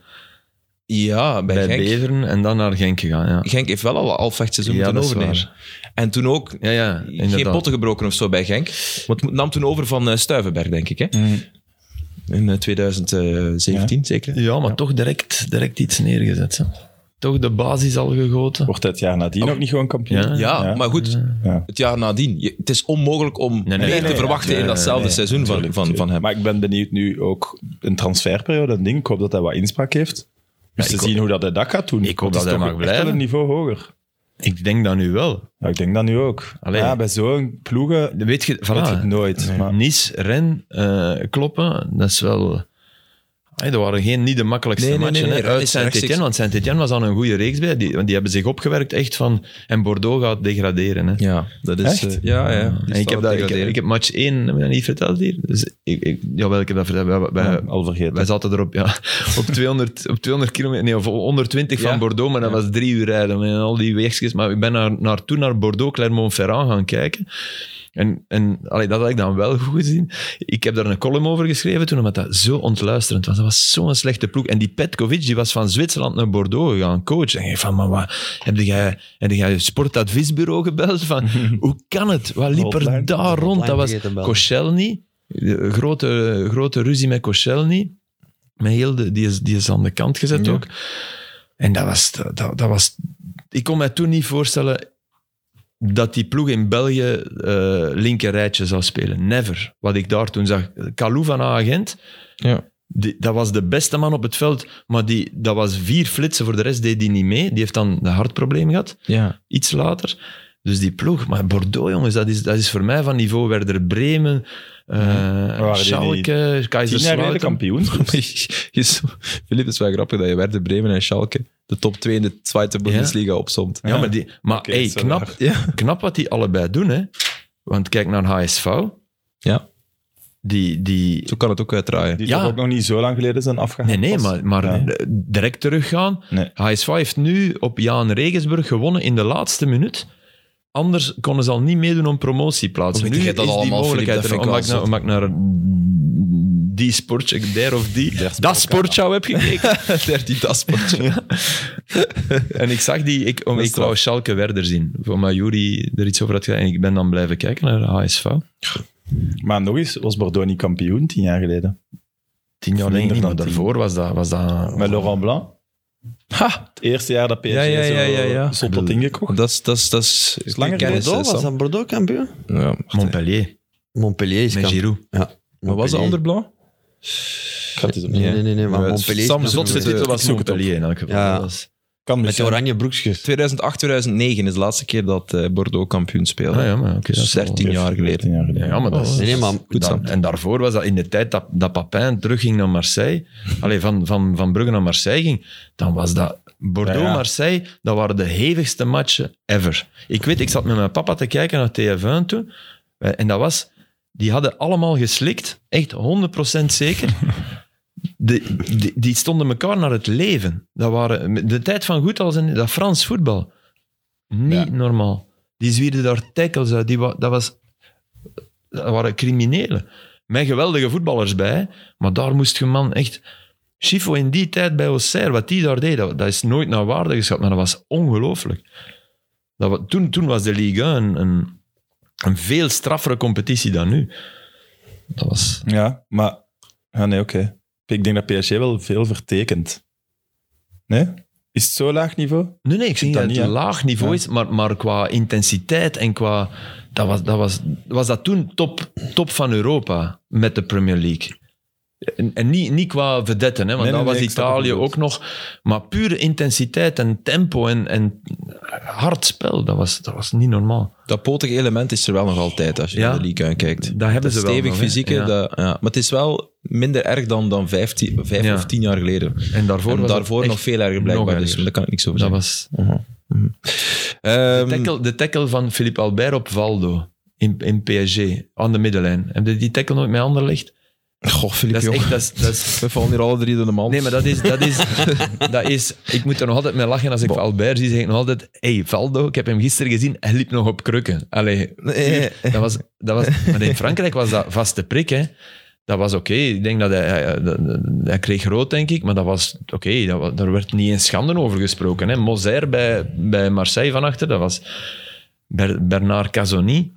Ja, bij, Bij, Genk. Beveren en dan naar Genk gegaan. Ja, Genk heeft wel al halfweg het seizoen Ja, moeten dat is overnemen. En toen ook ja, ja geen inderdaad. potten gebroken of zo bij Genk. Want het nam toen over van eh, Stuyvenberg, denk ik. Hè? In eh, twintig zeventien, zeker. Ja, maar toch direct, direct iets neergezet. Hè. Toch de basis al gegoten. Wordt het jaar nadien ook niet gewoon kampioen? Ja. Ja, Ja. maar goed, Ja. het jaar nadien. Je- het is onmogelijk om nee, meer nee, te nee, verwachten ja, in datzelfde Nee, seizoen van, natuurlijk, van, van hem. Maar ik ben benieuwd nu ook een transferperiode, een ding. Ik hoop dat hij wat inspraak heeft. Dus ik te hoop- zien hoe dat hij dat gaat doen. ik hoop Dat is dat hij toch mag echt wel blijven. een niveau hoger. Ik denk dat nu wel. Ja, ik denk dat nu ook. Allee. Ja, bij zo'n ploegen Weet je, weet je het voilà. nooit. Maar, Nice, Rennes, eh, kloppen, dat is wel... Hey, dat waren geen, niet de makkelijkste Nee, nee, matchen. nee, nee, hè. Rennes Uit is Saint-Etienne, rechtstreeks. want Saint-Etienne was aan een goede reeks bij. Die, want die hebben zich opgewerkt echt van... En Bordeaux gaat degraderen. Hè. Ja, dat is... Echt? eh, ja, ja. En Die ik, staat heb dat, ik, degraderen. ik heb match één, heb ik dat niet verteld hier? Dus ik, ik, jawel, ik heb dat verteld. Wij, wij, ja, al vergeten. wij zaten erop, ja, op tweehonderd, op tweehonderd kilometer, nee, of honderdtwintig Ja. van Bordeaux, maar dat was drie uur rijden met al die wegjes. Maar ik ben naar, naartoe naar Bordeaux, Clermont-Ferrand gaan kijken. En, en allee, dat had ik dan wel goed gezien. Ik heb daar een column over geschreven toen, omdat dat zo ontluisterend was. Dat was zo'n slechte ploeg. En die Petkovic, die was van Zwitserland naar Bordeaux gegaan, coach. En ik van, maar wat, heb jij, heb jij je sportadviesbureau gebeld? Van, hoe kan het? Wat liep er Hotline. daar rond? Dat was vergeten bellen. Koscielny. De Grote, grote ruzie met Koscielny. Met heel de, die, is, die is aan de kant gezet Ja. ook. En dat was, dat, dat was... Ik kon mij toen niet voorstellen dat die ploeg in België uh, linker rijtje zou spelen. Never. Wat ik daar toen zag. Kalou van Agent, Ja. die, dat was de beste man op het veld, maar die, dat was vier flitsen, voor de rest deed hij niet mee. Die heeft dan een hartprobleem gehad, Ja. iets later. Dus die ploeg, maar Bordeaux, jongens, dat is, dat is voor mij van niveau Werder Bremen, uh, waren die Schalke, Tien jaar geleden Kaiserslautern. kampioen. Filip, het is wel grappig dat je Werder Bremen en Schalke de top twee in de Tweede Bundesliga opzomt. Ja, maar, die, maar Oké, hey, dat is wel knap, waar. Ja. knap wat die allebei doen. Hè. Want kijk naar H S V. Ja. Die, die, Zo kan het ook uitdraaien. Die Ja. toch ook nog niet zo lang geleden zijn afgehaald. nee, nee, pas. maar, maar Ja. direct teruggaan. Nee. H S V heeft nu op Jaan Regensburg gewonnen in de laatste minuut. Anders konden ze al niet meedoen om promotieplaatsen. Hoe weet Nu jij dat is die allemaal, mogelijkheid Philippe? er, Dat vind ik omdat, ik wel naar, omdat ik naar die sportcheck, der of die, Der dat sportshow heb gekeken. Der die dat sportje. Ja. En ik zag die, ik, om, Dat is ik wou tof. Schalke Werder zien, voor mij Jury er iets over had gedaan. En ik ben dan blijven kijken naar de H S V. Maar nog eens, was Bordeaux niet kampioen tien jaar geleden? Tien jaar Of denk ik minder niet, maar dan tien. daarvoor was dat... Was dat Met Laurent Blanc? Ha! Het eerste jaar dat P S G Ja, ja, ja, ja, ja. zo zot had ingekocht. Dat is... Dat is, dat is, Is langer kennis, Bordeaux, hè, was Sam? dat Bordeaux kampioen? Ja, wacht, hè. Montpellier, Montpellier is met kampioen. Giroud. Ja. Wat was de Montpellier. ander blanc? Ik ga het eens Nee, opzoeken. nee, nee, nee, maar Ja, Montpellier is Sam De zoekt zotste het, titel eh, was zoek het op. Montpellier in elk geval. Ja. Dat was- Kan met dus de zijn. oranje broekjes. tweeduizend acht, tweeduizend negen is de laatste keer dat eh, Bordeaux kampioen speelde. Ah, ja, maar oké, dat is wel- dertien jaar geleden. dertien jaar geleden. Ja, maar dat is... Nee, nee, maar Goed, Dan- Sam. en daarvoor was dat in de tijd dat, dat Papin terugging naar Marseille, allee, van, van, van Brugge naar Marseille ging, dan was dat Bordeaux-Marseille, dat waren de hevigste matchen ever. Ik weet, ik zat met mijn papa te kijken naar T F één toen, eh, en dat was, die hadden allemaal geslikt, echt honderd procent zeker. De, die, die stonden elkaar naar het leven. Dat waren de tijd van goed als in dat Frans voetbal. Niet Ja. normaal. Die zwierden daar tackles uit. Die, wa- dat, was, dat waren criminelen. Met geweldige voetballers bij. Maar daar moest je man echt... Schifo in die tijd bij Auxerre, wat die daar deed, dat, dat is nooit naar waarde geschat. Maar dat was ongelooflijk. Dat wa- toen, toen was de Ligue één een, een, een veel straffere competitie dan nu. Dat was... Ja, maar... Ja, nee, oké. Ik denk dat P S G wel veel vertekent. Nee? Is het zo laag niveau? Nee, nee, ik zeg niet dat dat het niet, een hè? laag niveau Ja. is, maar, maar qua intensiteit en qua... Dat was, dat was, was dat toen top, top van Europa met de Premier League. En, en niet, niet qua vedetten, hè, want Nee, nee, dat was nee, ik snap wat je Italië bedoelt. ook nog. Maar pure intensiteit en tempo en, en hard spel, dat was, dat was niet normaal. Dat potige element is er wel nog altijd als je Ja. naar de League kijkt. Dat hebben Dat ze wel stevig nog, hè. fysieke, Ja. dat, ja. Maar het is wel minder erg dan, dan vijftien, vijf Ja. of tien jaar geleden. En daarvoor, En was het daarvoor echt nog veel erger blijkbaar, nog dus erger. daar kan ik niks over Dat zeggen. was Ehm, de tackle, de tackle van Philippe Albert op Valdo in, in P S G, aan de middenlijn. Heb je die tackle nooit met Anderlecht? Goh, Filip, Dat is joh. echt... Dat is, dat is, We vallen hier alle drie door de man. Nee, maar dat is, dat is, dat is... Ik moet er nog altijd mee lachen als ik Bon. Albert zie. Zeg ik nog altijd... Hey, Valdo, ik heb hem gisteren gezien. Hij liep nog op krukken. Allee, Nee. dat was, dat was, maar in Frankrijk was dat vaste prik, hè. Dat was oké. Ik denk dat hij, hij, dat- hij kreeg rood, denk ik. Maar dat was oké. Dat wa- Daar werd niet eens schande over gesproken. Hè. Moser bij, bij Marseille van achter. Dat was Ber- Bernard Casoni.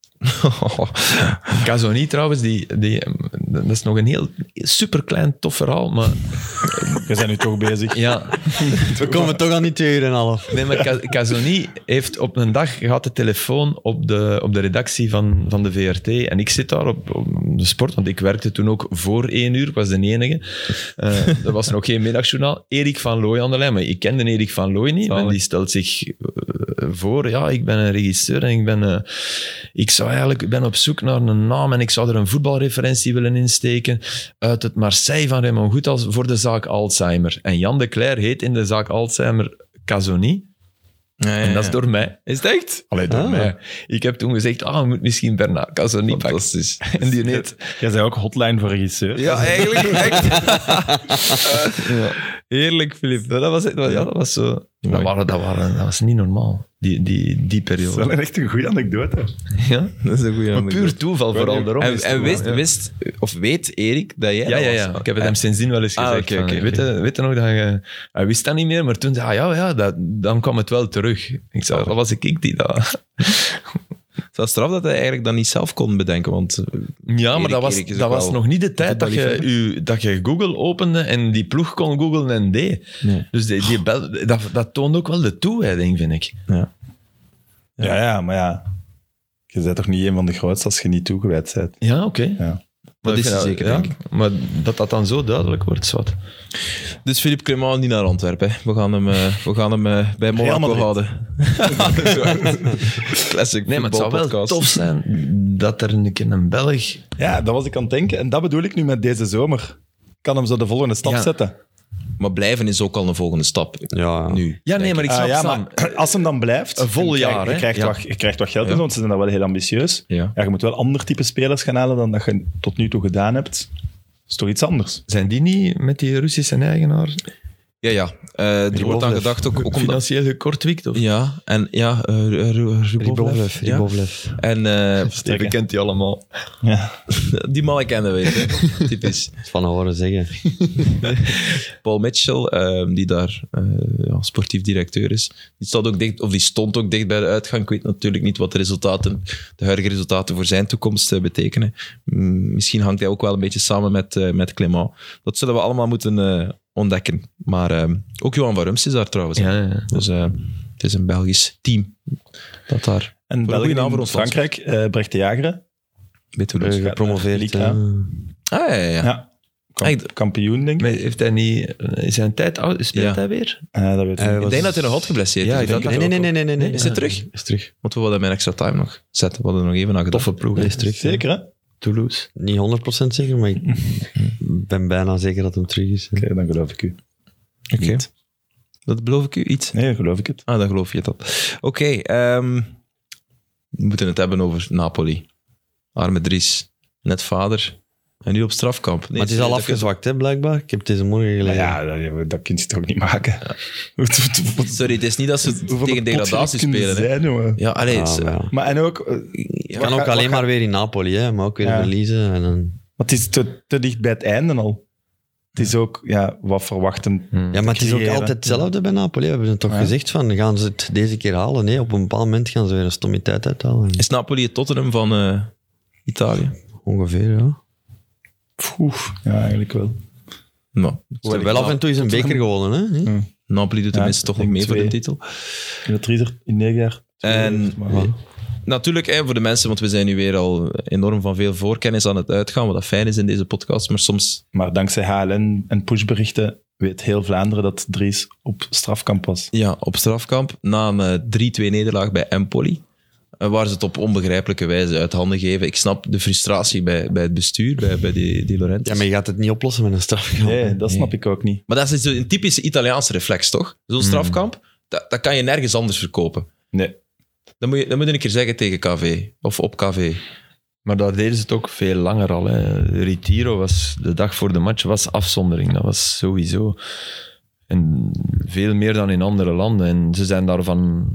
Casoni trouwens, die, die, dat is nog een heel superklein, tof verhaal. Maar We zijn nu toch bezig. ja... We komen toch aan die twee uur en een half. Nee, maar Ca- Casoni heeft op een dag gehad de telefoon op de, op de redactie van, van de V R T. En ik zit daar op, op de sport, want ik werkte toen ook voor één uur. Ik was de enige. Uh, er was nog geen middagjournaal. Erik van Looy aan de lijn. Maar ik kende Erik van Looy niet. En die stelt zich uh, voor. Ja, ik ben een regisseur en ik ben... Uh, ik zou eigenlijk... Ik ben op zoek naar een naam en ik zou er een voetbalreferentie willen insteken uit het Marseille van Raymond Goethals voor de zaak Alzheimer. En Jan de Cler heet in de zaak Alzheimer Casoni. Ja, ja, En dat is ja. door mij. Is het echt? Allee, door Ah. mij. Ik heb toen gezegd, ah, we moeten misschien Bernard Casoni pakken. Fantastisch. En die net. Jij zei ook hotline voor regisseur. Ja, eigenlijk. Echt. Ja. Heerlijk, Filip. Dat was, ja, dat was zo... Dat, waren, dat, waren, dat was niet normaal, die, die, die Dat is periode. wel echt een goede anekdote. Ja? Dat is een goede Maar puur toeval, vooral daarom. En, is het en wel, wist, ja. wist, of weet Erik dat jij Ja, dat ja, ja. was? Ik heb het hem sindsdien wel eens Ah, gezegd. oké, van, oké, weet, oké. je, weet je nog dat je... Hij wist dat niet meer, maar toen zei hij, ja, ja, dat, dan kwam het wel terug. Ik zei, dat was ik die dat... Het was straf dat hij eigenlijk dat niet zelf kon bedenken, want... eh, Ja, maar Erik- dat was, Erik is dat ook was wel nog niet de tijd dat je, voetballiefhebber. u, dat je Google opende en die ploeg kon googlen en deed. Nee. Dus die, die bel, dat, dat toont ook wel de toewijding, vind ik. Ja. Ja, ja, maar ja. Je bent toch niet een van de grootste als je niet toegewijd bent. Ja, oké. Ja. Maar Dat ik is vind hij zeker, ja, denk ik. Maar dat dat dan zo duidelijk wordt, is wat. Dus Philippe Clement niet naar Antwerpen. Hè. We gaan hem, eh, we gaan hem eh, bij Monaco Madrid. houden. Classic Nee, maar het zou wel voetbalpodcast. tof zijn dat er een keer een Belg... Ja, dat was ik aan het denken. En dat bedoel ik nu met deze zomer. Ik kan hem zo de volgende stap Ja. zetten. Maar blijven is ook al een volgende stap. Ja. Nu. Ja, nee, maar ik Ah, snap ja, Sam. maar als hem dan blijft... Een vol je krijgt- jaar, Je hè? krijgt, Ja. wat, je krijgt wat geld Ja. in, want ze zijn dan wel heel ambitieus. Ja. Ja, je moet wel ander type spelers gaan halen dan dat je tot nu toe gedaan hebt. Dat is toch iets anders? Zijn die niet met die Russische eigenaar? Ja, ja. Uh, die wordt dan gedacht ook, ook omdat... Financieel gekortwikt, of? Ja, en ja, uh, Rubovlev. Ja. Rubovlev. En uh, Steven kent die allemaal. Ja. Die mannen kennen we, weet typisch. Van horen zeggen. Paul Mitchell, uh, die daar uh, ja, sportief directeur is, die, staat ook dicht, of die stond ook dicht bij de uitgang. Ik weet natuurlijk niet wat de resultaten, de huidige resultaten voor zijn toekomst uh, betekenen. Mm, misschien hangt hij ook wel een beetje samen met, uh, met Clément. Dat zullen we allemaal moeten uh, ontdekken. Maar uh, ook Johan van Rumst is daar trouwens. Ja, ja. Dus uh, het is een Belgisch team dat daar... En België en Frankrijk, uh, Brecht de Jager. Weet hoe dat uh, gepromoveerd. Uh, ah, ja, ja. ja. ja. Kamp- kampioen, denk ik. Maar heeft hij niet... Is zijn tijd oud? Speelt ja. hij weer? Uh, dat weet ik uh, niet. Ik denk dat hij nog had geblesseerd ja, is. dat nee, nee, nee, nee, nee, nee, nee. Is hij terug? Is terug. Want we wilden hem in extra time nog zetten. We hadden er nog even aan gedacht. Toffe ploeg. Hij is terug. Zeker, hè? Toulouse. Niet honderd procent zeker, maar ik ben bijna zeker dat hem terug is. Oké, okay, dan geloof ik u. Oké. Okay. Dat beloof ik u iets? Nee, dan geloof ik het. Ah, dan geloof je dat. Oké, okay, um, we moeten het hebben over Napoli. Arme Dries, net vader en nu op strafkamp. Nee, maar het is al afgezwakt, hè, blijkbaar. Ik heb het deze morgen gelezen. Ja, dat, dat kun je toch niet maken. Ja. Sorry, het is niet dat ze tegen degradatie spelen. Zijn, jongen. Ja, allee, ah, ja. Maar en ook... Het kan ook ga, alleen maar ga... weer in Napoli, hè, maar ook weer ja. verliezen. En dan... Maar het is te, te dicht bij het einde al. Het is ook, ja, wat verwachten. Hmm. Ja, maar het is ook altijd hetzelfde bij Napoli. We hebben het toch ja. gezegd van, gaan ze het deze keer halen? Nee, op een bepaald moment gaan ze weer een stommiteit uithalen. Is Napoli het Tottenham van uh, Italië? Ongeveer, ja. Oeh, ja, eigenlijk wel. Nou, wel wel af en toe is een beker gewonnen, hè? Ja. Napoli doet tenminste ja, toch nog mee twee. voor de titel. Dat er in negen jaar. En maar, ja. natuurlijk, hè, voor de mensen, want we zijn nu weer al enorm van veel voorkennis aan het uitgaan, wat dat fijn is in deze podcast, maar soms... Maar dankzij H L N en pushberichten weet heel Vlaanderen dat Dries op strafkamp was. Ja, op strafkamp, na een uh, drie-twee nederlaag bij Empoli, uh, waar ze het op onbegrijpelijke wijze uit handen geven. Ik snap de frustratie bij, bij het bestuur, bij, bij die, die Laurentiis. Ja, maar je gaat het niet oplossen met een strafkamp. Nee, dat snap nee. ik ook niet. Maar dat is een typische Italiaanse reflex, toch? Zo'n strafkamp, mm. dat, dat kan je nergens anders verkopen. Nee. Dat moet je, dat moet je een keer zeggen tegen K V, of op K V. Maar daar deden ze het ook veel langer al. Hè. Retiro was, de dag voor de match was afzondering. Dat was sowieso. En veel meer dan in andere landen. En ze zijn daarvan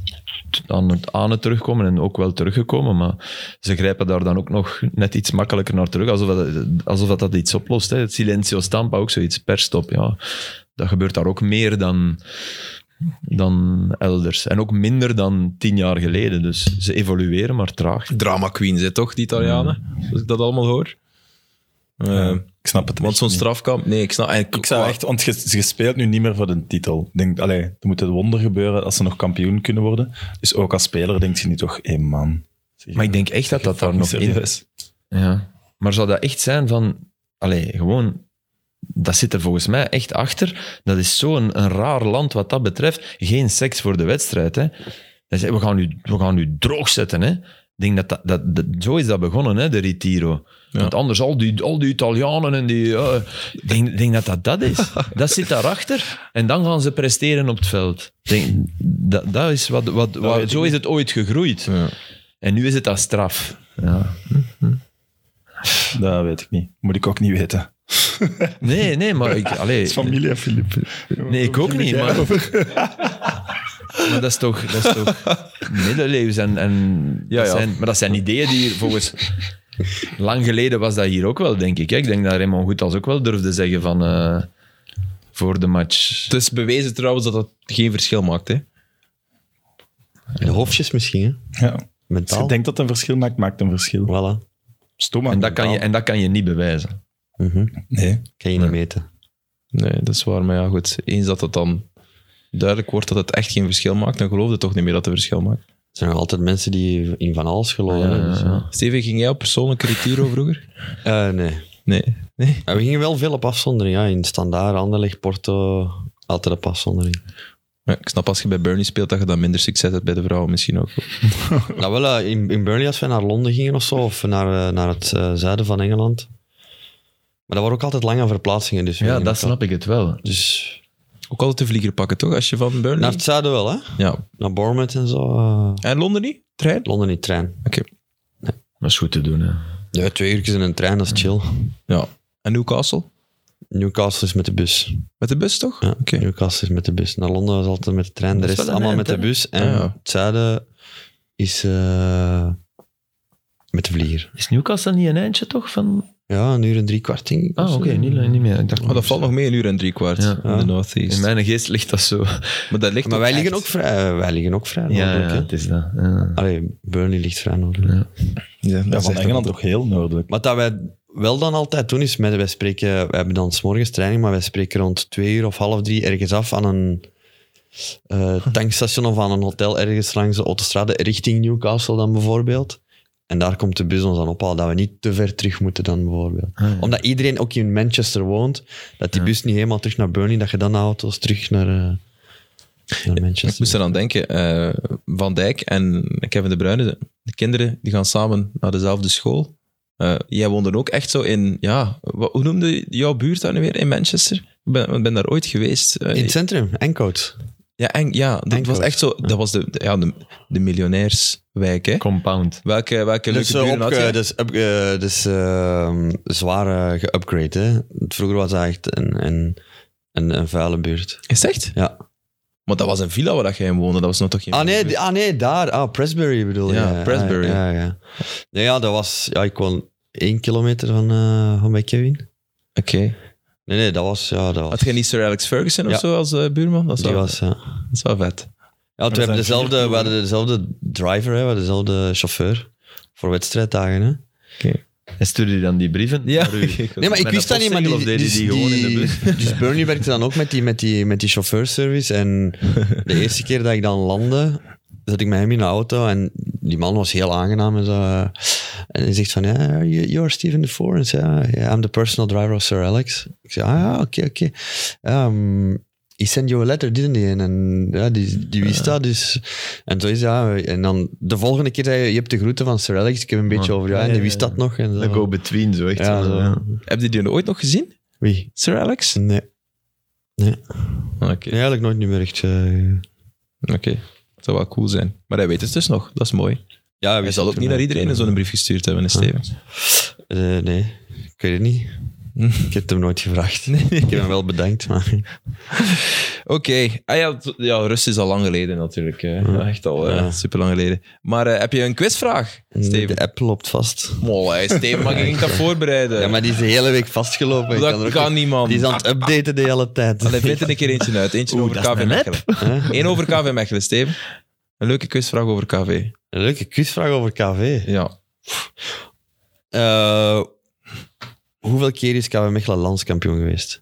aan het, aan het terugkomen en ook wel teruggekomen. Maar ze grijpen daar dan ook nog net iets makkelijker naar terug. Alsof dat, alsof dat, dat iets oplost. Hè. Het silenzio stampa, ook zoiets per stop. Ja. Dat gebeurt daar ook meer dan... dan elders. En ook minder dan tien jaar geleden. Dus ze evolueren, maar traag. Drama queens, hè, toch, die Italianen? Mm. Als ik dat allemaal hoor. Uh, ja, ik snap het. Want zo'n strafkamp... Nee, ik snap... Ik, ik zou echt... Want je, je speelt nu niet meer voor de titel. Ik denk, allee, er moet het wonder gebeuren als ze nog kampioen kunnen worden. Dus ook als speler denk je nu toch... Hé, hey man. Zeg, maar ik denk echt dat dat daar nog in is. Ja. Maar zou dat echt zijn van... Allee, gewoon... Dat zit er volgens mij echt achter. Dat is zo'n een raar land wat dat betreft. Geen seks voor de wedstrijd. Hè. Dat is, we, gaan u, we gaan u droog zetten. Hè. Ik denk dat, dat, dat, dat zo is dat begonnen, hè, de Retiro. Ja. Want anders al die, al die Italianen en die... Uh, ik denk, denk dat dat dat is. Dat zit daarachter. En dan gaan ze presteren op het veld. Denk, dat, dat is wat, wat, wat, zo is het ooit gegroeid. Ja. En nu is het als straf. Ja. Dat weet ik niet. Moet ik ook niet weten. Nee, nee, maar ik... Allee, het is familie en Filip. Nee, ik ook niet, maar... Maar dat is toch, dat is toch middeleeuws en... en ja, dat ja. Zijn, maar dat zijn ideeën die hier volgens... Lang geleden was dat hier ook wel, denk ik. Hè? Ik denk dat Raymond Goethals ook wel durfde zeggen van... Uh, voor de match. Het is bewezen trouwens dat dat geen verschil maakt, hè? De hoofdjes misschien, hè? Ja. Mentaal. Als je denkt dat het een verschil maakt, maakt het een verschil. Voilà. Stom, en, dat kan je, en dat kan je niet bewijzen. Mm-hmm. Nee. Kan je nee. niet meten. Nee, dat is waar. Maar ja, goed. Eens dat het dan duidelijk wordt dat het echt geen verschil maakt, dan geloof je toch niet meer dat het verschil maakt. Er zijn nog altijd mensen die in van alles geloven. Ja, ja, dus, ja. Steven, ging jij op persoonlijke retiro vroeger? Uh, nee. Nee? nee? Ja, we gingen wel veel op afzondering. Ja. In Standaard, Anderlecht, Porto, altijd op afzondering. Ja, ik snap als je bij Burnley speelt dat je dan minder succes hebt bij de vrouwen misschien ook. Nou wel, uh, in, in Burnley als we naar Londen gingen of zo, of naar, uh, naar het uh, zuiden van Engeland. Maar dat waren ook altijd lange verplaatsingen. Dus ja, dat snap ik het wel. Dus... Ook altijd de vlieger pakken, toch? Als je van Burnley... Naar het zuiden wel, hè? Ja. Naar Bournemouth en zo. Uh... En Londen niet? Trein? Londen niet, trein. Oké. Okay. Nee. Dat is goed te doen, hè. Ja, twee uurtjes in een trein, dat is chill. Ja. En Newcastle? Newcastle is met de bus. Met de bus, toch? Ja, Oké. okay. Newcastle is met de bus. Naar Londen was altijd met de trein. De Dat is rest wel een allemaal met eind, de hè? bus. En Ah, ja. het zuiden is uh, met de vlieger. Is Newcastle niet een eindje toch? Van... Ja, een uur en drie kwart, denk ik. Ah, oké, okay, niet, niet meer. Ik dacht, Oh, dat valt nog mee, een uur en drie kwart Ja. in de Northeast. in mijn geest ligt dat zo. Maar dat ligt Maar wij ook liggen, echt- ook vrij, wij liggen ook vrij Ja, noordelijk. ja, hè. het is dat. Ja. Allee, Burnley ligt vrij noordelijk. Ja. Ja, dat Ja, is van echt Engeland een- toch heel noordelijk. Wat dat wij wel dan altijd doen, is met, wij spreken, wij hebben dan 's morgens training, maar wij spreken rond twee uur of half drie ergens af aan een uh, tankstation of aan een hotel ergens langs de autostrade richting Newcastle dan bijvoorbeeld. En daar komt de bus ons dan ophalen, dat we niet te ver terug moeten dan bijvoorbeeld. Ah, ja. Omdat iedereen ook in Manchester woont, dat die Ja. bus niet helemaal terug naar Burnley, dat je dan de auto's terug naar, uh, naar Manchester. Ik moest eraan denken, eh, Van Dijk en Kevin De Bruyne, de, de kinderen, die gaan samen naar dezelfde school. Uh, jij woonde ook echt zo in, ja, wat, hoe noemde jouw buurt daar nu weer in Manchester? Ik ben, ik ben daar ooit geweest. Uh, In het centrum, Ancoats. ja, en, ja, dat Ancoats. was echt zo, dat was de, de, ja, de, de miljonairswijk, hè? Compound. Welke, welke leuke Dus, uh, buren op, had je? uh, dus, up, uh, dus uh, zwaar uh, geupgrade. Hè. Vroeger was dat echt een, een, een, een vuile buurt. Is het echt? Ja. Maar dat was een villa waar dat jij in woonde, dat was nog toch geen... Ah nee, die- ah, nee daar. Ah, Presbury bedoel je. Ja, Presbury. Ah, ja, ja. Nee, ja, dat was... Ja, ik woon één kilometer van, uh, van bij Kevin. Oké. Nee, nee, dat was... Ja, dat was Had jij niet Sir Alex Ferguson of Ja. zo als uh, buurman? Dat is, die wel, was, ja. dat is wel vet. Ja, we, hebben dezelfde, we hadden dezelfde driver, hè, we hadden dezelfde chauffeur voor wedstrijddagen. Hè. En stuurde hij dan die brieven? Ja. naar u? Nee, maar ik Met wist een dat niet, maar die, postzegel of deed hij dus, die gewoon in de bus? Dus Burnley werkte dan ook met die, met die, met die chauffeurservice. En de eerste keer dat ik dan landde, zat ik met hem in de auto en die man was heel aangenaam. En, zo, uh, en hij zegt van, ja, yeah, you, you are Stephen DeFore. En zei, ja, yeah, I'm the personal driver of Sir Alex. Ik zei, ah ja, oké, oké. Um, he sent you a letter, didn't he? En, en ja, die, die wist dat, dus... En zo is ja. En dan de volgende keer zei je, je hebt de groeten van Sir Alex, ik heb een beetje Oh. over jou, en die wist dat nog. En zo. Een go-between, zo echt. Ja, zo, zo. ja. Heb je die ooit nog gezien? Wie? Sir Alex? Nee. Nee. Oké. Nee, eigenlijk nooit niet meer echt... Uh... Oké. Dat zou wel cool zijn. Maar hij weet het dus nog. Dat is mooi. Ja, Hij zal ook niet naar iedereen zo'n brief gestuurd hebben, hè, Steven. Uh, nee, ik weet het niet. Ik heb hem nooit gevraagd. Ik heb hem wel bedankt, maar... Oké. Okay. Ah ja, t- ja, Rust is al lang geleden natuurlijk. Hè. Ja, echt al uh, Ja. super lang geleden. Maar uh, heb je een quizvraag, Steven? De app loopt vast. Mooi, Steven, maar ik ging dat voorbereiden. Ja, maar die is de hele week vastgelopen. Ik dat er ook kan niet, man. Die is aan het updaten de hele tijd. Allee, vind er een keer eentje uit. Eentje Oeh, over dat is K V een Mechelen. Huh? Eén over K V Mechelen, Steven. Een leuke quizvraag over K V. Een leuke quizvraag over K V. Ja. Uh, hoeveel keer is K V Mechelen landskampioen geweest?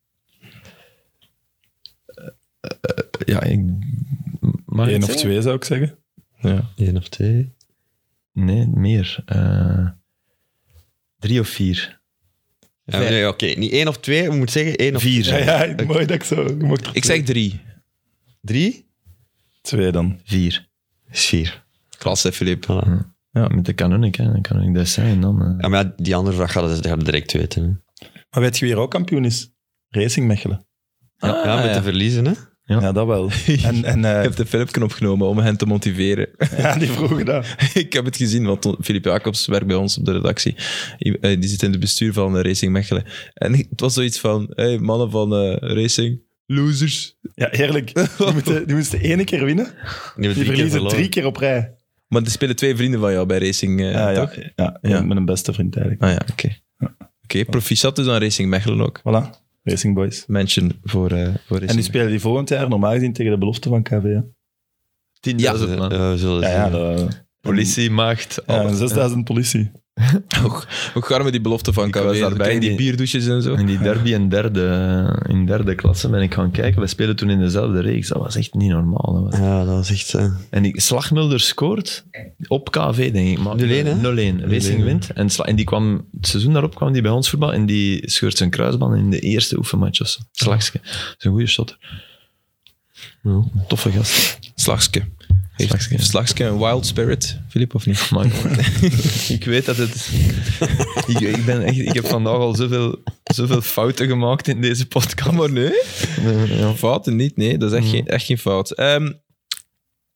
Ja, ik... Mag ik Eén het of zeggen? twee zou ik zeggen. ja. Eén of twee? Nee, meer. Eh, drie of vier. Ja, nee, Oké, niet één of twee, we moeten zeggen één of Vier. Ja, ja, mooi dat ik zo... Je mocht er Ik zeg drie. drie. twee dan. Vier. Is vier. Klasse, Filip. Voilà. Ja, met de kanoniek, hè. Dan kan ik dat zijn. Dan, eh. Ja, maar ja, die andere vraag gaat het gaat het direct weten. Hè. Maar weet je wie er ook kampioen is? Racing Mechelen. Ja, Ah, ja, met ja. te verliezen, hè? Ja. Ja, dat wel. En, en eh, Ik heb de filmpje opgenomen om hen te motiveren. ja, die vroegen dat. Ik heb het gezien, want Filip Jacobs werkt bij ons op de redactie. Die, eh, die zit in het bestuur van eh, Racing Mechelen. En het was zoiets van, hey, mannen van eh, Racing, losers. Ja, eerlijk. Die moesten, die moesten ene keer winnen. Die, hebben Die drie keer verliezen verloren. drie keer op rij. Maar er spelen twee vrienden van jou bij Racing, eh, Ja, ja, toch? ja, Ja. met een beste vriend eigenlijk. Ah ja, oké. Oké, proficiat dus aan Racing Mechelen ook. Voilà, Racing Boys. Mention voor, eh voor Racing. En die spelen die volgend jaar normaal gezien tegen de belofte van K V. Hè? tienduizend man. Ja, we zullen Ja, ja, zien. dat, Politie, maagd, ja, alles. zesduizend politie. Hoe, hoe gaan we die belofte van Ik K V? was Dat daarbij, krijgen die die- bierdouches en zo. In die derby in derde, in derde klasse ben ik gaan kijken. We spelen toen in dezelfde reeks. Dat was echt niet normaal. Dat was... Ja, dat was echt... Uh... En die Slagmulder scoort op K V, denk ik. Maar nul één, hè? nul één. Racing hè? wint. En, Sla- en die kwam, het seizoen daarop kwam die bij ons voetbal en die scheurt zijn kruisband in de eerste oefenmatch of zo. Slagske. Dat is een goede shotter. Ja. Toffe gast. Slagske. Heeft Slagske, ja. Slagske een wild spirit, Filip, of niet? Maar, ik weet dat het... ik, ik, ben echt, ik heb vandaag al zoveel, zoveel fouten gemaakt in deze podcast. Maar nee. Ja. Fouten niet, nee. Dat is echt, Mm. geen, echt geen fout. Ehm,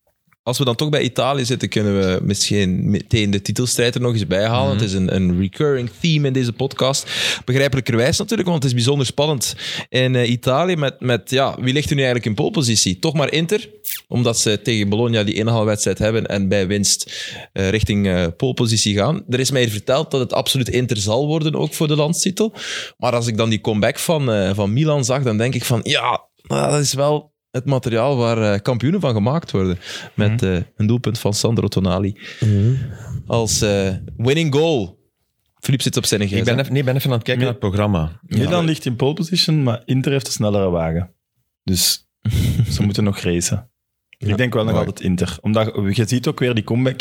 als we dan toch bij Italië zitten, kunnen we misschien meteen de titelstrijd er nog eens bij halen. Mm-hmm. Het is een, een recurring theme in deze podcast. Begrijpelijkerwijs natuurlijk, want het is bijzonder spannend in uh, Italië. Met, met ja, wie ligt er nu eigenlijk in polepositie? Toch maar Inter, omdat ze tegen Bologna die inhaalwedstrijd hebben en bij winst uh, richting uh, polepositie gaan. Er is mij verteld dat het absoluut Inter zal worden, ook voor de landstitel. Maar als ik dan die comeback van, uh, van Milan zag, dan denk ik van, ja, dat is wel het materiaal waar uh, kampioenen van gemaakt worden. Met uh, een doelpunt van Sandro Tonali. Mm-hmm. Als uh, winning goal. Philippe zit op zijn gsm. Ik ben even, nee, ben even aan het kijken nee. naar het programma. Milan ja. ligt in pole position, maar Inter heeft een snellere wagen. Dus ze moeten nog racen. Ja. Ik denk wel nog altijd Inter. Omdat je ziet ook weer die comeback.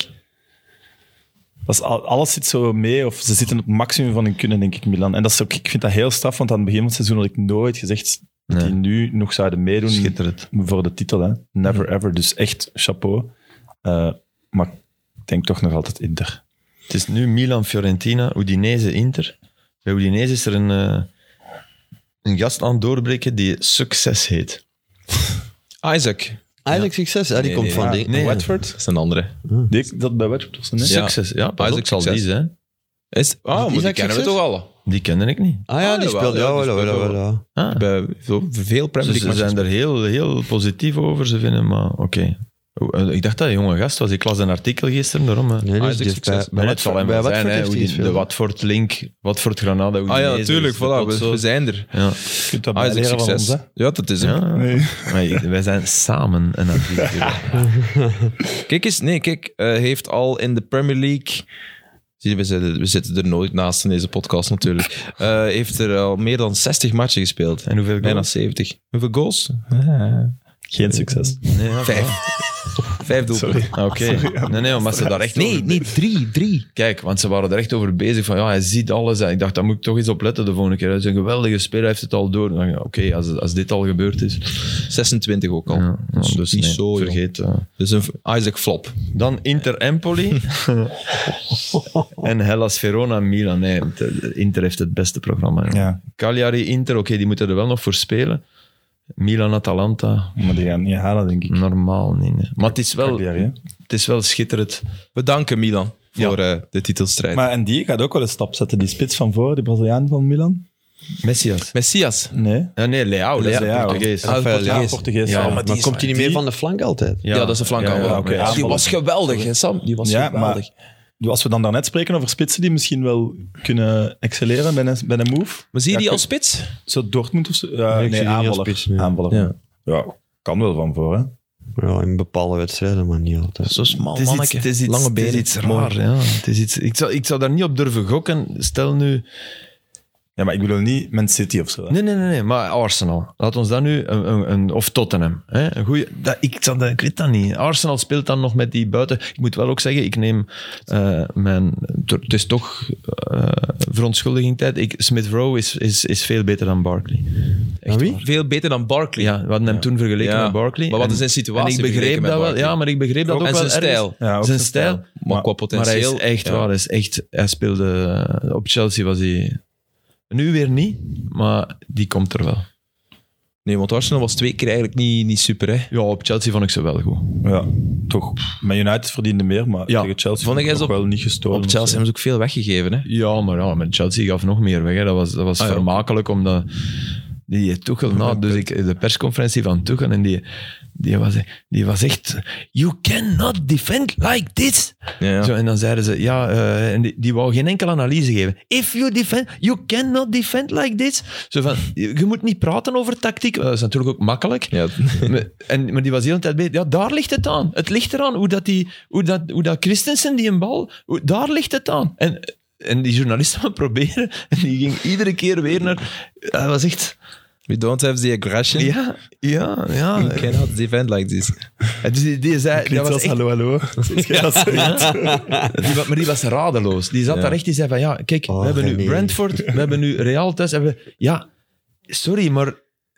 Dat is, alles zit zo mee, of ze zitten op het maximum van hun kunnen, denk ik, Milan. En dat is ook, ik vind dat heel straf, want aan het begin van het seizoen had ik nooit gezegd dat nee. die nu nog zouden meedoen Schitterend. voor de titel. Hè. Never ever. Dus echt chapeau. Uh, maar ik denk toch nog altijd Inter. Het is nu Milan, Fiorentina, Udinese, Inter. Bij Udinese is er een, uh, een gast aan het doorbreken die Succes heet. Isaac. Eigenlijk ja. Succes, hè? Die nee, komt nee, van nee, die... nee, Watford. Dat is een andere. Die, dat bij Watford was een net. Succes, ja. ja Isaac zal die zijn. Is, oh, maar die kennen succes? We toch al? Die kende ik niet. Ah ja, die speelt ja, wel, wel, wel, wel. Ah. Bij veel Premier League. Ze zijn er heel, heel positief over, ze vinden, maar oké. Okay. Ik dacht dat hij een jonge gast was. Ik las een artikel gisteren, daarom. Nee, nee, Isaac succes. Maar het zal hem wel zijn, hè, die, de Watford Link, Watford Granada. Ah ja, natuurlijk, voilà, we, we zijn er. Ja. Je kunt dat Isaac succes. Ons, ja, dat is hem. Ja. Nee. Maar wij zijn samen een artikel. Kijk eens, nee, kijk, uh, heeft al in de Premier League... Zie je, we zitten, we zitten er nooit naast in deze podcast natuurlijk. Uh, heeft er al meer dan zestig matchen gespeeld. En hoeveel goals? Bijna zeventig. Hoeveel goals? Ah. Geen succes. Nee, ja, Vijf. Vijf doelpunten. Oké. Okay. Nee, nee, maar ze daar echt Nee, over... nee, drie, drie. Kijk, want ze waren er echt over bezig van, ja, hij ziet alles. Ik dacht, daar moet ik toch eens op letten de volgende keer. Hij is een geweldige speler, hij heeft het al door. Oké, okay, als, als dit al gebeurd is... zesentwintig ook al. Ja, dus, dus niet nee, zo, vergeet. Uh. Dus een Isaac flop. Dan Inter Empoli. En Hellas Verona Milan. Nee, Inter heeft het beste programma. Ja. Cagliari Inter, oké, okay, die moeten er wel nog voor spelen. Milan, Atalanta. Maar die gaan niet halen, denk ik. Normaal niet. Nee. Maar het is wel, het is wel schitterend. We danken Milan voor ja. uh, de titelstrijd. Maar en die gaat ook wel een stap zetten. Die spits van voor, die Braziliaan van Milan. Messias. Messias? Nee. Ja, nee, Leao. Leao, Leao. Portugees. Ah, Portugees. Ja, Portugees. Ja, ja, maar, maar komt hij niet meer van de flank altijd? Ja, ja dat is een flank. Ja, ja, ja, okay. ja, die was geweldig, hè, Sam? Die was ja, geweldig. Maar als we dan daarnet spreken over spitsen die misschien wel kunnen excelleren bij een, bij een move. Maar zie je ja, die als spits? Zo Dortmund of zo? Uh, nee, nee, aanvaller. Spits, nee. aanvaller. Ja. ja, kan wel van voor, hè? Ja, in bepaalde wedstrijden, maar niet altijd. Zo smal het is manneke. Iets, het is iets, lange benen. Het is iets raar, ja. Het is iets, ik, zou, ik zou daar niet op durven gokken. Stel nu... Ja, maar ik bedoel niet Man City of zo. Hè? Nee, nee, nee, nee, maar Arsenal. Laat ons dan nu... Een, een, een, of Tottenham. Hè? Een goeie, dat, ik, zou dat, ik weet dat niet. Arsenal speelt dan nog met die buiten... Ik moet wel ook zeggen, ik neem uh, mijn... Het is toch uh, verontschuldiging tijd. Ik, Smith Rowe is, is, is veel beter dan Barkley. Echt wie? Waar. Veel beter dan Barkley. Ja, we hadden hem ja. toen vergeleken ja. met Barkley. Maar wat en, is zijn situatie? En ik begreep dat wel. Ja, maar ik begreep dat ook, ook en wel zijn stijl. Ja, ook zijn stijl. stijl. Maar, maar qua potentieel... Maar hij is echt ja. waar. Hij, is echt, hij speelde... Uh, op Chelsea was hij... Nu weer niet, maar die komt er wel. Nee, want Arsenal was twee keer eigenlijk niet, niet super, hè? Ja, op Chelsea vond ik ze wel goed. Ja, toch. Met United verdiende meer, maar ja. tegen Chelsea vond ik ook op, wel niet gestolen. Op Chelsea hebben ze ook veel weggegeven, hè? Ja, maar ja, met Chelsea gaf nog meer weg. Hè. Dat was, dat was ah, vermakelijk, ja. omdat... Die Tuchel, nou, dus ik, de persconferentie van Tuchel, en die, die, was, die was echt... You cannot defend like this. Ja, ja. Zo, en dan zeiden ze... Ja, uh, en die, die wou geen enkele analyse geven. If you defend... You cannot defend like this. Zo van, je moet niet praten over tactiek. Dat is natuurlijk ook makkelijk. Ja. En, maar die was de hele tijd bezig. Ja, daar ligt het aan. Het ligt eraan hoe dat, die, hoe dat, hoe dat Christensen, die een bal... Hoe, daar ligt het aan. En... En die journalisten gaan proberen. En die ging iedere keer weer naar... Dat was echt... We don't have the aggression. Ja, ja, ja. You cannot defend like this. En dus die, die zei... Klinkt dat was als echt, hallo, hallo. Ja, ja. Die, maar die was radeloos. Die zat ja. daar echt, die zei van... Ja, kijk, oh, we hebben nu nee. Brentford, we hebben nu Real thuis. Hebben we, ja, sorry, maar...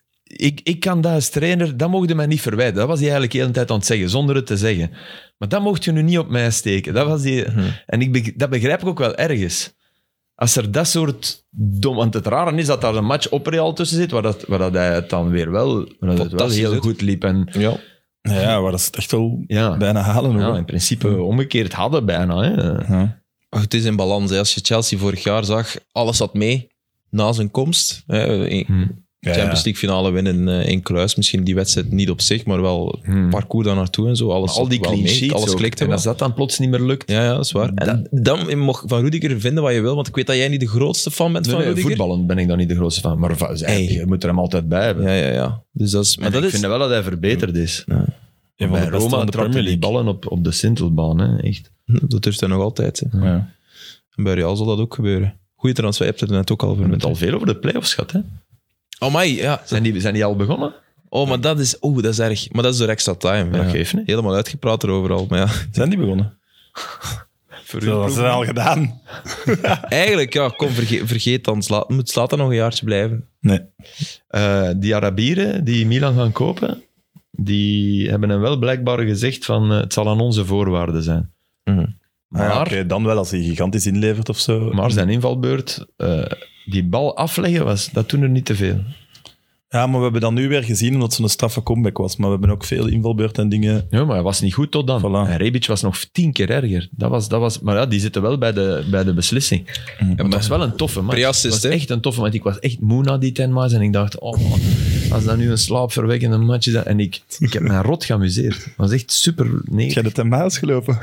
Ik, ik kan dat als trainer... Dat mocht je mij niet verwijten. Dat was hij eigenlijk de hele tijd aan het zeggen, zonder het te zeggen. Maar dat mocht je nu niet op mij steken. Dat was die... Hmm. En ik, dat begrijp ik ook wel ergens. Als er dat soort dom... Want het rare is dat daar een match op Real tussen zit, waar, dat, waar dat hij het dan weer wel, waar dat het wel heel goed liep. En, ja. Ja, waar ze het echt wel Ja. bijna halen. Ja, hoor. in principe omgekeerd hadden bijna. Hè. Ja. Maar het is in balans. Hè. Als je Chelsea vorig jaar zag, alles zat mee na zijn komst. Hè. Een Hmm. Ja, Champions ja. League finale winnen uh, in Kluis. Misschien die wedstrijd niet op zich, maar wel het Hmm. parcours daar naartoe en zo. Alles Al die zat wel clean mee. sheets Alles ook. klikte En wel. als dat dan plots niet meer lukt... Ja, ja, dat is waar. En dan je mag van Rudiger vinden wat je wil, want ik weet dat jij niet de grootste fan bent Nee, van nee, Rudiger. voetballen ben ik dan niet de grootste van. Maar va- Hey. je moet er hem altijd bij hebben. Ja, ja, ja. Dus dat is, maar En dat ik is... vind wel dat hij verbeterd is. Een van Bij de beste Roma van de trapte Premier die League. ballen op, op de Sintelbaan. Hè. Echt. Dat durft hij nog altijd. Hè. Ja. En bij Real zal dat ook gebeuren. Goeie transfer, je hebt het er net ook al We over. hebben het al veel over de play-offs gehad. Hè. Oh, my, ja. Zijn, die, zijn die al begonnen? Oh, maar dat is... Oh, dat is erg. Maar dat is door extra time. Dat Ja. geeft niet. Helemaal uitgepraat erover al. Maar ja, Zijn die begonnen? Voor Zo, dat is al gedaan. eigenlijk, ja, kom, vergeet, vergeet dan. Slaat, moet Zlatan nog een jaartje blijven. Nee. Uh, die Arabieren die Milan gaan kopen, die hebben hem wel blijkbaar gezegd van uh, het zal aan onze voorwaarden zijn. Mm. Maar, Maar ja, oké, dan wel als hij gigantisch inlevert of zo. maar zijn invalbeurt, uh, die bal afleggen, was, dat doen er niet te veel. Ja, maar we hebben dat nu weer gezien omdat het zo'n straffe comeback was. Maar we hebben ook veel invalbeurten en dingen. Ja, maar hij was niet goed tot dan. Voilà. En Rebic was nog tien keer erger. Dat was, dat was, maar ja, die zitten wel bij de, bij de beslissing. Ja, maar het was wel een toffe match. Pre-assist, Het was hè? echt een toffe match. Ik was echt moe na die ten maas en ik dacht, oh man, als dat nu een slaapverwekkende match is. En ik, ik heb mij rot geamuseerd. Het was echt super Heb negatief. jij de ten maas gelopen?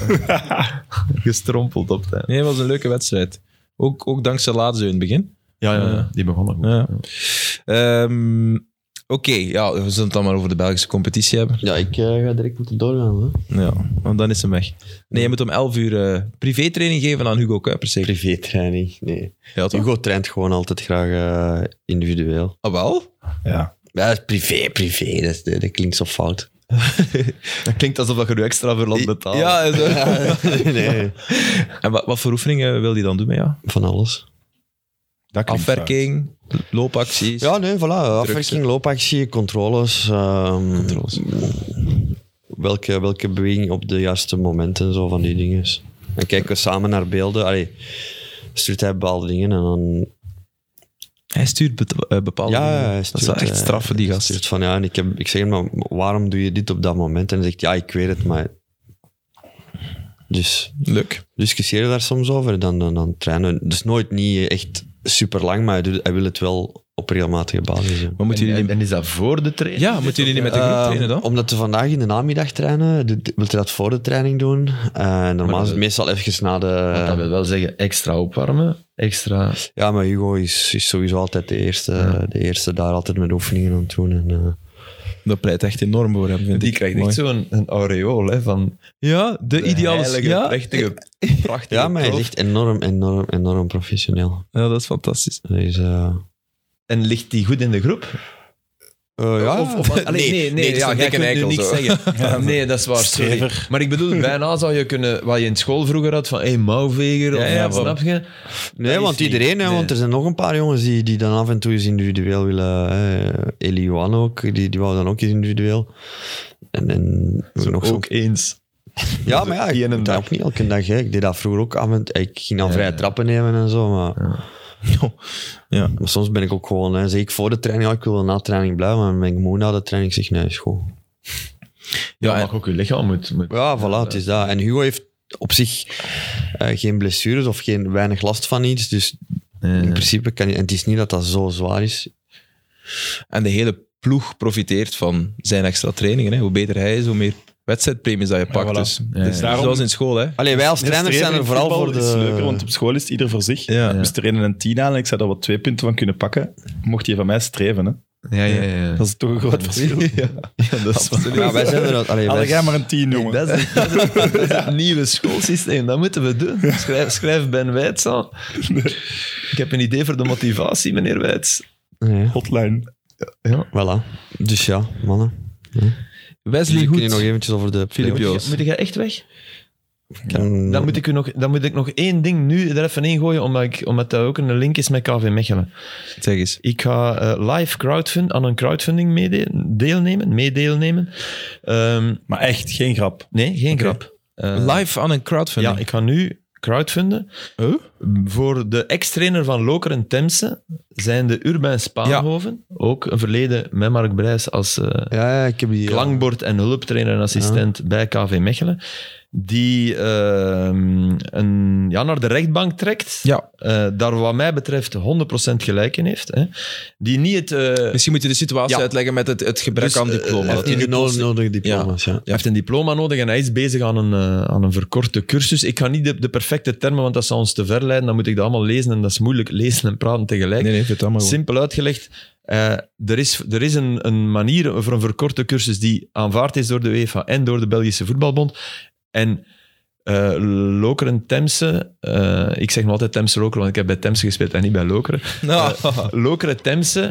Gestrompeld op het. Nee, het was een leuke wedstrijd. Ook, ook dankzij Lazio in het begin. Ja, ja, ja, die begonnen goed. Ja. Ehm, Oké, ja, we zullen het dan maar over de Belgische competitie hebben. Ja, ik uh, ga direct moeten doorgaan. Hè. Ja, want dan is hem weg. Nee, je moet om elf uur uh, privétraining geven aan Hugo Kuipers, zeker? Privétraining, nee. Ja, toch? Hugo traint gewoon altijd graag uh, individueel. Ah, wel? Ja. Ja, privé, privé, dat, dat, dat klinkt zo fout. Dat klinkt alsof je er extra voor land betaalt. Ja, zo. nee, nee, En wat, wat voor oefeningen wil hij dan doen met jou? van alles. Dat klinkt fout. Afwerking, loopacties? Ja, nee, voilà. Afwerking, loopactie, controles. Um, Controles. Welke, welke beweging op de juiste momenten, zo van die dingen. Dan kijken we samen naar beelden. Allee, stuurt hij bepaalde dingen en dan... Hij stuurt be- uh, bepaalde Ja, dingen. hij Dat stuurt, is wel echt eh, straffen, die hij gast. stuurt van, ja, en ik, heb, ik zeg hem, maar waarom doe je dit op dat moment? En hij zegt, ja, ik weet het, maar... Dus Leuk. discussiëren daar soms over, dan, dan, dan trainen we. Dus nooit niet echt super lang, maar hij, doet, hij wil het wel op regelmatige basis doen. Maar moeten En, jullie en, niet... en is dat voor de training? Ja, moeten jullie niet met de groep Eh, trainen dan? Omdat we vandaag in de namiddag trainen, wil hij dat voor de training doen. Uh, normaal is het meestal even na de... Want dat wil wel zeggen extra opwarmen, extra... Ja, maar Hugo is, is sowieso altijd de eerste, Ja. de eerste daar altijd met oefeningen aan het doen. En, uh, Dat pleit echt enorm voor hem, vind Die ik. krijgt Mooi. echt zo'n een aureool hè, van Ja, de ideale... heilige, Ja, prachtige, prachtige ja, maar hij prof. is echt enorm, enorm, enorm professioneel. ja, dat is fantastisch. Dus, uh, En ligt die goed in de groep? uh, ja, Of, of, allee, Nee, nee, nee, nee, het is ja, een jij dikke kunt nu eikel, niks zo. zeggen. Nee, dat is waar, sorry. Strever. Maar ik bedoel, bijna zou je kunnen, wat je in school vroeger had, van hey, mouwveger, Ja, of ja, wat, van- snap je? nee, Dat want is niet- iedereen, hè, nee. want er zijn nog een paar jongens die, die dan af en toe eens individueel willen. Hè. Eli Johan ook, die, die wou dan ook eens individueel. En, en nog zo. Ook eens. Ja, maar ja, ik Die en een doe dat dag. ook niet elke dag. Hè. Ik deed dat vroeger ook af en toe. Ik ging dan Ja, vrije ja. trappen nemen en zo, maar... Ja. Maar soms ben ik ook gewoon, hè, zeg ik voor de training, ja, ik wil wel na de training blijven, maar dan ben ik moe na de training, ik zeg nee, is goed. Ja, en- maar ook je lichaam moet... moet Ja, voilà, het is dat. En Hugo heeft op zich uh, geen blessures of geen weinig last van iets, dus Eh, in principe kan je... En het is niet dat dat zo zwaar is. En de hele ploeg profiteert van zijn extra trainingen. Hè. Hoe beter hij is, hoe meer wedstrijdpremies dat je pakt. voilà. Dus, Ja, dus ja. Daarom- zoals in school, hè. Allee, wij als trainers zijn er vooral voor de... Het is leuker, want op school is het ieder voor zich. Ja. Dus trainen een tien aan en ik zou daar wat twee punten van kunnen pakken. Mocht je van mij streven, hè. ja, ja, ja. Dat is toch een groot verschil. ja, dat is waar. Ja, wij zijn er... Allee, Allee, wij- jij maar een tien, jongen. Dat is, dat, is, dat is het nieuwe schoolsysteem. Dat moeten we doen. Schrijf, schrijf Ben Wijts aan. Ik heb een idee voor de motivatie, meneer Wijts. Nee, Hotline. Ja. voilà. Dus ja, mannen. Wesley Dus kun je nog Goed. eventjes over de Filip play-offs- Joos. Moet jij echt weg? Kan- Dan moet, ik u nog, dan moet ik nog één ding nu er even in gooien, omdat, ik, omdat dat ook een link is met K V Mechelen. Zeg eens. Ik ga eh, live crowdfund, aan een crowdfunding meede- deelnemen, meedeelnemen. Ehm, Maar echt, geen grap. nee, geen Oké. grap. Eh, Live aan een crowdfunding. Ja, ik ga nu crowdfunden. Huh? Voor de ex-trainer van Lokeren Temse zijn de Urbain Spaanhoven, ook een verleden met Mark Brijs als uh, Ja, ja, ik heb die... klankbord en hulptrainer en assistent bij K V Mechelen, die uh, een, ja, naar de rechtbank trekt, Ja. uh, daar wat mij betreft honderd procent gelijk in heeft. Hè. Die niet het... Uh, Misschien moet je de situatie Ja. uitleggen met het, het gebrek Dus, aan uh, diploma. heeft Dat Die hij nu nu plots- nodige diploma's, ja. Hij heeft een diploma nodig en hij is bezig aan een, uh, aan een verkorte cursus. Ik ga niet de, de perfecte termen, want dat zou ons te ver leiden. Dan moet ik dat allemaal lezen en dat is moeilijk lezen en praten tegelijk. Nee, nee, vertel maar gewoon. Simpel uitgelegd. Uh, er is, er is een, een manier voor een verkorte cursus die aanvaard is door de UEFA en door de Belgische Voetbalbond. En uh, Lokeren Temse, uh, ik zeg nog altijd Temse Lokeren, want ik heb bij Temse gespeeld en niet bij Lokeren. Nou, Lokeren Temse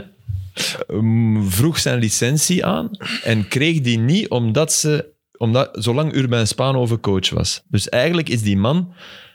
um, vroeg zijn licentie aan en kreeg die niet omdat ze, omdat, zolang Urbain Spaanhoven coach was. Dus eigenlijk is die man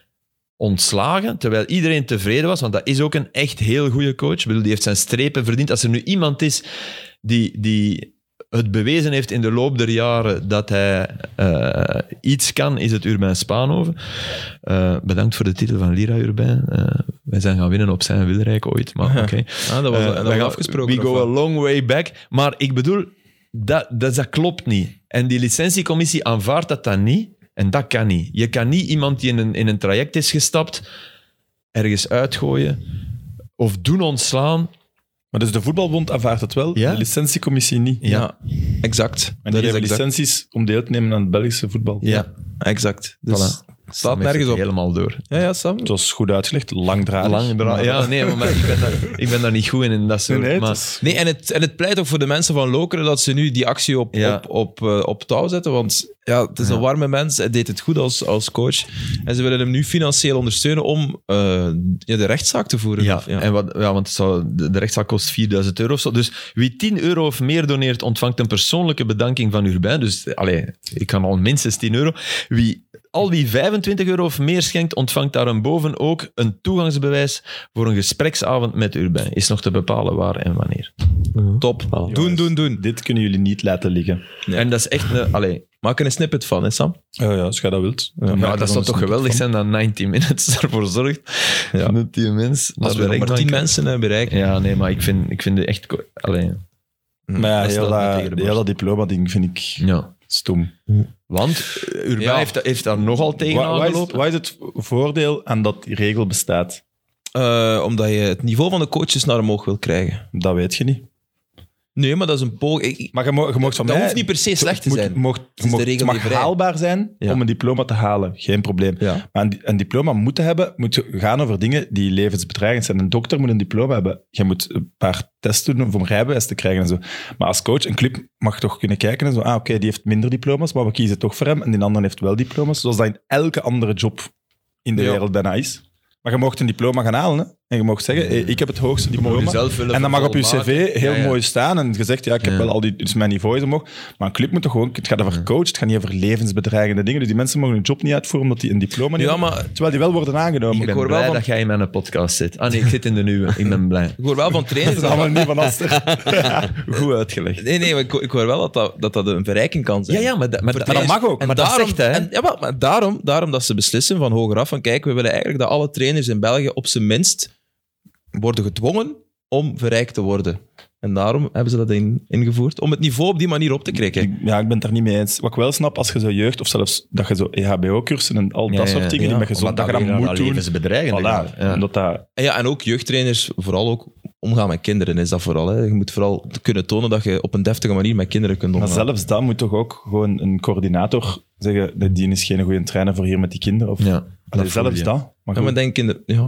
ontslagen, terwijl iedereen tevreden was, want dat is ook een echt heel goede coach. Ik bedoel, die heeft zijn strepen verdiend. Als er nu iemand is die, die het bewezen heeft in de loop der jaren dat hij uh, iets kan, is het Urbain Spaanhoven. Uh, bedankt voor de titel van Lira Urbain. Uh, wij zijn gaan winnen op zijn wilrijk ooit, maar oké. Okay. ah, dat was, Uh, dat we was gaan- afgesproken. We go of a wat? long way back. Maar ik bedoel, dat, dat, dat klopt niet. En die licentiecommissie aanvaardt dat dan niet. En dat kan niet. Je kan niet iemand die in een, in een traject is gestapt, ergens uitgooien of doen ontslaan. Maar dus de voetbalbond aanvaardt het wel, Ja? de licentiecommissie niet. Ja. Ja, exact. En dat die is hebben exact. licenties om deel te nemen aan het Belgische voetbal. Ja, Exact. Dus Voilà. staat Sam heeft nergens het op. helemaal door. Ja, ja, Sam. Het was goed uitgelegd, langdradig. Lang dra- maar- ja, nee, maar ik ben, daar, ik ben daar niet goed in, in dat soort... Nee, nee, het maar, was- Nee, en het, en het pleit ook voor de mensen van Lokeren dat ze nu die actie op, Ja. op, op, eh, op touw zetten. Want ja, het is een warme mens. Hij deed het goed als, als coach. En ze willen hem nu financieel ondersteunen om eh, ja, de rechtszaak te voeren. ja, Of- ja. En wat, ja, want het zou, de, de rechtszaak kost vierduizend euro of zo. Dus wie tien euro of meer doneert, ontvangt een persoonlijke bedanking van Urbain. Dus allee, ik kan al minstens tien euro. Wie, al wie vijfentwintig euro of meer schenkt, ontvangt daarboven ook een toegangsbewijs voor een gespreksavond met Urbain. Is nog te bepalen waar en wanneer. Top. Voilà. Doen, doen, doen. Dit kunnen jullie niet laten liggen. Ja. En dat is echt een... Allee, Maak er een snippet van, hè, Sam? Oh ja, als jij dat wilt. ja, maak er dat zou dan toch een geweldig snippet zijn dat negentig minutes ervoor zorgt Ja. dat die mens... naar Als de we nog maar rechtbank tien kan. mensen eh, bereiken. Ja, nee, maar ik vind, ik vind het echt... co- Allee, van. Maar ja, Dat heel staat me dat, tegen de heel borst. dat diploma-ding vind ik ja. stom. Want uh, Urbain Ja. heeft, heeft daar nogal tegen Wa- Wat is, aangelopen. wat is het voordeel aan dat die regel bestaat? Eh, omdat je het niveau van de coaches naar omhoog wil krijgen. Dat weet je niet. Nee, maar dat is een poging. Maar je, mo- je mag van Dat mij... hoeft niet per se slecht te moet- zijn. mocht- is de mocht- regel het mag die vrij. haalbaar zijn Ja. om een diploma te halen. Geen probleem. Ja. Maar een, een diploma moeten hebben, moet gaan over dingen die levensbedreigend zijn. Een dokter moet een diploma hebben. Je moet een paar testen doen om een rijbewijs te krijgen en zo. Maar als coach, een club mag toch kunnen kijken en zo. Ah, oké, die heeft minder diploma's, maar we kiezen toch voor hem. En die andere heeft wel diploma's. Zoals dat in elke andere job in de Ja. wereld bijna is. Maar je mocht een diploma gaan halen. Hè? En je mocht zeggen, hey, ik heb het hoogste Je mag diploma. jezelf willen En dan mag op je vervolmaken. cv heel Ja, ja. mooi staan en gezegd, ja, ik heb Ja. wel al die, dus mijn niveau is omhoog. Maar een club moet toch gewoon, het gaat over coach, het gaat niet over levensbedreigende dingen. Dus die mensen mogen hun job niet uitvoeren omdat die een diploma niet Ja, hebben. maar Terwijl die wel worden aangenomen. Ik Ik ben hoor wel blij van- dat jij in mijn podcast zit. Ah nee, ik zit in de nieuwe. Ik ben blij. ik hoor wel van trainers... Dat is allemaal niet van Aster. Goed uitgelegd. Nee, nee, maar ik, ik hoor wel dat dat, dat dat een verrijking kan zijn. Ja, ja, maar, da- maar, Voor da- dat trainers. mag ook. En Maar dat daarom, zegt hij, hè? en, ja, maar, maar daarom, daarom dat ze beslissen van hogeraf van kijk, we willen eigenlijk dat alle trainers in België op zijn minst worden gedwongen om verrijkt te worden. En daarom hebben ze dat in, ingevoerd, om het niveau op die manier op te krikken. Ik- Ja, ik ben het daar niet mee eens. Wat ik wel snap, als je zo jeugd, of zelfs dat je zo E H B O-cursen en al Ja, dat ja, soort dingen, ja. die met gezond, dat je dat moet doen. levensbedreigend. Voilà, Ja. omdat dat... En, ja, en ook jeugdtrainers, vooral ook omgaan met kinderen is dat vooral. Hè. Je moet vooral kunnen tonen dat je op een deftige manier met kinderen kunt Maar omgaan. zelfs dat moet toch ook gewoon een coördinator zeggen, dat die is geen goede trainer voor hier met die kinderen. Of, Ja, Allee, dat voel zelfs je. dat. Maar Ja, goed. maar denk kinderen... Ja,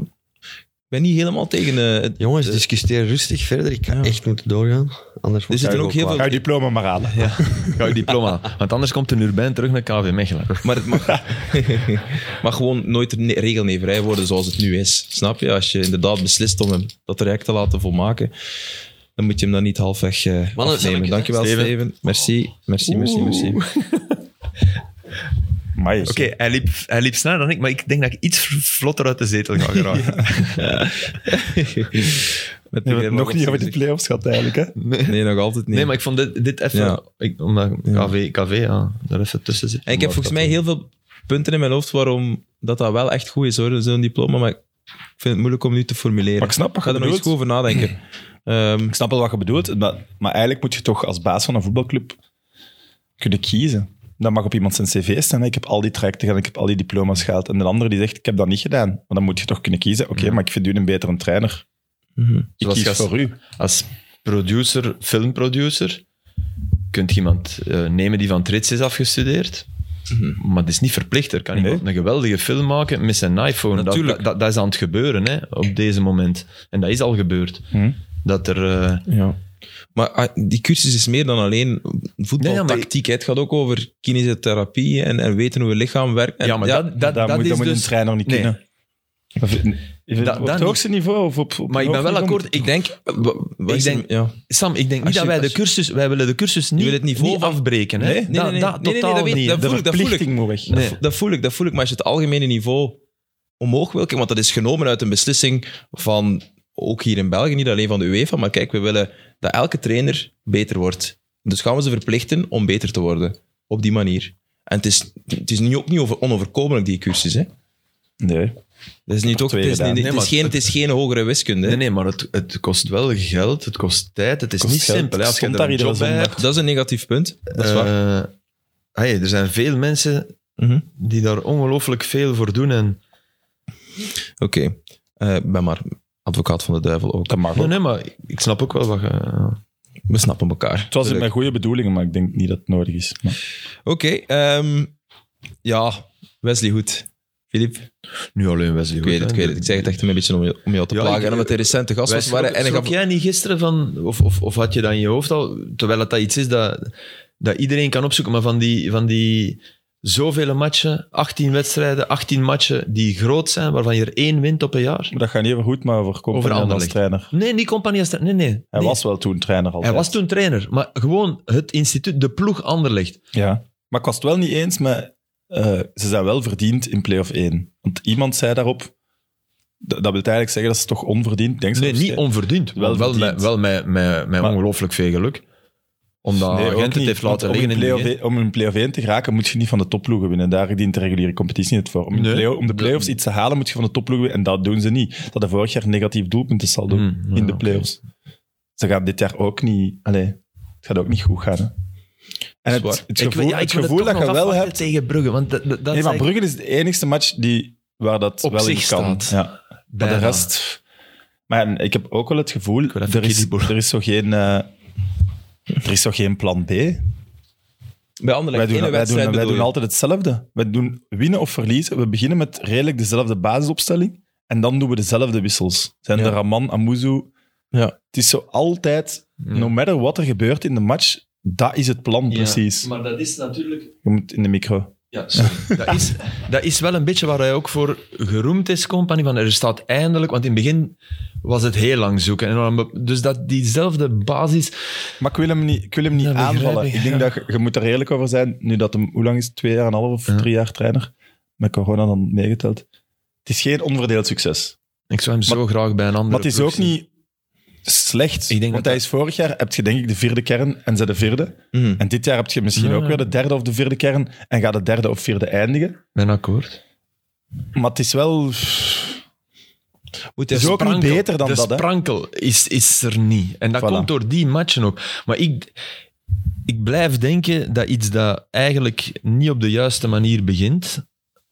ik ben niet helemaal tegen... eh, het- Jongens, de- discussieer rustig verder. Ik ga Ja. echt moeten doorgaan. Anders Er zitten ook heel Ga veel... je diploma maar halen. Ja, ga je diploma. Want anders komt een Urbain terug naar K V Mechelen. Maar het mag, mag gewoon nooit ne- regelneverij worden zoals het nu is. Snap je? Als je inderdaad beslist om hem dat traject te laten volmaken, dan moet je hem dan niet halfweg uh, Mannen, afnemen. zal ik- Dankjewel, Steven. Steven. Merci, merci, merci, merci. Maar Oké, hij, liep, hij liep sneller dan ik, maar ik denk dat ik iets vlotter uit de zetel ga geraken. Met we hebben het de- nog niet over die play-offs gehad eigenlijk. Hè? Nee. Nee, nog altijd niet. Nee, maar ik vond dit, dit even... Ja. Ik, omdat K V, K V ja, daar even tussen zit. En ik heb volgens mij heel veel punten in mijn hoofd waarom dat, dat wel echt goed is, hoor, zo'n diploma. Maar ik vind het moeilijk om nu te formuleren. Maar ik snap wat Ik ga je er nog eens bedoelt. goed over nadenken. Um, Ik snap wel wat je bedoelt, maar, maar eigenlijk moet je toch als baas van een voetbalclub kunnen kiezen. Dat mag op iemand zijn cv staan. Hè. Ik heb al die trajecten gedaan, ik heb al die diploma's gehaald. En de andere die zegt, ik heb dat niet gedaan. Maar dan moet je toch kunnen kiezen. Oké, okay, Ja. maar ik vind u een betere trainer. mm-hmm. Ik Zoals kies je als- voor u. Als producer, filmproducer, kunt je iemand uh, nemen die van Trits is afgestudeerd. Mhm. Maar dat is niet verplicht. Er kan Nee. iemand een geweldige film maken met zijn iPhone. Dat, Natuurlijk. dat, dat, dat is aan het gebeuren, hè, op deze moment. En dat is al gebeurd. Hm? Dat er... uh, Ja. Maar ah, die cursus is meer dan alleen voetbaltactiek. hè. Het gaat ook over kinesiotherapie en, en weten hoe je lichaam werkt. En, ja, maar dat, dat, dat, dat moet, is dat moet dus... een trainer niet Nee. kunnen. Of, is het Dat- op dat het hoogste niveau? Of op, op Maar ik het ben wel hoogste akkoord. Ik denk... wa- wat Ik is denk- het- ja. Sam, ik denk Als niet je- dat wij de als je- cursus... Wij willen de cursus niet, wil het niveau niet van- afbreken. Hè? Nee, nee, dat, nee, dat nee, nee, totaal dat weet- niet. dat De voel ik, dat voel ik. verplichting moet weg. Nee. Dat, dat voel ik, dat voel ik. Maar als je het algemene niveau omhoog wil, kijk, want dat is genomen uit een beslissing van, ook hier in België, niet alleen van de UEFA, maar kijk, we willen dat elke trainer beter wordt. Dus gaan we ze verplichten om beter te worden. Op die manier. En het is, het is nu ook niet over, onoverkomelijk, die cursus. Hè. Nee. Dat is niet ook, twee het, is, gedaan. niet- Nee, het, is maar geen, het is geen hogere wiskunde. hè. Nee, nee, maar het, het kost wel geld, het kost tijd, het is Kost niet geld. simpel. Hè? Als je Stond er daar een iedere job bij zondag. hebt... Dat is een negatief punt. Dat is waar. eh, hey, er zijn veel mensen Mhm. die daar ongelooflijk veel voor doen. En... Oké. Eh, Ik ben maar advocaat van de duivel ook. Dat mag Nee, ook. nee, maar ik snap ook wel wat je... We snappen elkaar. Het was met goede bedoelingen, maar ik denk niet dat het nodig is. Maar... Oké. ehm, ja, Wesley Hoed. Filip, Nu alleen Wesley. ik weet het, ik weet het. Ik zeg het echt een beetje om je, om jou te Ja, plagen. ik- en omdat hij recente gast was. Schrok, Waren, en hij schrok gaf, jij niet gisteren van... Of, of, of had je dat in je hoofd al? Terwijl het dat iets is dat, dat iedereen kan opzoeken, maar van die, van die zoveel matchen, achttien wedstrijden, achttien matchen die groot zijn, waarvan je er één wint op een jaar. maar dat gaat niet over goed, maar over Compagnie als Anderlecht. trainer. Nee, niet Compagnie als trainer. Nee, nee. Hij nee. was wel toen trainer altijd. Hij was toen trainer, maar gewoon het instituut, de ploeg Anderlecht. Ja. Maar ik was het wel niet eens met... eh, ze zijn wel verdiend in play-off één. Want iemand zei daarop... d- Dat wil eigenlijk zeggen dat ze toch onverdiend... Ik Denk Nee, zelfs- niet onverdiend. Wel Wel, wel, verdiend. met, wel met, met, met Maar- ongelooflijk veel geluk. Omdat Nee, ook Gent het niet. heeft Want laten om liggen in in de play-off begin. één- Om in play-off één te geraken moet je niet van de topploegen winnen. Daar dient de reguliere competitie niet voor. Om, in Nee. play- om de play-offs iets te halen moet je van de topploegen winnen. En dat doen ze niet. Dat de vorig jaar negatief doelpunten zal doen Hmm, ja, in de oké. play-offs. Ze gaan dit jaar ook niet... Allee, het gaat ook niet goed gaan. Hè. En waar. het, het Ik gevoel, wil- ja, ik het wil gevoel toch dat je nog wel afwachten hebt... tegen Brugge, want dat, dat, dat Nee, maar is Brugge is de enigste match die, waar dat Op wel in zich kan. staat. Ja. Maar bijna. de rest... Maar ja, ik heb ook wel het gevoel... wil even Er is, kiezen. er is zo geen... eh, er is zo geen plan B. bij Anderlecht, Wij doen, ene wij doen, wedstrijd wij bedoel doen je. altijd hetzelfde. We doen winnen of verliezen. We beginnen met redelijk dezelfde basisopstelling. En dan doen we dezelfde wissels. Zijn Ja. de Raman, Amuzu. Ja. Het is zo altijd, Ja. no matter wat er gebeurt in de match, dat is het plan Ja, precies. Maar dat is natuurlijk... Je moet in de micro. Ja, sorry. dat, is, dat is wel een beetje waar hij ook voor geroemd is, Compagnie. Van er staat eindelijk... Want in het begin was het heel lang zoeken. En dan, dus dat diezelfde basis... Maar ik wil hem niet, ik wil hem niet Dat begrijp aanvallen. ik, Ik denk ja. dat je, je moet er eerlijk over zijn. Nu dat hem, hoe lang is het? Twee jaar en een half of Ja. drie jaar trainer? Met corona dan meegeteld. Het is geen onverdeeld succes. Ik zou hem zo graag bij een andere Maar het is ploeg ook zien. niet slecht. Ik denk want dat hij is vorig jaar, heb je denk ik de vierde kern en ze de vierde. Mhm. En dit jaar heb je misschien Ja. ook weer de derde of de vierde kern en gaat de derde of vierde eindigen. Ben akkoord. Maar het is wel... Moet Het hij is ook niet Sprankel. beter dan de dat, hè? sprankel is, is er niet. En dat Voilà. komt door die matchen ook. Maar ik, ik blijf denken dat iets dat eigenlijk niet op de juiste manier begint,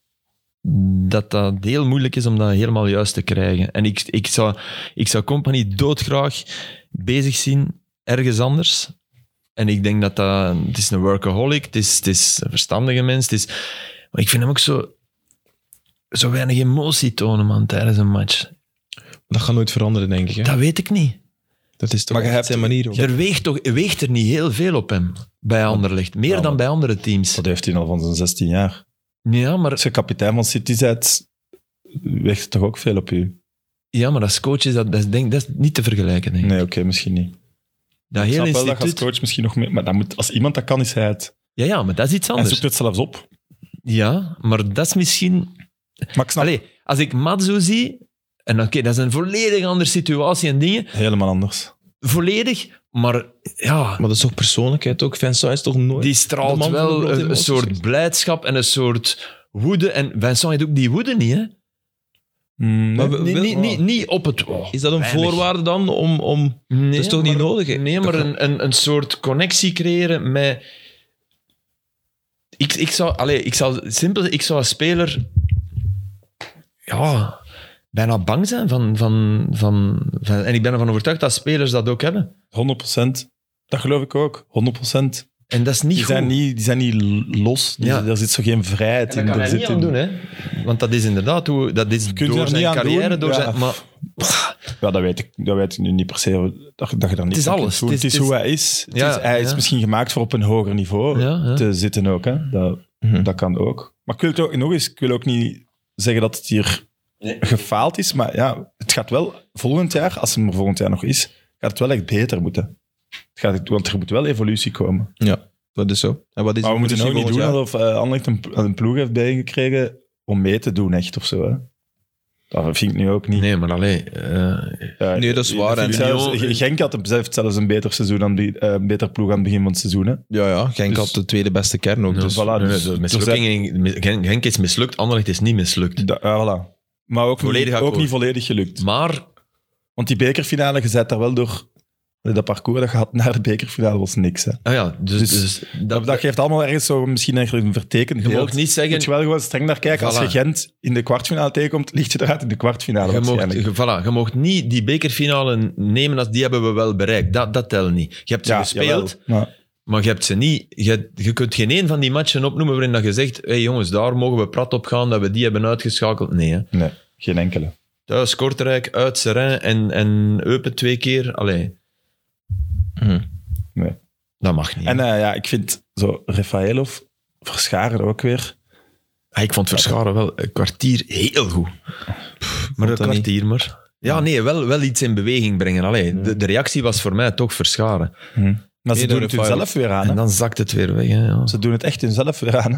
dat dat heel moeilijk is om dat helemaal juist te krijgen. En ik, ik zou, ik zou Compagnie doodgraag bezig zien ergens anders. En ik denk dat dat... Het is een workaholic, het is, het is een verstandige mens, het is... Maar ik vind hem ook zo... Zo weinig emotie tonen, man, tijdens een match. Dat gaat nooit veranderen, denk ik. Hè? Dat weet ik niet. Dat is toch Maar je echt hebt- zijn manier. ook. Er weegt, toch, weegt er niet heel veel op hem bij Anderlecht. Meer Ja, dan maar- bij andere teams. Dat heeft hij al van zijn zestien jaar. Ja maar, Als je kapitein van City bent, weegt het toch ook veel op u? ja, maar als coach is dat, dat, is, denk, dat is niet te vergelijken, denk ik. Nee, oké, misschien niet. Dat Ik hele snap wel dat je als instituut... coach misschien nog meer... Maar dat moet, als iemand dat kan, is hij het. Ja, ja, maar dat is iets Hij anders. zoekt het zelfs op. Ja, maar dat is misschien... Maar ik snap Allee, als ik Matzo zie... En oké, dat is een volledig andere situatie en dingen. helemaal anders. Volledig, maar ja... Maar dat is toch persoonlijkheid ook? Vincent is toch nooit... Die de straalt man van de wel grote een, een emoties. soort blijdschap en een soort woede. En Vincent heeft ook die woede niet, hè? Mm, Maar nee. we- Nee, wil- niet, niet, niet op het... oh, Is dat een weinig. voorwaarde dan om... om Nee, dat is toch niet maar- nodig? hè? Nee, maar een, een, een soort connectie creëren met... Ik, ik zou... Allez, ik zou... Simpel, ik zou als speler... Ja... Bijna bang zijn van, van, van, van... En ik ben ervan overtuigd dat spelers dat ook hebben. honderd procent. Dat geloof ik ook. honderd procent. En dat is niet Die goed. zijn niet, die zijn niet los. Die, Ja. Er zit zo geen vrijheid En in. dat kan Er hij zit niet aan in- doen, hè. Want dat is inderdaad hoe... Dat is kunt door er zijn niet aan carrière, doen, door ja. zijn... Maar Ja, dat weet ik, dat weet ik nu niet per se. Dat, dat je daar niet is van kunt alles. doen. Het is- Het is, het is- hoe hij is. Het Ja, is hij is ja. misschien gemaakt voor op een hoger niveau Ja, ja. te zitten ook. Hè. Dat, Mhm. dat kan ook. Maar ik wil het ook, nog eens, ik wil ook niet zeggen dat het hier gefaald is. Maar ja, het gaat wel volgend jaar, als het er volgend jaar nog is, gaat het wel echt beter moeten. Het gaat, want er moet wel evolutie komen. Ja, dat is zo. En wat is Maar we de moeten ook niet evolutie doen volgend jaar? alsof uh, Anderlecht een, een ploeg heeft bijgekregen om mee te doen, echt of zo. Hè. Dat vind ik nu ook niet. nee, maar alleen... eh, Ja, Nee, dat is waar. vind En ik zelfs, Union- Genk had heeft zelfs een beter, seizoen aan, het be- eh, een beter ploeg aan het begin van het seizoen. Hè. Ja, ja. Genk Dus- had de tweede beste kern ook. dus, Dus. voilà, nee, dus- de er mislukking, Genk, Genk is mislukt, Anderlecht is niet mislukt. Da, ja, voilà. Maar ook, Volledig niet, ook akkoord. niet volledig gelukt. Maar Want die bekerfinale, je zet daar wel door... Dat parcours dat je had naar de bekerfinale was niks. Hè. ah ja, dus, Dus dus Dat, dat geeft allemaal ergens zo misschien eigenlijk een vertekend je beeld. mag niet zeggen... Moet je wel gewoon streng naar kijken. Als Voilà. je Gent in de kwartfinale tegenkomt, ligt je eruit in de kwartfinale Je mocht, waarschijnlijk. je, voilà, je mocht niet die bekerfinale nemen als die hebben we wel bereikt. Dat, dat telt niet. Je hebt ze Ja, gespeeld, jawel. Maar, maar je hebt ze niet... Je, je kunt geen één van die matchen opnoemen waarin dat je zegt hé hey jongens, daar mogen we prat op gaan, dat we die hebben uitgeschakeld. Nee, hè. nee, geen enkele. Thuis Kortrijk, uit Seraing en, en Eupen twee keer. Allee, Mhm. Nee. dat mag niet. En uh, ja, ik vind zo Rafaelov, Verscharen ook weer. Ah, ik vond Verscharen wel een kwartier heel goed. Pff, maar een dat niet. kwartier maar. Ja, nee, wel, wel iets in beweging brengen. Allee, de, de reactie was voor mij toch Verscharen. Hm. Maar ze Nee, doen de het hun Rafaelov. zelf weer aan. En Hè. dan zakt het weer weg. Hè, ja. Ze doen het echt hun zelf weer aan. Hè.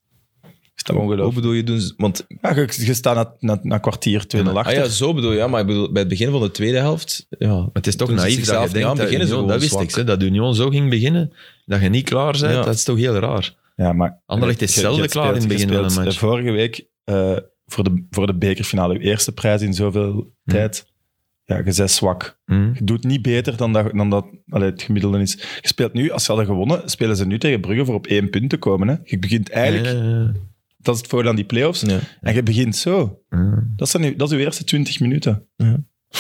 Is dat Hoe ongelooflijk? bedoel je doen? ze- Want Ja, je, je staat na, na, na een kwartier twee nul ah achter. ja, zo bedoel je. Ja, maar ik bedoel, bij het begin van de tweede helft... Ja, Maar het is toch doen ze naïef dat zichzelf je niet denkt aan, dat, beginnen ze Union, gewoon dat wist ik, zwak. hè, dat Union zo ging beginnen, dat je niet klaar bent, Ja. dat is toch heel raar. Ja, maar Anderlecht is je- je zelden hebt klaar in het gespeeld- begin van gespeeld, een match. eh, Vorige week uh, voor, de, voor de bekerfinale, uw eerste prijs in zoveel Hm. tijd. Ja, je bent zwak. Hm. Je doet niet beter dan dat, dan dat allee, het gemiddelde is. Je speelt nu, als ze hadden gewonnen, spelen ze nu tegen Brugge voor op één punt te komen. Hè. Je begint eigenlijk, Ja, ja, dat is het voordeel aan die play-offs, ja. en je begint zo. ja. Dat, zijn, uw- dat is uw eerste twintig minuten. Ja.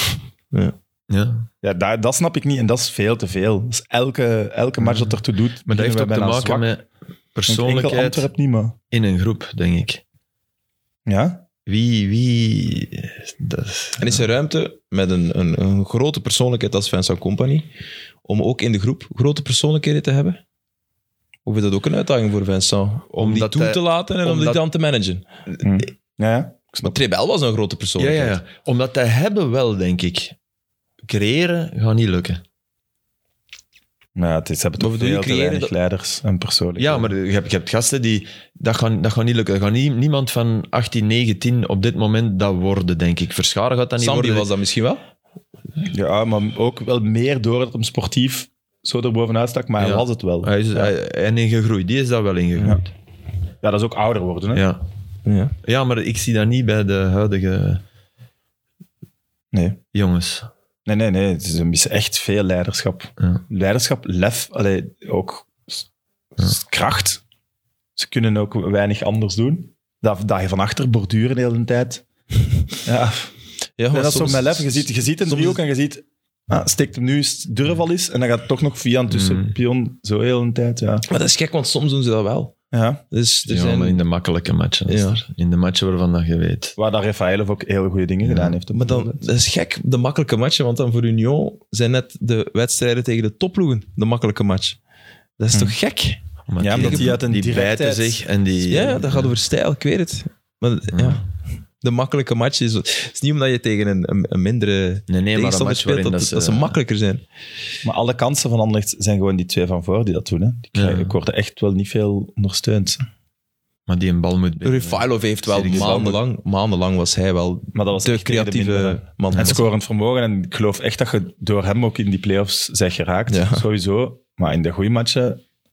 Ja. Ja, dat, dat snap ik niet en dat is veel te veel. Dat is elke, elke match dat ertoe doet, Maar dat heeft ook beginnen te wij bijna maken zwak. met Want enkel persoonlijkheid Antwerp niet, maar... in een groep, denk ik. Ja? Wie, wie... Dat is, En is er ruimte met een, een, een grote persoonlijkheid als Vincent Kompany om ook in de groep grote persoonlijkheden te hebben? Of is dat ook een uitdaging voor Vincent? Om die Omdat toe hij- te laten en om die omdat- dan te managen? Hm. Ja, ja. Maar Trebel was een grote ja, persoonlijkheid. ja, ja. Omdat hij hebben wel, denk ik. Creëren gaat niet lukken. Maar ja, het is, ze hebben Maar toch bedoel je veel te creëren weinig dat- leiders en persoonlijk. Ja, maar je hebt, je hebt gasten die... Dat gaat, dat gaat niet lukken. Dat gaat nie- niemand van achttien, negentien op dit moment dat worden, denk ik. Verscharen gaat dat niet Sambi worden. was dat misschien wel. Ja, maar ook wel meer doordat hem sportief zo erbovenuit stak, maar hij Ja. was het wel. Hij is ja. hij, en ingegroeid. Die is daar wel ingegroeid. Ja, dat is ook ouder worden. Hè? Ja. Ja. Ja, maar ik zie dat niet bij de huidige Nee. jongens. nee, nee, nee. Het is een mis- echt veel leiderschap. Ja. Leiderschap, lef, allee, ook s- s- kracht. Ze kunnen ook weinig anders doen. Dat, dat je van achter borduren de hele tijd. Ja, Ja, nee, dat is zo soms- met lef. Je ziet, je ziet een soms- driehoek en je ziet... Ah, steekt hem nu eens durf al eens en dan gaat het toch nog via een tussenpion zo heel een tijd. Ja. Maar dat is gek, want soms doen ze dat wel. Ja. Dus er Ja, zijn... maar in de makkelijke matchen. is Ja. er. In de matchen waarvan dat je weet. Waar dat Rafaelov ook heel goede dingen gedaan heeft. Maar dan, dat is gek, de makkelijke matchen, want dan voor Union zijn net de wedstrijden tegen de topploegen de makkelijke match. Dat is Hm. toch gek? Omdat Ja, omdat die uit een die bijten directheid- zich en die... Ja, ja, dat gaat over stijl, ik weet het. Maar ja, de makkelijke match is... Het is niet omdat je tegen een, een, een mindere Nee, nee, maar een tegenstander match speelt waarin dat, dat dat, ze... ze makkelijker zijn. Maar alle kansen van Anderlecht zijn gewoon die twee van voor die dat doen. Hè. Die krijgen, Ja. Ik word echt wel niet veel ondersteund. Maar die een bal moet binnen. Refailov heeft wel Serieus. maandenlang... Maandenlang was hij wel Maar dat was de echt tegen de mindere. creatieve man. En scorend vermogen. En ik geloof echt dat je door hem ook in die play-offs bent geraakt. Ja. Sowieso. Maar in de goede matchen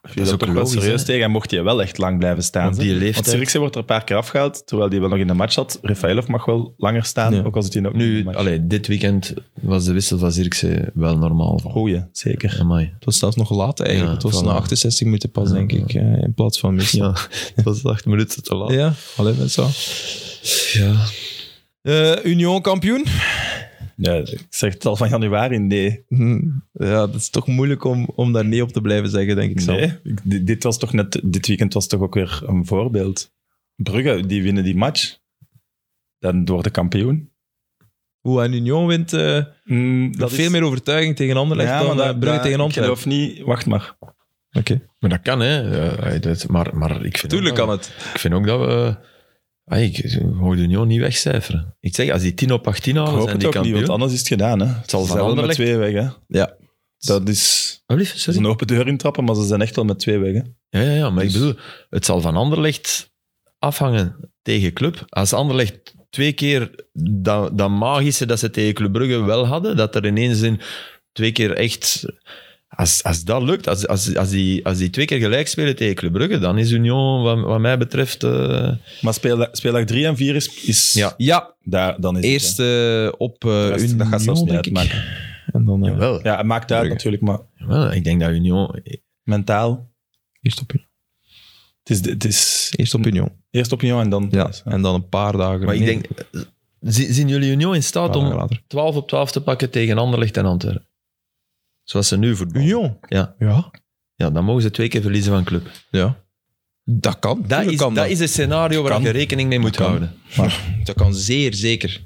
viel dat is dat ook toch wel logisch, serieus hè? tegen en mocht hij wel echt lang blijven staan. Op die Hè? leeftijd. Want Zirkzee wordt er een paar keer afgehaald, terwijl hij wel nog in de match zat. Rafaelov mag wel langer staan, Ja. ook al zit hij nog niet in de Nu, match. allee, dit weekend was de wissel van Zirkzee wel normaal. Goeie, zeker. Amai. Het was zelfs nog laat eigenlijk. Ja, het was voilà. na achtenzestig minuten pas, Ja, denk ja. ik, eh, in plaats van mis. Ja, het was acht minuten te laat. Ja, alleen met zo. Ja. Eh, Union kampioen? Ja, ik zeg het al van januari, nee. Hm, Ja, dat is toch moeilijk om, om daar nee op te blijven zeggen, denk ik zo. Nee, ik- dit, dit was toch net, dit weekend was toch ook weer een voorbeeld. Brugge, die winnen die match. Dan wordt de kampioen. Hoe en Union wint, eh Mm, dat veel meer overtuiging tegen Anderlecht ja, dan maar eh, dat- Brugge dat- tegen Ik Antwerpen. geloof niet... Wacht maar. Oké, Maar dat kan, hè. Ja, dat, maar, maar ik vind tuurlijk ook kan dat, het. Ik vind ook dat we... Ah, ik hoor de Union niet wegcijferen. Ik zeg, als die tien op achttien Ik halen, hoop zijn het die ook niet, kampioen. want anders is het gedaan. Hè. Het zal Ze van zijn wel met Anderlecht... twee weg. Hè. Ja. Dat is, Oh, lief, dat is sorry. een open deur intrappen, maar ze zijn echt wel met twee weg. Hè. Ja, ja, ja, maar Dus- ik bedoel, het zal van Anderlecht afhangen tegen Club. Als Anderlecht twee keer dat, dat magische dat ze tegen Club Brugge wel hadden, dat er ineens in twee keer echt... Als, als dat lukt, als, als, als, die, als die twee keer gelijk spelen tegen Club Brugge, dan is Union, wat, wat mij betreft... eh, Maar speel, speeldag drie en vier is... is Ja. Ja, daar, dan is eerst het, hè. eh, op eh De rest, Union, dat gaat zelfs niet denk ik. uitmaken. En dan eh, jawel, Ja, het maakt uit Brugge. natuurlijk, maar jawel, ik denk dat Union... mentaal... eerst op Union. Het is, het is Eerst op Union. eerst op Union en dan... Ja, en dan een paar dagen. Maar ik nee, denk... Zien zien jullie Union in staat een paar om dagen later. twaalf op twaalf te pakken tegen Anderlecht en Antwerpen? Zoals ze nu voetballen. Union? Ja. Ja. Ja, dan mogen ze twee keer verliezen van Club. Ja. Dat kan. Dat Tuurlijk is, kan dat is een scenario waar Kan. je rekening mee moet kan. houden. Dat kan zeer zeker.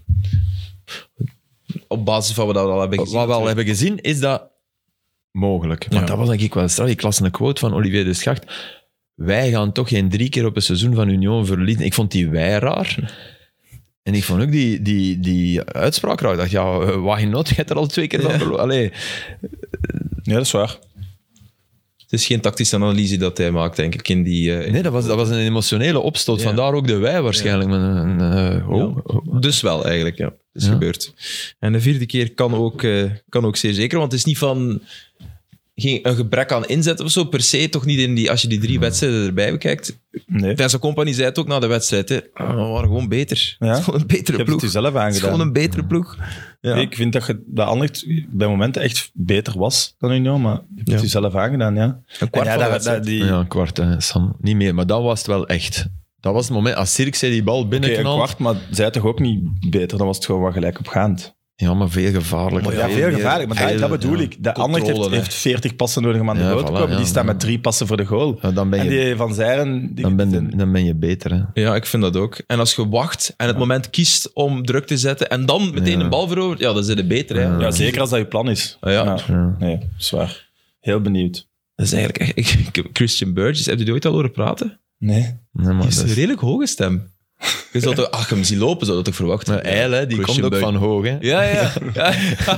Op basis van wat we al hebben gezien. Wat we al hebben gezien, is dat mogelijk. Maar Ja. dat was denk ik wel straf. Ik las een quote van Olivier de Schacht. Wij gaan toch geen drie keer op een seizoen van Union verliezen. Ik vond die wij raar. En ik vond ook die, die, die uitspraak raar. Ik dacht, ja, why not? Je hebt er al twee keer van Ja. verloren. Allee, Ja, dat is waar. Het is geen tactische analyse dat hij maakt, denk ik. In die, eh, nee, dat was, dat was een emotionele opstoot. Ja. Vandaar ook de wij waarschijnlijk. Met een, eh, oh, oh. Dus wel, eigenlijk. Ja. Het is Ja. gebeurd. En de vierde keer kan ook, eh, kan ook zeer zeker. Want het is niet van geen, een gebrek aan inzet of zo, per se. Toch niet in die, als je die drie wedstrijden erbij bekijkt. Nee. Vincent Kompany zei het ook na de wedstrijd. Hè. Ah, we waren gewoon beter. Ja? Het is gewoon een Je betere hebt ploeg. het jezelf Het is gewoon aangedaan. een betere ploeg. Ja. Ik vind dat je dat Anderlecht bij momenten echt beter was dan Union, maar je hebt het Ja. jezelf aangedaan, ja. Een kwart En ja, van de dat- wedstrijd. dat- die, Ja, een kwart, hè, Sam. Niet meer. Maar dat was het wel echt. Dat was het moment. Als Zirkzee die bal Oké, een binnenknalt... kwart, maar zij toch ook niet beter, dan was het gewoon wat gelijk opgaand. Ja, maar veel gevaarlijker. Ja, veel gevaarlijk, maar dat, dat bedoel ja. ik. De Anderlecht heeft, Controle, hè. heeft veertig passen nodig om aan de Ja, goal te voilà, komen. ja, Die staan ja. met drie passen voor de goal. Ja, dan ben En je, die Van Zijren... Die, dan ben je, dan ben je beter. Hè. Ja, ik vind dat ook. En als je wacht en het moment kiest om druk te zetten en dan meteen Ja. de bal verovert, ja, dan zit het beter. Hè. Ja. ja, zeker als dat je plan is. Ah, ja. Ja. Nee, zwaar. Heel benieuwd. Dat is eigenlijk echt... Ik, ik- Christian Burgess, heb je die ooit al horen praten? Nee. Nee, maar Die is dat een is- redelijk hoge stem. Je zou toch, ach, hem zien lopen, zou dat toch verwachten? maar Eil, hè, die Christian komt ook Burgess. van hoog. Hè. Ja, ja. Ja,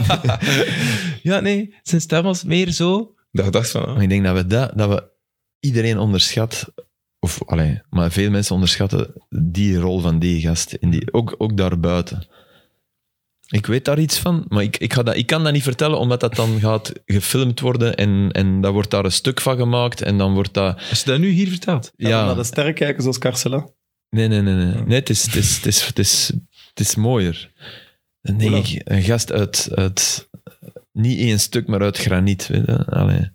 ja nee, zijn stem was meer zo... Ik dacht van... ah. Maar ik denk dat we, dat, dat we iedereen onderschat, of allee, maar veel mensen onderschatten die rol van die gast, in die, ook, ook daarbuiten. Ik weet daar iets van, maar ik, ik, ga dat, ik kan dat niet vertellen, omdat dat dan gaat gefilmd worden en, en dan wordt daar een stuk van gemaakt en dan wordt dat... Als je dat nu hier vertelt... Ja. Ja, Naar de sterren kijken zoals Carcela. nee, nee, nee. Nee, nee het, is, het, is, het, is, het, is, het is mooier. Dan denk ik, een gast uit, uit... Niet één stuk, maar uit graniet. Weet je? Allee.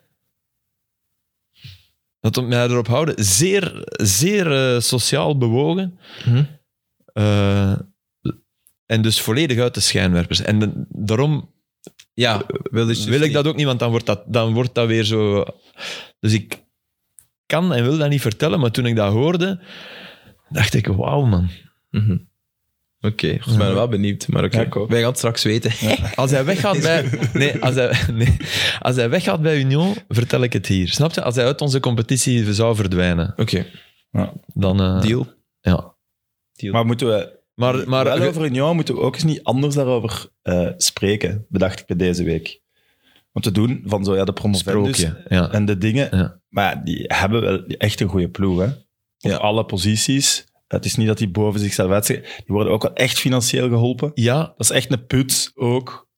Dat moet mij erop houden. Zeer, zeer eh, sociaal bewogen. Hm? Eh, en dus volledig uit de schijnwerpers. En de- daarom Ja, wil, dus wil ik dat ook niet, want dan wordt dat, dan wordt dat weer zo... Dus ik kan en wil dat niet vertellen, maar toen ik dat hoorde, dacht ik, wauw, man. Mhm. Oké, ik ben wel benieuwd, maar oké. Ja, ik ook. Wij gaan het straks weten. Als hij weggaat bij... Nee, als hij, nee, als hij weggaat bij Union, vertel ik het hier. Snap je? Als hij uit onze competitie zou verdwijnen, Oké, Ja. dan... eh, deal. Ja. Maar moeten we... Maar, maar wel over Union moeten we ook eens niet anders daarover eh, spreken, bedacht ik bij deze week. Want te doen van zo ja, de promovendus sprookje. Ja. en de dingen. Ja. Maar ja, die hebben wel echt een goede ploeg. Hè? Op Ja. alle posities. Het is niet dat die boven zichzelf uitzeggen. Die worden ook wel echt financieel geholpen. ja, Dat is echt een put ook.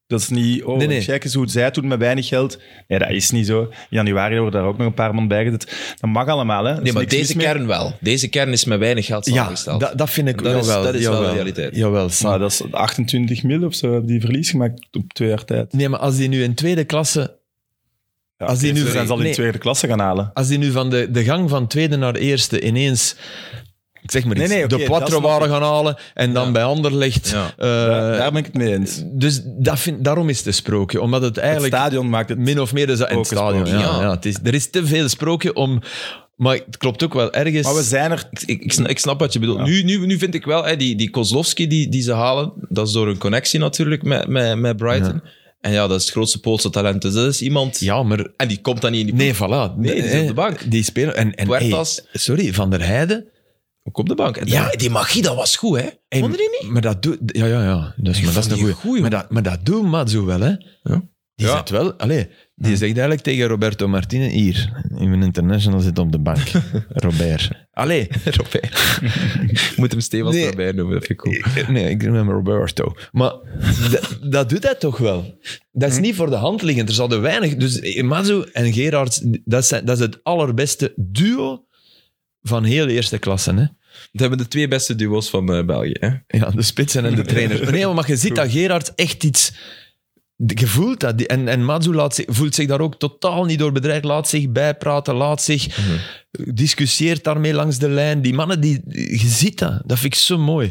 Dat is niet, oh, Nee, nee. kijk eens hoe zij het doen met weinig geld. Nee, dat is niet zo. In januari worden daar ook nog een paar man bij gezet. Dat mag allemaal, hè. Er is Nee, maar niks deze mis mee. kern wel. Deze kern is met weinig geld Ja, samengesteld. dat, dat vind ik Dat is- jawel, dat is wel jawel, de realiteit. Jawel, Maar dat is achtentwintig mil of zo, hebben die verlies gemaakt op twee jaar tijd. Nee, maar als die nu in tweede klasse... Ja, als die oké, nu- ze zijn ze al in nee. tweede klasse gaan halen. Als die nu van de, de gang van tweede naar eerste ineens... Ik zeg maar Nee, iets, nee, oké, de dat Poitro snap waren ik. gaan halen en dan Ja. bij Anderlecht... Ja. eh, Daar, daar ben ik het mee eens. Dus dat vind, daarom is het een sprookje. Omdat het Het eigenlijk... stadion maakt het... min of meer is dat in ook het een stadion. sprookje. Ja, Ja. ja, het is, er is te veel sprookje om... Maar het klopt ook wel ergens... Maar we zijn er... Ik, ik, snap, ik snap wat je bedoelt. Ja. Nu, nu, nu vind ik wel, hè, die, die Kozlowski die, die ze halen, dat is door een connectie natuurlijk met, met, met Brighton. En ja, dat is het grootste Poolse talent. Dus dat is iemand... Ja, maar... En die komt dan niet in die Nee, voilà. Nee, die is op de bank. Die spelen... En, en, Puertas. hey, sorry, Van der Heijden... Ook op de bank. En Ja. die, die magie, dat was goed, hè? Hey, Vond je die niet? Maar dat doet... Ja, ja, ja. Dus, maar dat is vond een die goeie. goeie, maar, dat, maar dat doet Matsu wel, hè. Ja. Die Ja. zit wel... Allee, die zegt eigenlijk tegen Roberto Martinez... Hier, in mijn international zit op de bank. Robert. Allee. Robert. Ik moet hem Stevens Nee. Robert noemen, dat vind ik cool. Nee, ik noem hem Roberto. Maar dat, dat doet hij toch wel? Dat is niet voor de hand liggend. Er zouden weinig... Dus Matsu en Gerards, dat, zijn, dat is het allerbeste duo van heel eerste klasse, hè. Dat hebben de twee beste duo's van uh, België, hè? Ja, de spitsen en de trainer. Nee, maar je ziet dat Gerard echt iets... Je voelt dat. Die- En, en Matsu laat zich, voelt zich daar ook totaal niet door bedreigd. Laat zich bijpraten, laat zich... Discussieert daarmee langs de lijn. Die mannen, die, je ziet dat. Dat vind ik zo mooi.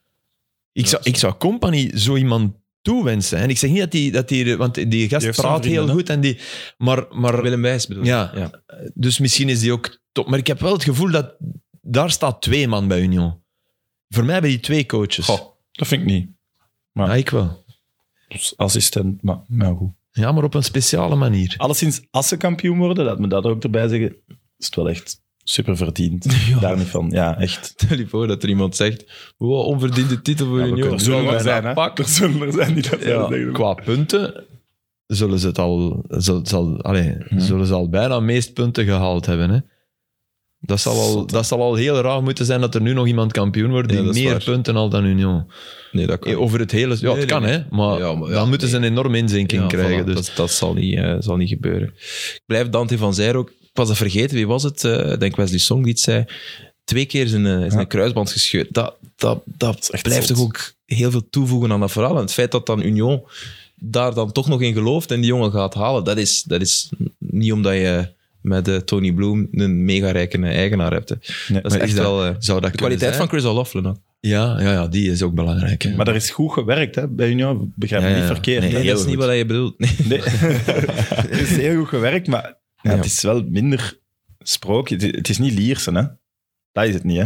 Ik zou, ik zou Company zo iemand toewensen. En ik zeg niet dat die... Dat die want die gast heeft zijn praat vrienden, heel hè? goed. En die, maar, maar, Willem Wijs bedoel je? ja, ja. dus misschien is die ook top. Maar ik heb wel het gevoel dat... Daar staat twee man bij Union. Voor mij hebben die twee coaches. Goh, dat vind ik niet. Ja, ik wel. Dus assistent, maar nou goed. Ja, maar op een speciale manier. Alleszins, als ze kampioen worden, laat me dat ook erbij zeggen, is het wel echt super verdiend. Ja. Daar niet van. Ja, echt. Stel je voor dat er iemand zegt, wow, onverdiende titel voor Ja, we Union. kunnen- zullen er Zullen zijn, we hè? dat pakken? Er zullen er zijn die dat Ja, zouden zeggen. qua punten zullen ze het al, zal, zal, allee, zullen ze al bijna meest punten gehaald hebben. Hè? Dat, zal al, dat zal al heel raar moeten zijn dat er nu nog iemand kampioen wordt die Ja, dat is meer waar. punten haalt dan Union. Nee, dat kan Eh, Over het hele... Ja, Nee, het kan, nee, hè. Maar, Ja, maar ja, dan moeten ze nee. een enorme inzinking Ja, krijgen. voilà, Dus. dat, dat zal, niet, eh, zal niet gebeuren. Ik blijf Dante van Zijr ook... Ik was dat vergeten, wie was het? Eh, Ik denk Wesley Song die het zei. Twee keer zijn, uh, zijn Ja. kruisband gescheurd. Dat, dat, dat, echt blijft zot. toch ook heel veel toevoegen aan dat verhaal. En het feit dat dan Union daar dan toch nog in gelooft en die jongen gaat halen, dat is, dat is niet omdat je met uh, Tony Bloom een mega rijke eigenaar hebt. Hè. Nee, Dat is maar echt is dat- wel uh, Zou dat de kunnen kwaliteit zijn? van Chris O'Loughlin. ook. Ja, ja, ja, die is ook belangrijk. Hè. Maar er is goed gewerkt hè, bij Union. Begrijp me Ja, niet ja. verkeerd. Nee, Nee, heel dat is niet goed. wat je bedoelt. Nee. Nee. Er is heel goed gewerkt, maar ja, Ja. het is wel minder sprookje. Het is- Het is niet Liersen, hè. Dat is het niet, hè.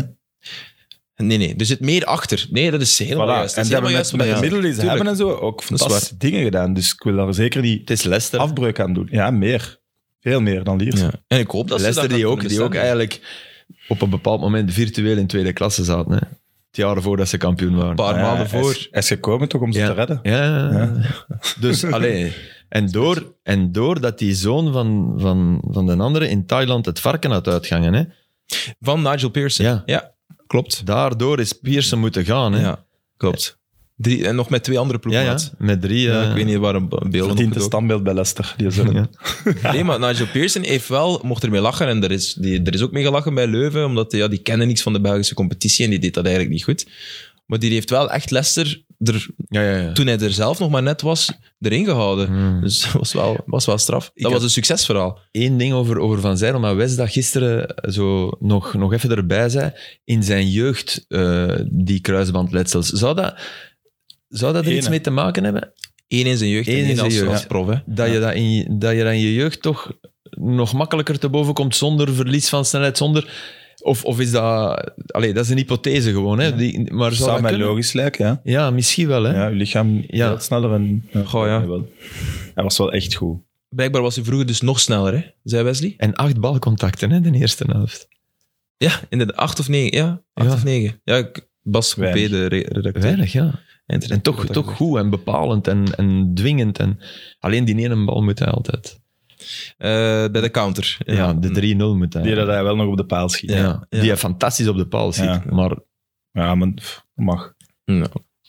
Nee, nee, er zit meer achter. Nee, dat is helemaal Voilà. juist. Dat En is ze hebben helemaal met, met juist. de middelen die ze Tuurlijk. hebben en zo ook is fantastische dingen gedaan. Dus ik wil daar zeker niet Het is Leicester. afbreuk aan doen. Ja, meer. Veel meer dan Liersen. Ja. En ik hoop dat ze Leicester dat die gaan ook, die kunnen ook bestendigen. eigenlijk op een bepaald moment virtueel in tweede klasse zaten. Hè. Het jaar voordat ze kampioen waren. Een paar Ja, maanden hij is- voor. Hij is gekomen toch om ze te redden. Ja, ja, ja. Ja. Dus, allee. En, door, en doordat die zoon van, van, van de andere in Thailand het varken had uitgangen, hè, Van Nigel Pearson. Ja. ja klopt. daardoor is Pearson moeten gaan. Hè. Ja, klopt. Drie, en nog met twee andere ja, ploegen. ja, met drie... Ja, eh, ik weet niet waar een beelden Verdient een opgedoken. standbeeld bij Leicester. Die zullen... Ja. Nee, maar Nigel Pearson heeft wel, mocht ermee lachen, en er is, die, er is ook mee gelachen bij Leuven, omdat ja, die kende niks van de Belgische competitie en die deed dat eigenlijk niet goed. Maar die heeft wel echt Leicester, er, ja, ja, ja. toen hij er zelf nog maar net was, erin gehouden. Hmm. Dus dat was wel, was wel straf. Dat had- was een succesverhaal. Eén ding over, over Van Zijl, maar Wes dat gisteren zo nog, nog even erbij zei. In zijn jeugd, eh, die kruisbandletsels. Zou dat, zou dat er Eén, iets hè? mee te maken hebben? Eén in zijn jeugd Eén en in één zijn als, jeugd. als prof. Hè. Dat je dat, in, je- dat je dat in je jeugd toch nog makkelijker te boven komt zonder verlies van snelheid, zonder... Of, of is dat... Allee, dat is een hypothese gewoon, hè. Die, maar zou Zou dat mij kunnen? logisch lijken, ja. Ja, misschien wel, hè. Ja, je lichaam Ja. veel sneller en... Ja, Goh, ja. wel. Hij was wel echt goed. Blijkbaar was hij vroeger dus nog sneller, hè? Zei Wesley. En acht balcontacten, hè, de eerste helft. Ja, inderdaad. Acht of negen. Ja, acht Ja. of negen. Ja, ik- Bas Coupé, Weinig. de re- redacteur. Weinig, ja. En, En toch, toch goed en bepalend en, en dwingend. En alleen die ene bal moet hij altijd. Eh, bij de counter. Ja, de drie nul moet hij. Die dat hij wel nog op de paal schiet. Ja, Ja. die hij fantastisch op de paal ziet. Ja. Maar Ja, maar pff, mag. Ja.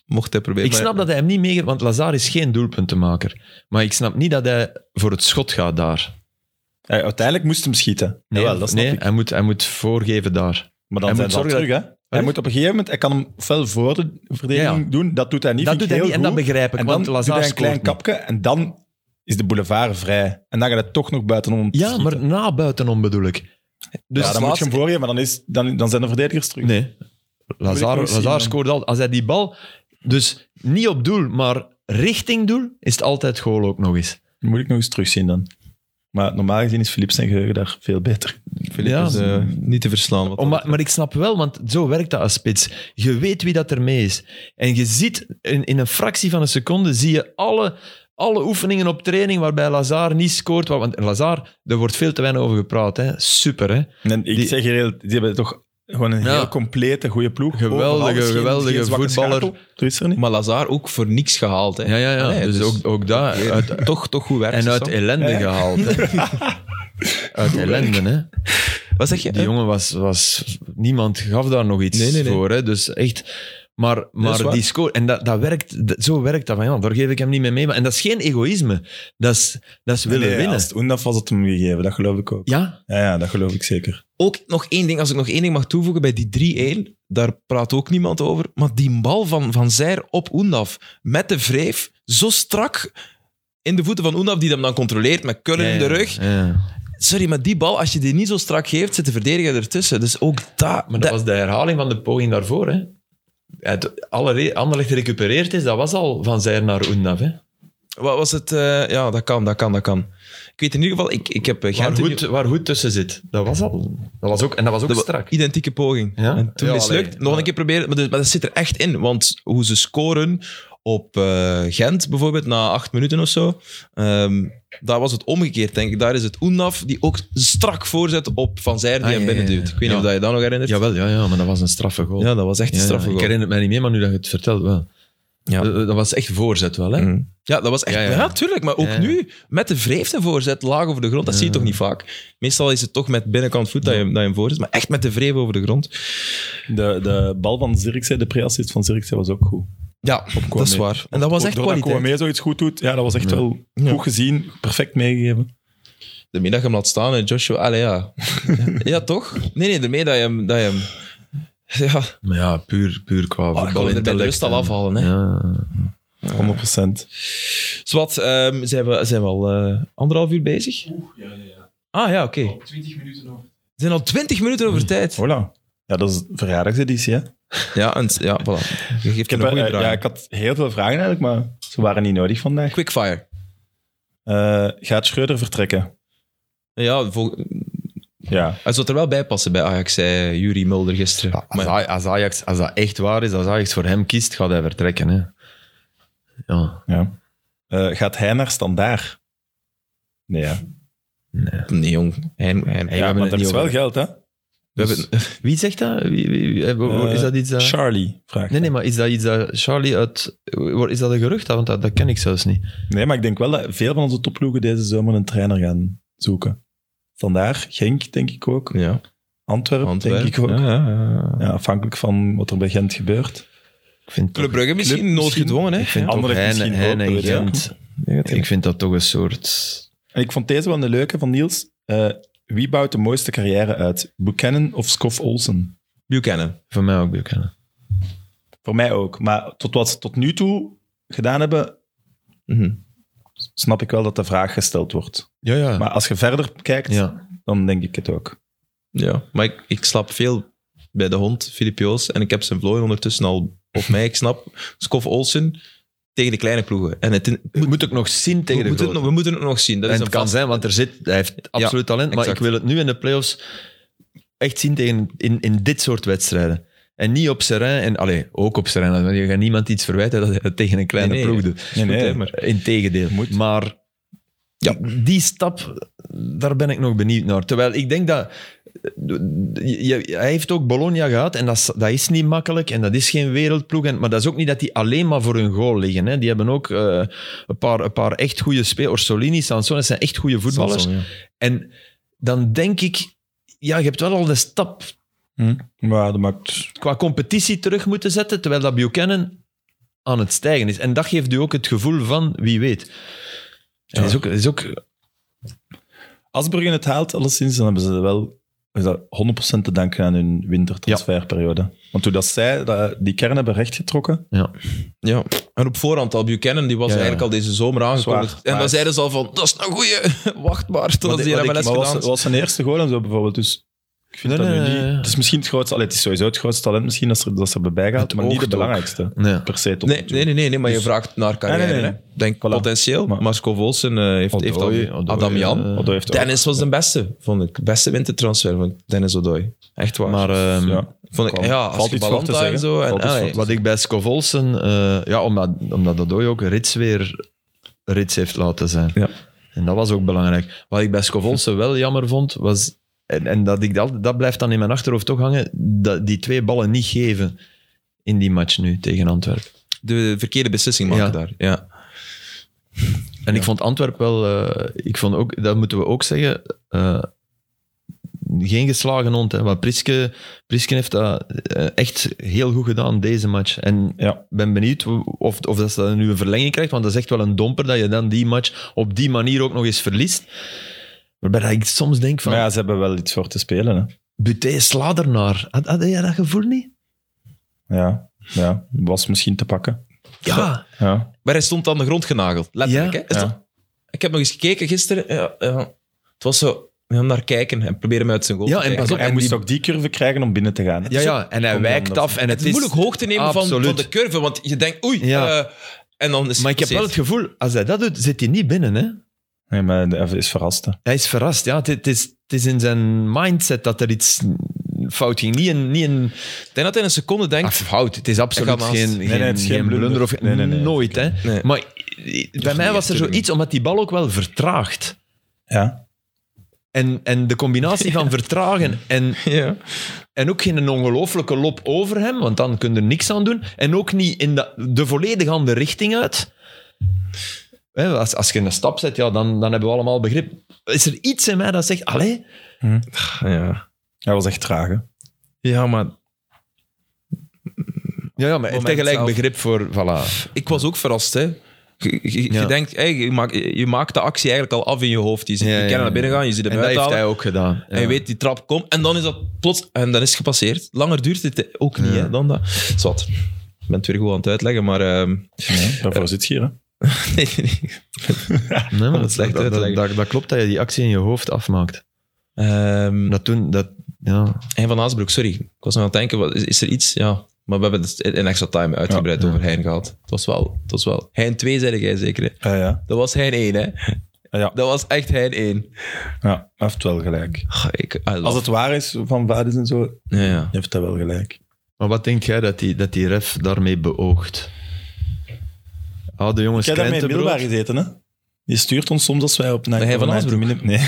mocht hij proberen. Ik snap dat hij hem niet meegeeft, want Lazar is geen doelpuntenmaker. Maar ik snap niet dat hij voor het schot gaat daar. Ja, uiteindelijk moest hem schieten. Nee, Jawel, dat snap nee ik. hij, moet, hij moet voorgeven daar. Maar dan hij zijn moet ze al zorgen terug, dat- hè. Hij moet op een gegeven moment... Hij kan hem ofwel voor de verdediging Ja, ja. doen. Dat doet hij niet, Dat vind doet ik hij niet heel en dat goed. begrijp ik, En want dan Lazar doet hij een klein scoort niet. kapje en dan is de boulevard vrij. En dan gaat hij toch nog buitenom te Ja, schieten. maar na buitenom bedoel ik. Dus ja, dan moet je hem voorgeven, maar dan, is, dan, dan zijn de verdedigers terug. Nee. Lazar, nog zien, Lazar man. scoort al. Als hij die bal... Dus niet op doel, maar richting doel, is het altijd goal ook nog eens. Moet ik nog eens terugzien dan. Maar normaal gezien is Philippe zijn geheugen daar veel beter. Filip Ja. is eh, niet te verslaan. Wat Om, dat maar, maar ik snap wel, want zo werkt dat als spits. Je weet wie dat er mee is. En je ziet, in, in een fractie van een seconde, zie je alle, alle oefeningen op training waarbij Lazar niet scoort. Want Lazar, daar wordt veel te weinig over gepraat. Hè. Super, hè. En ik Die- zeg je heel, die hebben toch gewoon een Ja. heel complete, goede ploeg. Geweldige, Overal is geen- geweldige geen zwakke voetballer. schakel. Er is er niet. Maar Lazar ook voor niks gehaald. Hè. Ja, ja, ja. Nee, dus, dus- ook, ook dat. Uit, toch, toch goed werk. en uit Sam. ellende Ja. gehaald. Hè. Uit ellende, hè. Wat zeg je? Die jongen was, was... Niemand gaf daar nog iets Nee, nee, nee. voor. Hè. Dus echt... Maar, is maar waar. die score... En dat, dat werkt... dat- zo werkt dat. Van, ja, daar geef ik hem niet mee mee. Maar- En dat is geen egoïsme. Dat is, dat is willen Nee, winnen. Als het Oendaf was het hem gegeven, dat geloof ik ook. Ja, Ja, ja, dat geloof ik zeker. Ook nog één ding, als ik nog één ding mag toevoegen bij die drie-één, daar praat ook niemand over, maar die bal van Van Zijr op Oendaf, met de wreef, zo strak in de voeten van Oendaf, die hem dan controleert met Kullen in de rug. Ja. Sorry, maar die bal, als je die niet zo strak geeft, zit de verdediger ertussen. Dus ook dat... Maar dat dat- was de herhaling van de poging daarvoor. Hè. Het, alle re- Anderlecht gerecupereerd is, dat was al van Zijr naar Oendaf. Hè. Wat was het? eh, ja, dat kan, dat kan, dat kan. Ik weet in ieder geval, ik, ik heb eh, Waar Gent... goed, waar goed tussen zit. Dat was al. Dat was ook, en dat was ook Dat wa- strak. Identieke poging. Ja? En toen Ja, mislukt. allee, Nog ja. een keer proberen, maar, de- maar dat zit er echt in. Want hoe ze scoren op eh, Gent bijvoorbeeld, na acht minuten of zo, ehm, daar was het omgekeerd, denk ik. Daar is het Oendaf die ook strak voorzet op Van Zijr, die Ah, hem ja, binnen ja, ja. duwt. Ik weet niet Ja. of dat je dat nog herinnert. Jawel, ja, ja, maar dat was een straffe goal. Ja, dat was echt een Ja, ja, straffe ik goal. herinner het mij niet meer, maar nu dat je het vertelt, wel. Ja. Dat, dat was echt voorzet wel, hè? Mm. Ja, dat was echt... Ja, Ja, ja. tuurlijk. Maar ook Ja, ja. nu, met de wreef en voorzet, laag over de grond, dat zie je toch niet vaak. Meestal is het toch met binnenkant voet dat je, dat je hem voorzet, maar echt met de wreef over de grond. De, de bal van Zirkzee, de pre-assist van Zirkzee was ook goed. Ja, dat is waar. En dat was echt Doordat kwaliteit. Kouamé zoiets goed doet, ja, dat was echt Ja. wel Ja. goed gezien, perfect meegegeven. De middag hem laat staan en Joshua... Allee, ja. ja, toch? Nee, nee, daarmee dat je hem... Dat je hem ja, Maar ja, puur, puur qua oh, ik voetbal. kan er bij de rust al afhalen. Hè. Ja. honderd procent. Zwat, ehm, zijn, we, zijn we al eh, anderhalf uur bezig? Ja, ja, ja. Ah, ja, oké. Al twintig minuten nog. We zijn al twintig minuten over tijd. Voilà. Ja, dat is de verjaardagseditie, hè. Ja, en, ja, voilà. Je geeft Ik, er heb, een goede eh, draai. ja, ik had heel veel vragen eigenlijk, maar ze waren niet nodig vandaag. Quickfire. Eh, gaat Schreuder vertrekken? Ja, vol- Ja. hij zou er wel bij passen bij Ajax, zei Yuri Mulder gisteren. Ja, als, Maar- Aj- als, Ajax, als dat echt waar is, als Ajax voor hem kiest, gaat hij vertrekken. Hè. Ja, ja. Eh, gaat hij naar Standaard? Nee, ja. nee. Nee, jong. Hij, hij, we ja, hebben maar het dat niet is wel over. geld, hè? we hebben, Wie zegt dat? Wie, wie, wie- eh, is dat iets dat... Charlie, vraagt Nee, nee, hij. maar is dat iets dat Charlie uit... Is dat een gerucht? Want dat, dat ken ik zelfs niet. Nee, maar ik denk wel dat veel van onze topploegen deze zomer een trainer gaan zoeken. Vandaar, Genk, denk ik ook. ja, Antwerpen, Antwerpen. denk ik ook. Ja, Ja. ja, ja. afhankelijk van wat er bij Gent gebeurt. Ik vind Club toch, Brugge misschien, Club misschien. noodgedwongen. Hè? ik vind Ja. toch Anderlecht Heine, misschien Heine ook, en dat weet ik Gent... Ja. Ik vind dat toch een soort... En ik vond deze wel een leuke van Niels. Eh, wie bouwt de mooiste carrière uit? Buchanan of Scoff Olsen? Buchanan. Voor mij ook Buchanan. Voor mij ook. Maar tot wat ze tot nu toe gedaan hebben, Mhm. snap ik wel dat de vraag gesteld wordt. Ja, ja. Maar als je verder kijkt, ja. dan denk ik het ook. Ja, maar ik, ik slap veel bij de hond, Filip Joos, en ik heb zijn vlooien ondertussen al op mij. Ik snap Scoff Olsen tegen de kleine ploegen. En het, Je moet ook nog zien tegen we, de moeten het, grote. nog- we moeten het nog zien. Dat En is het een kan vast- zijn, want er zit, hij heeft absoluut talent. Maar exact. ik wil het nu in de playoffs echt zien tegen, in, in dit soort wedstrijden. En niet op Serrain. En, allee, ook op Serrain. Want je gaat niemand iets verwijten dat hij het tegen een kleine Nee, nee. ploeg doet. Nee, nee. hè, maar- Integendeel. Maar ja, die stap, daar ben ik nog benieuwd naar. Terwijl ik denk dat... je- je- Hij heeft ook Bologna gehad en dat is, dat is niet makkelijk en dat is geen wereldploeg. En, maar dat is ook niet dat die alleen maar voor hun goal liggen. Hè. Die hebben ook eh, een, paar, een paar echt goede spelers. Orsolini, Sanson, dat zijn echt goede voetballers. Samson, ja. En dan denk ik, ja, je hebt wel al de stap Hm? Maar dat maakt... qua competitie terug moeten zetten, terwijl dat Buchanan aan het stijgen is. En dat geeft u ook het gevoel van wie weet. En dat is ook... Dat is ook Als Brugge het haalt, alleszins, dan hebben ze wel is dat honderd procent te danken aan hun wintertransferperiode. Want toen dat zij dat, die kern hebben rechtgetrokken... ja. Ja, en op voorhand al Buchanan, die was Ja, ja. eigenlijk al deze zomer aangekondigd. Zwaar. En Maar- dan zeiden ze al van, dat is een goeie, wacht maar totdat Maar die wat M L ik- S maar was, gedaan is. was zijn eerste goal en zo bijvoorbeeld. Dus ik vind Nee, dat nee, nu nee, niet... nee. Het is misschien het grootste... Allee, het is sowieso het grootste talent misschien dat ze, dat ze hebben bijgehaald, Het maar niet oogt het ook. belangrijkste. Nee. Per se tot Nee, nu toe. nee, nee, nee, nee, maar je Dus- vraagt naar carrière. Nee, nee, nee. Hè. Denk Voilà. potentieel. Maar- Marco Wolsen eh, heeft, heeft al... Odoi, Odoi, Adam Jan. eh, Odoi heeft ook- Dennis was de beste, vond ik. Beste wintertransfer van Dennis Odoi. Echt waar. Maar ehm, Ja. vond ik, Kan- ja, als valt je iets voor te Balanta en zeggen. zo... En, Valt iets allee, voor te wat ik bij Scovolsen... eh ja, omdat, omdat Odoi ook Rits weer Rits heeft laten zijn. Ja. En dat was ook belangrijk. Wat ik bij Scovolsen wel jammer vond, was... En, en dat, ik, dat, dat blijft dan in mijn achterhoofd toch hangen, dat die twee ballen niet geven in die match nu tegen Antwerpen. de verkeerde beslissing maken Ja. daar. Ja. En ik vond Antwerpen wel... eh, ik vond ook, dat moeten we ook zeggen... eh, geen geslagen hond. Hè, want Priske, Priske heeft dat eh, echt heel goed gedaan, deze match. En Ja. ik ben benieuwd of, of dat ze nu een verlenging krijgt, want dat is echt wel een domper dat je dan die match op die manier ook nog eens verliest. Waarbij dat ik soms denk van... Maar ja, ze hebben wel iets voor te spelen. Hè. Buté, sla ernaar. Had, had jij dat gevoel niet? Ja, ja, was misschien te pakken. Ja. Ja. Maar hij stond aan de grond genageld. Letterlijk, Ja, hè. Is ja. dat- Ik heb nog eens gekeken gisteren. Ja, ja. Het was zo... We gaan naar kijken en proberen hem uit zijn goal Ja, te en krijgen. pas op, Hij en moest die- ook die curve krijgen om binnen te gaan. hè. Ja, ja, en hij Om wijkt dan dat- af. En het, Het is moeilijk hoog te nemen van, Absoluut. van de curve, want je denkt, oei, Ja. eh, en dan is Maar ik heb wel het gevoel, als hij dat doet, zit hij niet binnen. Hè? Nee, maar hij is verrast. Hè. Hij is verrast, ja. Het, het, is, het is in zijn mindset dat er iets fout ging. Niet een... Niet een Ik denk dat hij een seconde denkt, Ach, fout. Het is absoluut Hij gaat naast. geen, Nee, geen, nee, het is geen geen blunder. blunder. Of, Nee, nee, nee. Nooit, hè. Nee. Maar bij mij was er zoiets, omdat die bal ook wel vertraagt. Ja. En, en de combinatie van vertragen en, ja. en ook geen ongelofelijke lop over hem, want dan kun je er niks aan doen. En ook niet in de, de volledig andere richting uit. Hè, als, als je een stap zet, ja, dan, dan hebben we allemaal begrip. Is er iets in mij dat zegt, allee... Ja. Hij was echt traag. Hè. ja, maar Ja, ja, maar heeft hij Moment gelijk zelf. begrip voor... Voilà. ik was ook verrast, hè. Je, je, Ja. je denkt, hey, je, maakt, je maakt de actie eigenlijk al af in je hoofd. Je ziet Ja, je ja, kennen ja. naar binnen gaan, je ziet hem En dat heeft uithalen. hij ook gedaan. En je weet, die trap komt. En dan is dat plots... En dan is het gepasseerd. Langer duurt het ook niet, Ja. hè, dan dat. Zwat. Ik ben het weer goed aan het uitleggen, maar... ehm, Ja, daarvoor zit je hier. Hè. nee, nee, nee. Nee, maar dat dat, is slecht dat, uit te dat, leggen. dat, dat klopt dat je die actie in je hoofd afmaakt. Ehm, Dat toen... Dat, ja. Hein van Aasbroek, sorry. Ik was nog aan het denken, wat, is, is er iets? Ja, maar we hebben het in extra time uitgebreid Ja. over Hein gehad. Het was wel... Het was wel Hein twee, zei jij zeker, hè? Ja, ja. Dat was Hein één, hè? Ja, Dat was echt Hein één. ja, hij heeft wel gelijk. Ah, ik, I love- Als het waar is van vaders en zo, Ja, ja. heeft hij wel gelijk. Maar wat denk jij dat die, dat die ref daarmee beoogt? Oude jongens Ik heb daarmee in krentenbrood. Middelbaar gezeten, hè? Die stuurt ons soms als wij op Hij van ninety Aasbroek? minute. Nee.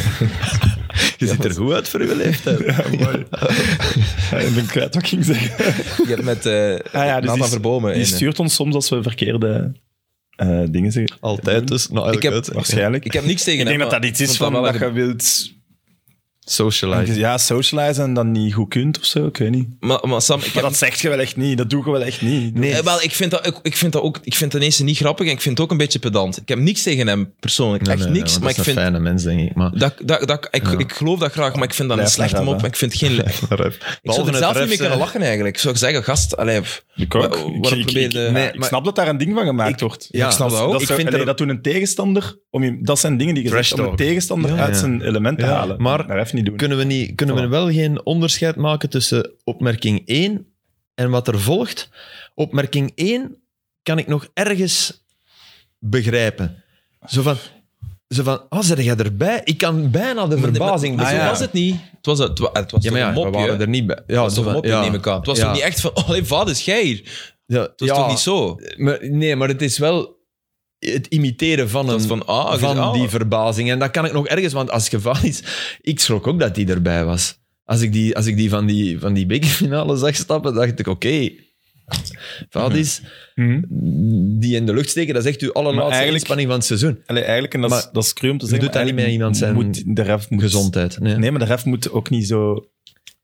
Je ziet er goed uit voor je leeftijd. Ja, mooi. Ja, ik ben kwijt wat ik ging zeggen. Je hebt met uh, Ah, ja, dus Nathan die, Verbomen. die in, eh. stuurt ons soms als we verkeerde eh, dingen zeggen. Altijd dus. Nou, Ik heb- uit. Waarschijnlijk. Ik heb niks tegen Ik denk hem, dat dat maar iets is ik vond van wel dat echt- je wilt Socialize. ja, socializen en dan niet goed kunt of zo. Ik weet niet. Maar, maar Sam, ik Maar heb... dat zeg je wel echt niet. Dat doe je wel echt niet. Nee. Eh, wel, ik vind dat, ik, ik vind dat ook... Ik vind ten eerste niet grappig en ik vind het ook een beetje pedant. Ik heb niks tegen hem, persoonlijk. Nee, Echt nee, nee, niks. want maar dat ik is een vind... fijne mens, denk ik. Maar... Dat, dat, dat, ik, Ja. ik geloof dat graag, maar ik vind dat een Blijf slechte maar mop. af, hè. Ik vind het geen... Ik zou er zelf niet mee kunnen lachen, eigenlijk. Ik zou zeggen, gast, allee, pff, Ik ook. Wa- Ik, waarom ik, probeerde- ik- Nee, ik maar- snap dat daar een ding van gemaakt Ik- wordt. ja, ik snap dat ook. Dat, Ik zou- vind allee, er- dat doen een tegenstander... Om je, dat zijn dingen die je Trash zegt om een talk. tegenstander Ja, uit ja. zijn element te Ja, halen. maar dat even niet doen. Kunnen we, niet, kunnen we Voilà. wel geen onderscheid maken tussen opmerking één en wat er volgt? Opmerking één kan ik nog ergens begrijpen. Zo van, zo van oh, zit jij erbij? Ik kan bijna de verbazing Maar, maar, begrijpen. zo was het niet. Het was, het wa- het was Ja, maar ja, toch een we mopje. waren er niet bij. Ja, Het was zo toch een van, mopje, ja. neem ik aan. Het was Ja. toch niet echt van, oh, wat is jij hier? Ja, Het was ja, toch niet zo? Maar, nee, maar het is wel het imiteren van, Dat een, is van, ah, van ah. die verbazing. En dat kan ik nog ergens, want als geval is... Ik schrok ook dat die erbij was. Als ik die, als ik die van die, van die bekerfinale zag stappen, dacht ik, oké... Okay, Vadis, Mhm. die in de lucht steken, dat is echt uw allerlaatste eigenlijk- inspanning van het seizoen. Allee, eigenlijk, en dat, is, Maar dat is cru om te je zeggen... doet dat niet maar met iemand zijn moet, de ref moet, Gezondheid. Nee. Nee, maar de ref moet ook niet zo...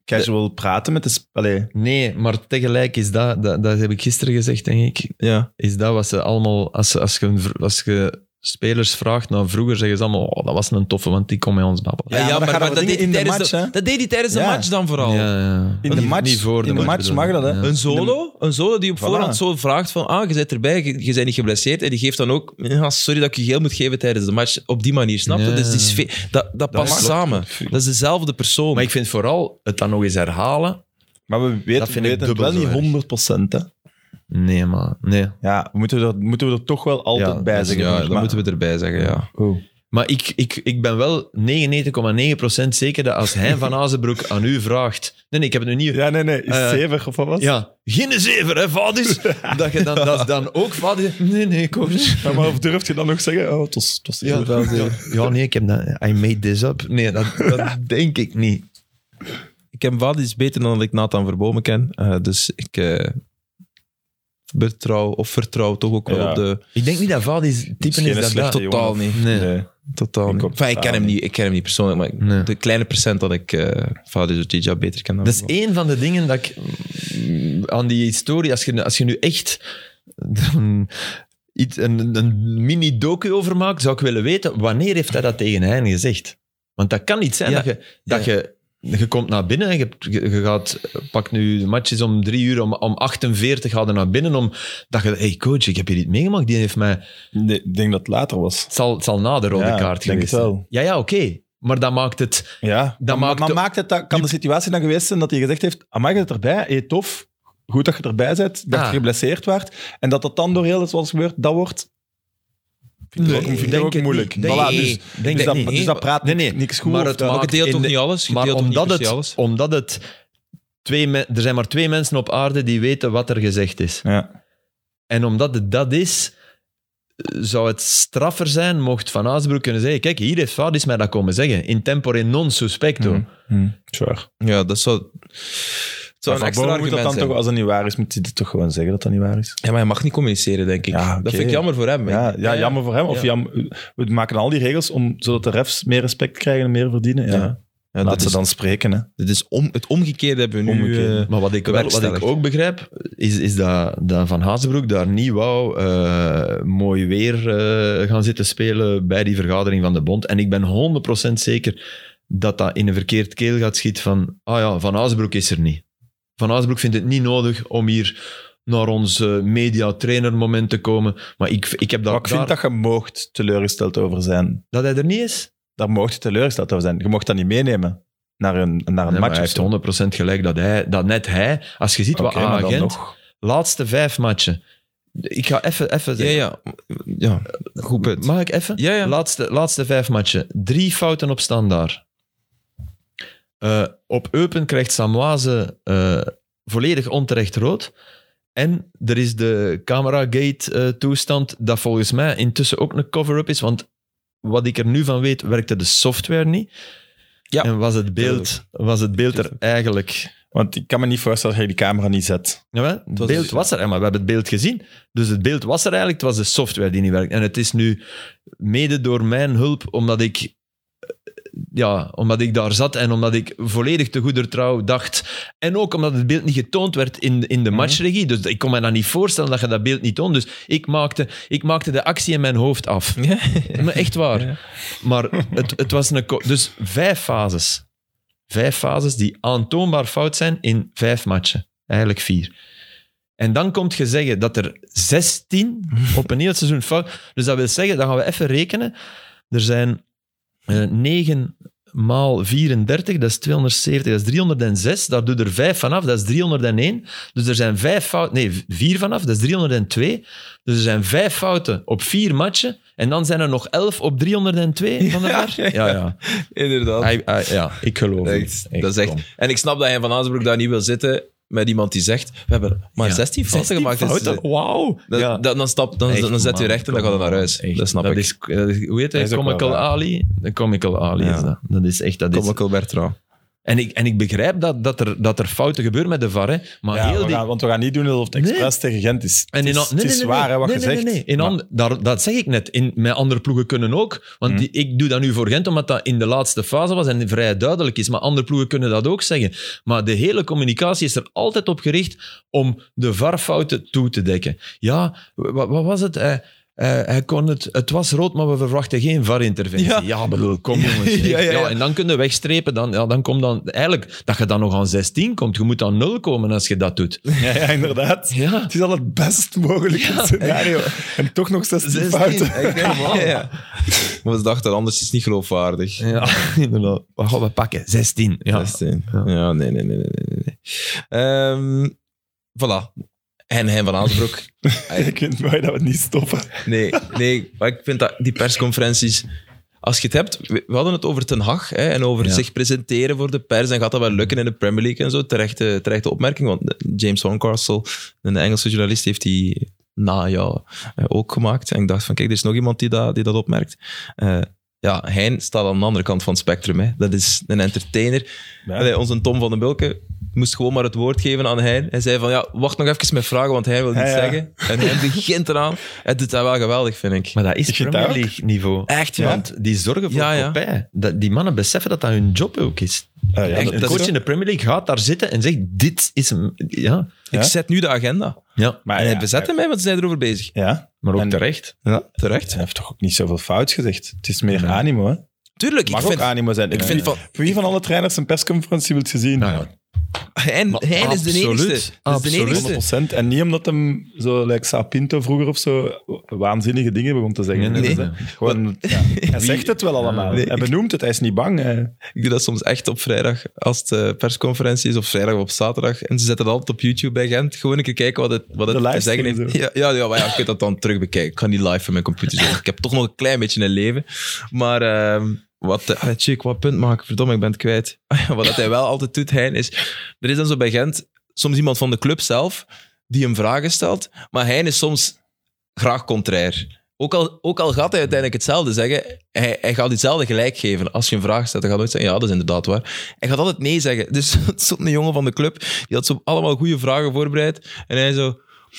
casual praten met de... Sp- Allee, Nee, maar tegelijk is dat, dat, dat heb ik gisteren gezegd, denk ik, Ja. is dat wat ze allemaal, als, ze- als, je, een vr- als je spelers vraagt naar vroeger, zeggen ze allemaal, oh, dat was een toffe, want die kon met ons babbelen. Ja, Ja, maar maar, dat gaat maar over dat, deed dingen hij in de tijdens de, match, hè? dat deed hij tijdens de Ja. match dan vooral. Ja, ja. In de Niet- match- niet voor de in de match match bedoel. mag dat, hè? Ja. Een solo, een solo die op Voilà. voorhand zo vraagt van ah, je bent erbij, je, je bent niet geblesseerd en die geeft dan ook ja, sorry dat ik je geel moet geven tijdens de match. Op die manier, snap je? Ja. Dus die sfeer, dat, dat past mag. samen. Dat is dezelfde persoon. Maar ik vind vooral het dan nog eens herhalen. maar we weten, Dat we vind ik weten het dubbel wel zo niet erg. honderd procent. Hè. Nee, maar nee. Ja, we moeten, er, moeten we er toch wel altijd Ja, bij dat is- zeggen. ja, Maar- dat moeten we erbij zeggen, ja. Oh. Maar ik, ik, ik ben wel negenennegentig komma negen procent zeker dat als Hein van Azenbroek aan u vraagt... Nee, nee, ik heb het nu niet... Ja, nee, nee. Is Eh, zeven of wat was het? Ja, geen zever, hè, vaders? Dat je dan, dat dan ook vader... Nee, nee, coach. Ja, maar of durf je dan nog zeggen? Oh, het was, het was Ja, zeven. ja, ja, nee, ik heb dat... I made this up. Nee, dat, dat denk ik niet. Ik ken Vadis beter dan dat ik Nathan Verbomen ken. Uh, dus ik uh, betrouw of vertrouw toch ook wel Ja. op de... Ik denk niet dat vaders type Geen is dat slechte dat... totaal jongen. niet. Nee. Nee. Totaal Ik niet. ook Enfin, ik, ken totaal hem niet. niet. ik ken hem niet persoonlijk, maar ik- Nee. de kleine procent dat ik uh, Vadis Ojija beter ken dan Dat is Verbomen. één van de dingen dat ik mm, aan die historie, als je, als je nu echt een, iets- een, een mini-docu over maakt, zou ik willen weten, wanneer heeft hij dat tegen hen gezegd? Want dat kan niet zijn Ja. dat, je, dat je... Je komt naar binnen en je, je je gaat... Pak nu, de match is om drie uur, om, om achtenveertig ga je naar binnen om... Dat je... Hey coach, ik heb hier iets meegemaakt. Die heeft mij... Nee, ik denk dat het later was. Het zal, het zal na de rode Ja, kaart ik denk geweest het wel. zijn. Ja, ja, oké. Maar dat maakt het... Ja, Dat maar, maakt maar de- maakt het, dat, kan de situatie dan geweest zijn dat hij gezegd heeft, amai, je bent erbij, hey, tof, goed dat je erbij bent, dat Ah. je geblesseerd werd, en dat dat dan door heel het wat is gebeurd, dat wordt... Vind ik Nee, ook, vind ik denk ook het moeilijk. niet. Denk Voilà, ik dus, niet. dus, Denk dat, ik niet. dus dat praat Nee, niks, nee. niks goed. Maar of het dat- maakt- Maar je deelt in toch de- niet alles? Je Maar deelt toch niet omdat per se het, alles? omdat het twee me- er zijn maar twee mensen op aarde die weten wat er gezegd is. Ja. En omdat het dat is, zou het straffer zijn mocht Van Azenbroek kunnen zeggen, kijk, hier heeft Vadis mij dat komen zeggen. In tempore non suspecto. Hm, hm, sure. Ja, dat zou... Het zou Maar een extra Van Bommel moet dat argument dan zijn. toch, als dat niet waar is, moet hij dat toch gewoon zeggen dat dat niet waar is. Ja, maar hij mag niet communiceren, denk ik. Ja, Dat oké. vind ik jammer voor hem. Ja, ja, jammer voor hem. Of Ja. jam, we maken al die regels om, zodat de refs meer respect krijgen en meer verdienen. Ja. Ja. Ja, Laat dat ze is, dan spreken. Hè. dit is om, het omgekeerde hebben we nu... Omgekeerde. eh, Maar wat ik, wel, wat ik bewerkstelligd. ook begrijp, is, is dat, dat Van Hazenbroek daar niet wou eh, mooi weer eh, gaan zitten spelen bij die vergadering van de bond. En ik ben honderd procent zeker dat dat in een verkeerd keel gaat schieten van ah ja, Van Hazenbroek is er niet. Van Hazenbroek vindt het niet nodig om hier naar ons eh, media-trainer-moment te komen. Maar ik, ik heb dat... Maar ik vind daar- dat je moogt teleurgesteld over zijn. dat hij er niet is? Daar mocht je teleurgesteld over zijn. Je mocht dat niet meenemen naar een, naar een Nee, maar match. hij of heeft zo. honderd procent gelijk dat, hij, dat net hij... Als je ziet wat Oké, maar dan agent... nog. Laatste vijf matchen. Ik ga even, even Ja, zeggen. ja. Ja, goed punt. Mag ik even? Ja, ja. Laatste, laatste vijf matchen. Drie fouten op standaard. Eh, op Eupen krijgt Samoise eh, volledig onterecht rood. En er is de Cameragate-toestand, dat volgens mij intussen ook een cover-up is, want wat ik er nu van weet, werkte de software niet. Ja. En was het beeld, was het beeld er eigenlijk... Want ik kan me niet voorstellen dat je die camera niet zet. Jawel, het was beeld dus- was er, maar we hebben het beeld gezien. Dus het beeld was er eigenlijk, het was de software die niet werkt. En het is nu mede door mijn hulp, omdat ik, eh, ja, omdat ik daar zat en omdat ik volledig te goeder trouw dacht. En ook omdat het beeld niet getoond werd in, in de matchregie. Dus ik kon me dat niet voorstellen dat je dat beeld niet toont. Dus ik maakte, ik maakte de actie in mijn hoofd af. Ja. Maar echt waar. Maar het, het was een... ko- Dus vijf fases. Vijf fases die aantoonbaar fout zijn in vijf matchen. Eigenlijk vier. En dan komt je zeggen dat er zestien op een heel seizoen fout... Dus dat wil zeggen, dan gaan we even rekenen. Er zijn eh, negen maal vierendertig, dat is tweehonderdzeventig, dat is driehonderdzes. Daar doe je er vijf vanaf, dat is driehonderdéén. Dus er zijn vijf fouten... Nee, vier vanaf, dat is driehonderdtwee. Dus er zijn vijf fouten op vier matchen. En dan zijn er nog elf op driehonderdtwee van de Ja, VAR. Ja, ja. Inderdaad. Hij- hij- ja, ik geloof Echt, het. dat is echt. kom. En ik snap dat hij van Azenbroek daar niet wil zitten met iemand die zegt, we hebben maar Ja. zestien fouten gemaakt. Dus, fouten? eh, Wauw. dan, Ja. dan, dan, stap, dan, Echt, dan zet je man, recht en dan gaat hij naar huis. echt. Dat snap dat ik. Is, dat is- hoe heet hij? Dat is ook wel Comical waar. Ali? De Comical Ali Ja. is dat. Dat is echt... Dat is, Comical Bertrand. En ik, en ik begrijp dat, dat, er, dat er fouten gebeuren met de V A R, hè. Maar Ja, heel we die... gaan, want we gaan niet doen alsof het expres tegen Gent is. En Het in is, an- nee, het is nee, nee, waar, hè, wat nee, je nee, zegt. nee, nee. In Maar- an- daar, dat zeg ik net. In, met andere ploegen kunnen ook. Want Mhm. die, ik doe dat nu voor Gent, omdat dat in de laatste fase was en vrij duidelijk is. Maar andere ploegen kunnen dat ook zeggen. Maar de hele communicatie is er altijd op gericht om de V A R-fouten toe te dekken. Ja, wat, wat was het? Hij, hij, hij kon het, het was rood, maar we verwachten geen V A R-interventie. Ja. Ja, bedoel, kom jongens. echt. Ja, ja, ja. Ja, en dan kun je wegstrepen. Dan, ja, dan kom dan... Eigenlijk, dat je dan nog aan zestien komt. Je moet aan nul komen als je dat doet. Ja, ja, inderdaad. Ja. Het is al het best mogelijke scenario. En toch nog zestien fouten. Ja, ja. Maar ze dachten anders is het niet geloofwaardig. Ja, inderdaad. Wat gaan we pakken? zestien. Ja. zestien. Ja, nee, nee, nee, nee, nee. nee. Ehm, voilà. En Hein van Azenbroek. Ik vind het mooi dat we het niet stoppen. Nee, nee, maar ik vind dat die persconferenties... Als je het hebt... We we hadden het over Ten Hag hè, en over Ja. zich presenteren voor de pers. En gaat dat wel lukken in de Premier League en zo? Terechte, terechte opmerking, want James Horncastle, een Engelse journalist, heeft die na ja, ook gemaakt. En ik dacht van, kijk, er is nog iemand die dat, die dat opmerkt. Uh, ja, Hein staat aan de andere kant van het spectrum. Hè. Dat is een entertainer. Ja. Allee, onze Tom van den Bulke moest gewoon maar het woord geven aan Hein. Hij zei van, ja, wacht nog even met vragen, want hij wil iets Ja, ja. zeggen. En hij begint eraan. Hij doet dat wel geweldig, vind ik. Maar dat is Ik vind Premier dat ook. League niveau. Echt, ja. Want die zorgen voor Ja, ja. kopij. Dat, die mannen beseffen dat dat hun job ook is. Ah, ja, Echt, dat- een dat coach is in de Premier League gaat daar zitten en zegt, dit is hem. Ja, Ik Ja? zet nu de agenda. ja. maar En ja, hij bezet hem, hè, want ze zijn erover bezig. Ja, maar ook En- terecht. Ja, terecht. hij heeft toch ook niet zoveel fouts gezegd. Het is meer animo, hè? Tuurlijk, Mag ik ook vind... animo zijn. ik vind van- Wie van alle trainers een persconferentie wilt gezien? Nou ja, Hein, Maar Hein is de absoluut, enigste. Dat is de absoluut. enigste. honderd procent. En niet omdat hem, zo like Sapinto vroeger of zo, waanzinnige dingen begon te zeggen. Nee, nee, nee. Gewoon, ja, hij zegt het wel allemaal. Nee, hij ik- benoemt het, hij is niet bang. Hij- Ik doe dat soms echt op vrijdag, als het eh, persconferentie is, of vrijdag of op zaterdag. En ze zetten dat altijd op YouTube bij Gent. Gewoon een keer kijken wat het, wat het De te livestream zeggen heeft. zo. Ja, ja, ja, maar ja, je kunt dat dan terug bekijken. Ik ga niet live van mijn computer zetten. Ik heb toch nog een klein beetje een leven. Maar ehm, wat... Uh, chick, wat punt maken? Verdomme, ik ben het kwijt. Wat dat hij wel altijd doet, Hein, is... Er is dan zo bij Gent soms iemand van de club zelf die hem vragen stelt. Maar Hein is soms graag contrair. Ook al, ook al gaat hij uiteindelijk hetzelfde zeggen, hij, hij gaat hetzelfde gelijk geven. Als je een vraag stelt, dan gaat hij nooit zeggen, ja, dat is inderdaad waar. Hij gaat altijd nee zeggen. Dus het stond een jongen van de club, die had zo allemaal goede vragen voorbereid. En hij zo...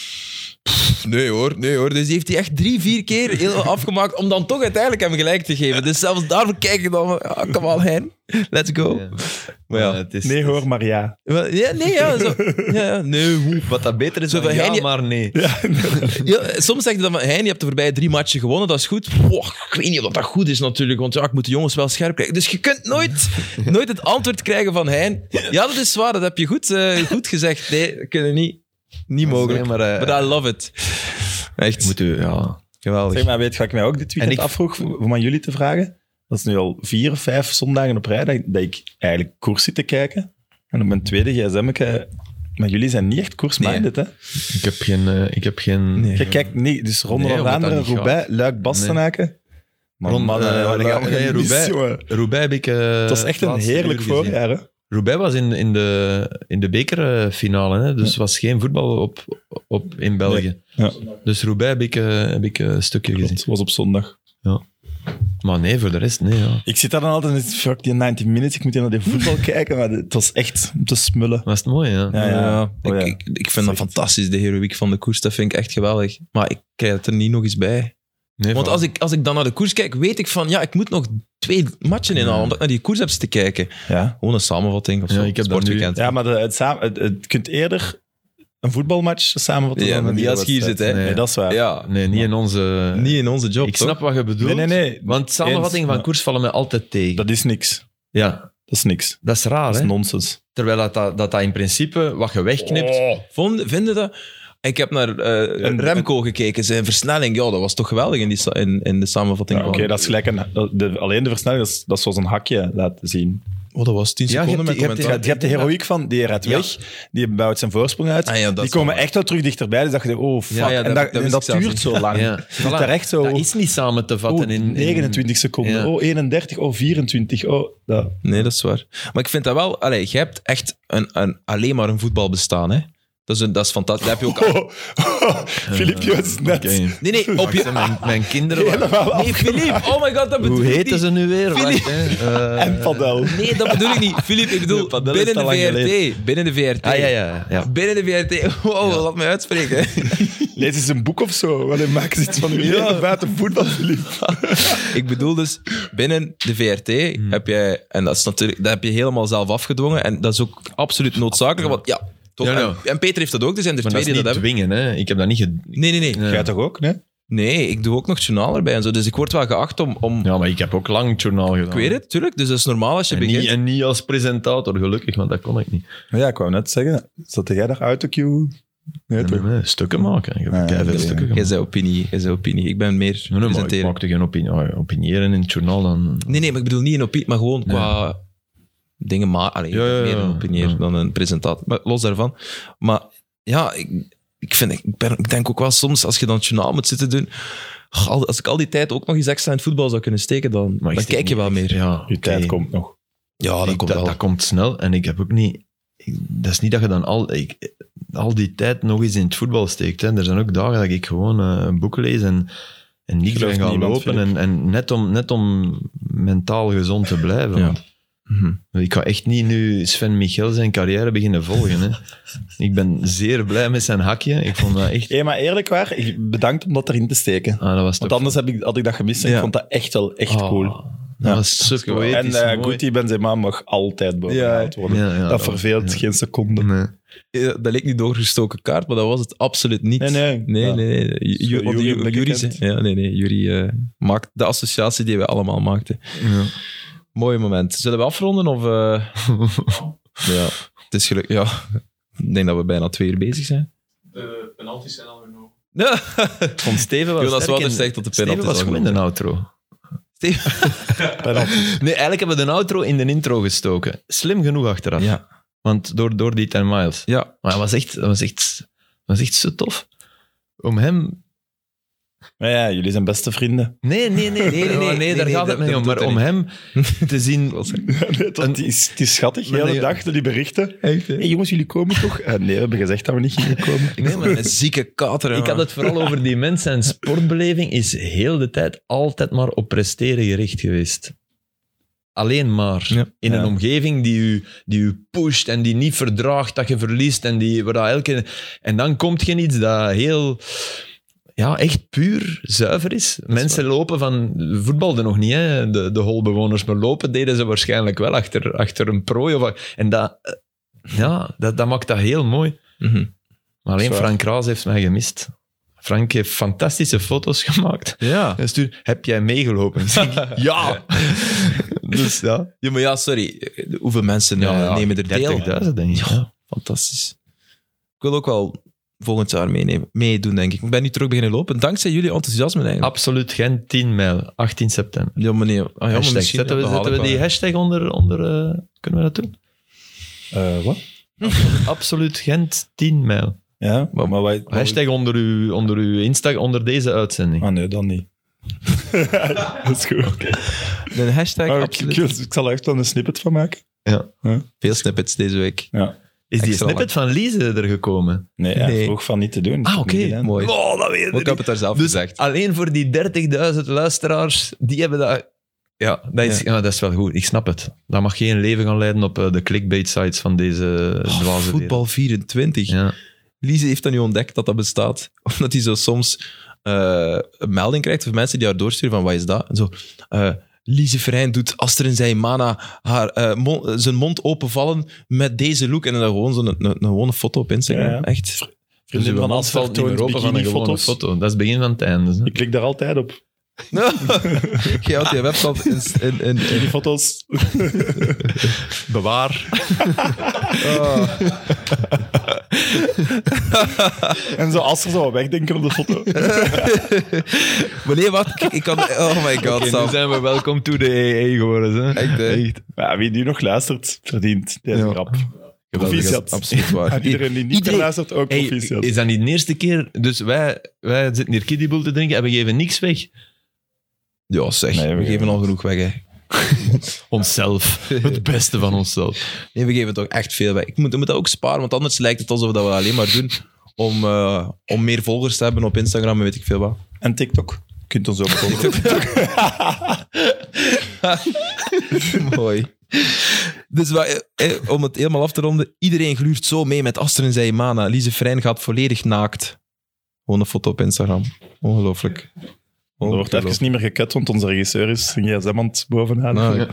"Pff, Nee hoor, nee hoor. Dus die heeft hij echt drie, vier keer heel afgemaakt om dan toch uiteindelijk hem gelijk te geven. Dus zelfs daarvoor kijk ik dan van, ah, come on, Hein. Let's go. Ja. Maar ja. het is, Nee hoor, maar ja. Wel, ja, nee, ja. Zo, ja, ja, nee, hoe. Wat dat beter is Zo dan van, ja, hij- maar nee. Ja, soms zeg je dan van, Hein, je hebt de voorbije drie matchen gewonnen, dat is goed. Boah, ik weet niet of dat goed is natuurlijk, want ja, ik moet de jongens wel scherp krijgen. Dus je kunt nooit, nooit het antwoord krijgen van Hein. Ja, dat is waar, dat heb je goed, eh, goed gezegd. Nee, dat kunnen niet. Niet mogelijk. Nee, maar, eh, But I love it. Echt, Moet u, ja. geweldig. Zeg maar, weet je wat ik mij ook dit weekend En ik- afvroeg, om aan jullie te vragen? Dat is nu al vier of vijf zondagen op rij dat, dat ik eigenlijk koers zit te kijken. En op mijn tweede gsm, maar jullie zijn niet echt koersminded, hè? Ik heb geen... eh, ik heb geen Nee. Je kijkt niet, dus Ronde Nee, van omdat dat Vlaanderen, niet Roubaix, Luik, Bastenaken. Maar Ronde- man, eh, eh, wat Luik- gaan we- nee, mis, Roubaix. jongen. Roubaix heb ik... eh, Het was echt een laatste heerlijk uur gezien. voorjaar, hè? Roubaix was in, in de, in de bekerfinale, hè? Dus was geen voetbal op, op, in België. Ja. Dus Roubaix heb ik, eh, heb ik een stukje gezien. Het was op zondag. Maar nee, voor de rest, nee. Ja. Ik zit daar dan altijd en zeg, fuck die negentig minutes, ik moet hier naar die voetbal kijken, maar het was echt om te smullen. Was het mooi, ja. Ja, ja. Ja, Oh, ja. ik, ik, ik vind dat fantastisch, de heroïek van de koers. Dat vind ik echt geweldig. Maar ik krijg het er niet nog eens bij. Nee, Want voilà. als ik, als ik dan naar de koers kijk, weet ik van, ja, ik moet nog twee matchen inhalen, omdat ik naar die koers heb te kijken. Ja. Gewoon een samenvatting of Ja, zo. ik heb dat Sportweekend. Ja, maar de, het, samen, het, het kunt eerder een voetbalmatch samenvatten Ja, dan maar een niet als je hier wielerwedstrijd. zit, hè. Nee, dat is waar. Ja, Nee, niet in onze... niet in onze job, Ik toch? snap wat je bedoelt. Nee, nee, nee. Want samenvattingen Eens, van ja. koers vallen mij altijd tegen. Dat is niks. Ja, Dat is niks. dat is raar, Dat is hè? nonsens. Terwijl dat, dat, dat dat in principe wat je wegknipt... Vonden, vinden dat? Ik heb naar eh, Een- Remco gekeken, zijn versnelling. Ja, dat was toch geweldig in, die, sa- in, in de samenvatting. Ja, Oké, van- dat is gelijk een, de, alleen de versnelling, dat is, dat is zoals een hakje laten zien. Oh, dat was tien Ja, je seconden hebt met die- je commentaar. Je hebt de heroïek van, die rijdt Ja. weg, die bouwt zijn voorsprong uit. Ah ja, dat die is komen wel- echt wel terug dichterbij, dus dat je denkt, oh fuck. Ja, ja, en dat- dat, dat en wist dat ik zelfs duurt niet. zo lang. Ja. Je zit daar echt zo, Dat is niet samen te vatten oh, in, in... negenentwintig seconden, Ja. oh eenendertig, oh vierentwintig, oh... Dat. Nee, dat is waar. Maar ik vind dat wel... Allee, je hebt echt een, een, alleen maar een voetbal bestaan, hè. Dat is, een, dat is fantastisch. Dat heb je ook... Oh, oh, Filip, je was net... Oké. Nee, nee, op je... Mijn, mijn kinderen... Helemaal Nee, Filip, oh my god, dat bedoel Hoe ik heten niet. ze nu weer? Filip. Wacht, hè. Uh, En padel. Nee, dat bedoel ik niet. Filip, ik bedoel Nee, padel is binnen de te lang V R T. geleden. Binnen de V R T. Ah, ja, ja. ja. Binnen de V R T. Wow, laat mij uitspreken. Lees eens een boek of zo. Wanneer maken ze iets van uw leven buiten voetbal, Filip? Ik bedoel dus, binnen de V R T heb jij... En dat is natuurlijk... Dat heb je helemaal zelf afgedwongen. En dat is ook absoluut noodzakelijk. Want ja... Toch? Ja, ja. En, en Peter heeft dat ook, er zijn er Maar twee dat is die niet dat hebben. dwingen, hè. Ik heb dat niet... Ge... Nee, nee, nee. Ja. Jij toch ook, nee? Nee, ik doe ook nog journaal erbij en zo. Dus ik word wel geacht om... om Ja, maar ik heb ook lang het journaal gedaan. Ik weet het, tuurlijk. Dus dat is normaal als je En begint. niet, en niet als presentator, gelukkig, want dat kon ik niet. Maar ja, ik wou net zeggen, zat jij daar autocue? Nee, Nee, toch? nee, stukken maken. Ik heb Ah, keiveel ja, stukken ja. Jij gemaakt. zei opinie, jij zei opinie. Ik ben meer Nee, nee, maar ik presenteren. maakte geen opinie. Oh, opiniëren in het journaal dan... Nee, nee, maar ik bedoel niet een opinie, maar gewoon qua dingen maar Allee, Ja, ja, ja. meer een opinier Ja. dan een presentator. Maar los daarvan. Maar ja, ik, ik, vind, ik, ben, ik denk ook wel soms, als je dan het journaal moet zitten doen, al- als ik al die tijd ook nog eens extra in het voetbal zou kunnen steken, dan, Maar ik dan steek kijk je niet wel echt. meer. Ja, Je tijd oké. komt nog. Ja, dat Ik- komt dat, wel. dat komt snel. En ik heb ook niet... ik- dat is niet dat je dan al, ik, al die tijd nog eens in het voetbal steekt. Hè. Er zijn ook dagen dat ik gewoon uh, een boek lees en, en niet Gelooft ben gaan niemand, lopen. En, en net, om, net om mentaal gezond te blijven. Ja. Want Mhm. ik ga echt niet nu Sven Michel zijn carrière beginnen volgen. Hè. Ik ben zeer blij met zijn hakje. Ik vond dat echt... Hé, maar eerlijk waar, ik- bedankt om dat erin te steken. Ah, dat was Want toch- anders heb ik, had ik dat gemist en Ja. ik vond dat echt wel echt Oh, cool. Dat Ja. was zo poëtisch En uh, mooi. Guti Benzema mag altijd bovengehaald worden. Ja, ja, dat dat- verveelt ja. geen seconde. Nee. Ja, dat leek niet doorgestoken kaart, maar dat was het absoluut niet. Nee, nee. Nee, Ja. nee, nee. Ju- Zo, want Jury Ju- Blikken Jury kent. zei- Ja, nee, nee. Jury eh, maakt de associatie die wij allemaal maakten. Ja. Mooi moment. Zullen we afronden? Of, eh, ja, het is geluk. Ja, ik denk dat we bijna twee uur bezig zijn. De penalties zijn al genomen. Ja. Vond Steven was Jonas sterk Wouters in- zegt dat de Steven penalty was is al goed in de outro. Penalty. Nee, eigenlijk hebben we de outro in de intro gestoken. Slim genoeg achteraf. Ja. Want door, door die ten miles. Ja. Maar dat was echt, dat was echt, dat was echt zo tof. Om hem... Maar ja, jullie zijn beste vrienden. Nee, nee, nee. nee, nee, nee, nee, daar nee, gaat dat- het niet dat om. Maar doet om hij hem te zien... Nee, dat, die is, die is schattig, de hele Nee, dag, die berichten. Echt, hè? Hey, jongens, jullie komen toch? Eh, nee, we hebben gezegd dat we niet gingen komen. Nee, maar Een zieke kater. ik had het vooral over die mens. Zijn sportbeleving is heel de tijd altijd maar op presteren gericht geweest. Alleen maar. Ja. In een Ja. omgeving die u, die u pusht en die niet verdraagt dat je verliest. En, die, waar dat elke, en dan komt je iets dat heel... Ja, echt puur zuiver is. Mensen lopen van... Voetbalden nog niet, hè, de, de holbewoners. Maar lopen deden ze waarschijnlijk wel achter, achter een prooi. Of, en dat, eh, ja, dat, dat maakt dat heel mooi. Mhm. Maar alleen Zwaar. Frank Raas heeft mij gemist. Frank heeft fantastische foto's gemaakt. Ja. Hij stuurt, heb jij meegelopen? Ik zeg, ja. Dus ja. Ja, maar ja, sorry. Hoeveel mensen eh, Ja, ja, nemen er deel? dertigduizend denk ik. Ja. Fantastisch. Ik wil ook wel volgend jaar meenemen, meedoen, denk ik. Ik ben nu terug beginnen lopen, dankzij jullie enthousiasme eigenlijk. Absoluut geen tien mijl, achttien september. Ja, meneer. Ah, ja, maar Hashtag. misschien, Zetten we, dat haal zetten ik we die wel. hashtag onder... onder uh, kunnen we dat doen? Uh, wat? Absoluut Gent tien mijl. Ja, maar, maar wij... Hashtag onder uw, onder uw Insta, onder deze uitzending. Ah nee, dan niet. dat is goed. Okay. Een hashtag, Oh, ik, absoluut. ik, ik zal er echt wel een snippet van maken. Ja. Veel snippets deze week. Ja. Is die Extra snippet van Lise er gekomen? Nee, hij Nee. vroeg van niet te doen. Ah, oké. Mooi. Oh, dat weet Maar ik heb het daar zelf Dus gezegd. alleen voor die dertigduizend luisteraars, die hebben dat... Ja, dat is, ja. dat is wel goed. Ik snap het. Dat mag geen leven gaan leiden op uh, de clickbait-sites van deze Oh, dwaze voetbal vierentwintig. wereld. Ja. Lise heeft dat nu ontdekt dat dat bestaat. Omdat hij zo soms eh, een melding krijgt van mensen die haar doorsturen van wat is dat? En zo, eh, Lise Verheyen doet Aster en Zaimana haar, eh, mon- zijn mond openvallen met deze look. En dan gewoon zo'n een, een, een gewone foto op Instagram. Ja, ja. Echt. Vriendin Dus van van Asfer valt niet meer toont open van een gewone bikini-foto's. foto. Dat is het begin van het einde. Hè. Ik klik daar altijd op. Jij had die website in... in, in, in- Die foto's. Bewaar. Oh. En zo als er zo wegdenken op de foto. Maar nee, wacht. Ik, ik kan... Oh my god, Oké, Sam. nu zijn we welkom to the A A geworden. Hè. Echt, hè? Ja, wie nu nog luistert, verdient deze Ja. grap. Geweldig, Proficiat. absoluut waar. En iedereen die niet Iedereen- luistert, ook Hey, proficiat. is dat niet de eerste keer? Dus wij, wij zitten hier kiddieboel te drinken en we geven niks weg. Ja, zeg. Nee, we we geven geven al het. genoeg weg, hè. Onszelf. Het beste van onszelf. Nee, we geven toch echt veel weg. Ik moet, ik moet dat ook sparen, want anders lijkt het alsof dat we alleen maar doen om, uh, om meer volgers te hebben op Instagram en weet ik veel wat. En TikTok. Je kunt ons ook volgen. Mooi. Dus wat, eh, om het helemaal af te ronden, iedereen gluurt zo mee met Astrid en Zeymana. Lise Freijn gaat volledig naakt. Gewoon een foto op Instagram. Ongelooflijk. Er wordt even niet meer gekut, want onze regisseur is een gsm aan het bovenaan. Nou,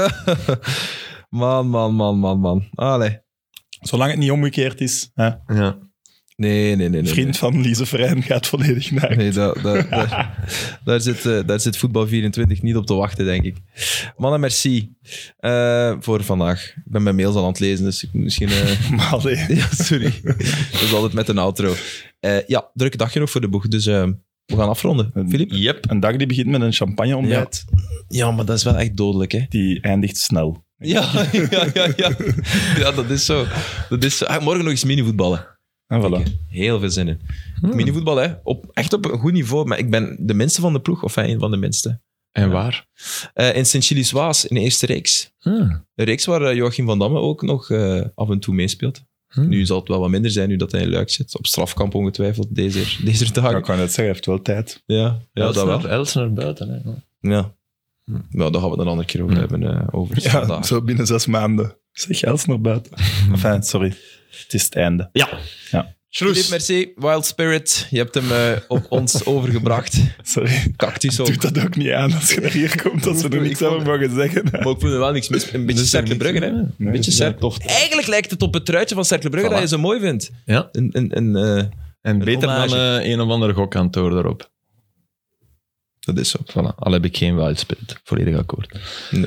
man, man, man, man, man. Allee. Zolang het niet omgekeerd is. Hè? Ja. Nee, nee, nee. nee Vriend nee. van Lise Freijn gaat volledig naakt. Nee, daar, daar, daar, daar, zit, uh, daar zit Voetbal vierentwintig niet op te wachten, denk ik. Mannen, merci uh, voor vandaag. Ik ben mijn mails al aan het lezen, dus ik moet misschien... Uh... Maar allee. Ja, sorry. Dat is altijd met een outro. Uh, ja, drukke dagje nog voor de boeg, dus uh, we gaan afronden. Filip? Yep. Een dag die begint met een champagne-ontbijt, Ja, maar dat is wel echt dodelijk, hè? die eindigt snel. Ja, ja, ja. Ja, ja dat is zo. Dat is zo. Ah, morgen nog eens minivoetballen. En voilà. Heel veel zin in. Minivoetbal, hè. Op, echt op een goed niveau. Maar ik ben de minste van de ploeg, of een van de minste. En waar? Uh, in Sint-Gilles-Waas, in de eerste reeks. Hmm. Een reeks waar uh, Joachim van Damme ook nog uh, af en toe meespeelt. Hmm. Nu zal het wel wat minder zijn, nu dat hij in Luik zit. Op strafkamp ongetwijfeld, deze, deze dagen. Ja, ik kan net zeggen, hij heeft wel tijd. Ja, ja dat wel. Els naar buiten. Hè. Ja. Nou, daar gaan we het een andere keer over hebben. Uh, over Ja, vandaag. zo binnen zes maanden. Zeg Els naar buiten. Enfin, sorry. Het is het einde. Ja. Ja. Philippe, merci. Wild Spirit. Je hebt hem uh, op ons overgebracht. Sorry. Cactus ook. Doe dat ook niet aan als je naar hier komt, als we er niks hebben mogen zeggen. Maar ik voel er wel niks mis. Een beetje Cercle Brugge, hè? Een Nee, beetje dat is Cercle. tof. Eigenlijk lijkt het op het truitje van Cercle Brugge Voilà. dat je zo mooi vindt. Ja. Een, een, een, uh, En beter hommage. dan uh, een of andere gokkantoor daarop. dat is zo. Voilà. Al heb ik geen wild spirit. Volledig akkoord. Nee.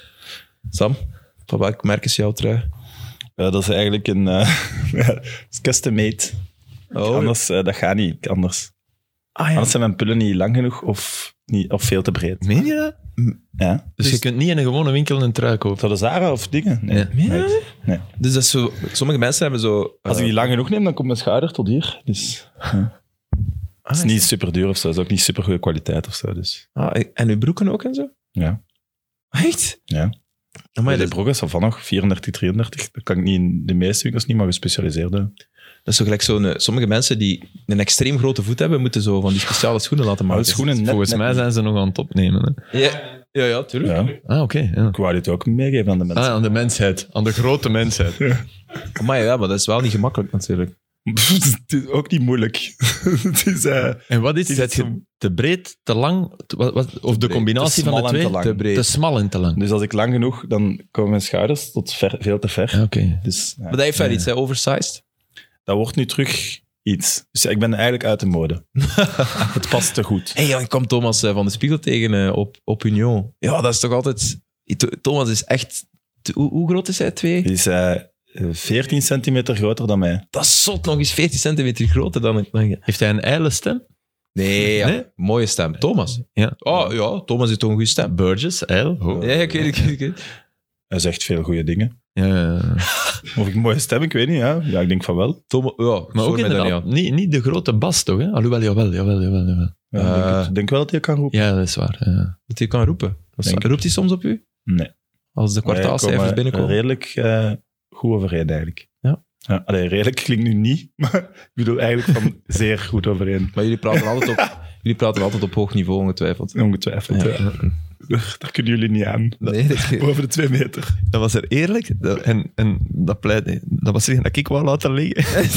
Sam, van welk merk is jouw trui? Ja, dat is eigenlijk een uh, ja, is custom made. Oh, Anders, uh, dat gaat niet. Anders. ah, ja. Anders zijn mijn pullen niet lang genoeg of, niet, of veel te breed. Meen je dat? Ja. Dus, je kunt niet in een gewone winkel een trui kopen? Zou de Zara of dingen? Nee. Ja. Meen je Nee. dat? Nee. Dus dat is zo, sommige mensen hebben zo... uh, Als ik die lang genoeg neem, dan komt mijn schouder tot hier. Dus, ja. Het is niet super duur of zo. Het is ook niet super goede kwaliteit of zo. Dus. Ah, en uw broeken ook en zo? Ja. Echt? Ja. Maar Maar de dat, broek is van nog vierendertig, drieëndertig. Dat kan ik niet in de meeste winkels niet, maar gespecialiseerde. dat is zo gelijk zo'n... uh, sommige mensen die een extreem grote voet hebben, moeten zo van die speciale schoenen laten maken. Maar de schoenen net, Volgens net mij niet. zijn ze nog aan het opnemen. Hè? Ja, ja, ja tuurlijk. Ja. Ah, oké. Okay, ja. Ik wou dit ook meegeven aan de mensen. Ah, aan de mensheid. Aan de grote mensheid. Maar ja, maar dat is wel niet gemakkelijk natuurlijk. Het is ook niet moeilijk. Het is... eh, En wat is Het het? is Zet je te breed, te lang? Te- wat, wat, of de breed, combinatie te van de smal en twee? te lang. Te breed. Te smal en te lang. Dus als ik lang genoeg, dan komen mijn schouders tot ver, veel te ver. Ja, oké. Dus ja, Maar dat heeft wel iets, hè, oversized. dat wordt nu terug iets. Dus ja, ik ben eigenlijk uit de mode. Het past te goed. Hé, hey, ik kwam Thomas uh, van de Spiegel tegen uh, op, op Union. Ja, dat is toch altijd... Thomas is echt... Hoe, hoe groot is hij? Twee? Die is uh, veertien centimeter groter dan mij. Dat is zot, nog eens veertien centimeter groter dan ik. Dan... Heeft hij een ijle stem? Nee, ja. Nee? Mooie stem. Thomas. Ja. Oh ja, Thomas heeft toch een goede stem. Burgess, ijl. Oh. Ja, ik weet het. Ik weet het, ik weet het. Hij zegt veel goede dingen. Ja, ja, ja. Of ik een mooie stem, ik weet niet. Ja, ja ik denk van wel. Thomas, ja, Maar stoor ook mij daar niet inderdaad, aan. niet, niet de grote bas toch? Hè? Alhoewel, jawel, jawel, jawel. jawel. Ja, ik denk, Eh. het. Ik denk wel dat hij kan roepen. Ja, dat is waar. Ja. Dat hij kan roepen. Dat is- Denk ik. roept hij soms op u? Nee. Als de kwartaalcijfers Wij komen binnenkomen? redelijk uh, goed overeen, eigenlijk. Ja. Ja, allee, redelijk klinkt nu niet, maar ik bedoel eigenlijk van zeer goed overeen. Maar jullie praten altijd op, jullie praten altijd op hoog niveau, ongetwijfeld. Ongetwijfeld. Ja. Ja. Daar, daar kunnen jullie niet aan. Nee, dat, Boven de twee meter. Dat was er eerlijk. Dat- En, en dat, pleit, dat was er dat ik wou laten liggen.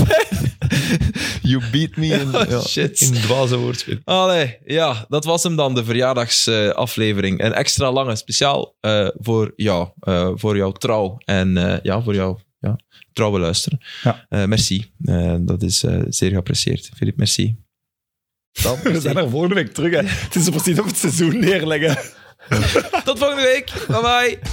You beat me in, Oh, ja, shit. in dwaze woordspel. Allee, ja, dat was hem dan, de verjaardagsaflevering. Een extra lange, speciaal eh, voor jou, eh, voor jouw trouw en eh, ja, voor jouw ja, trouwe luisteren. Ja. Eh, merci, Eh, dat is eh, zeer geapprecieerd. Filip, merci. Dan, We zijn er volgende week terug. Hè. Het is precies op het seizoen neerleggen. tot volgende week. Bye bye.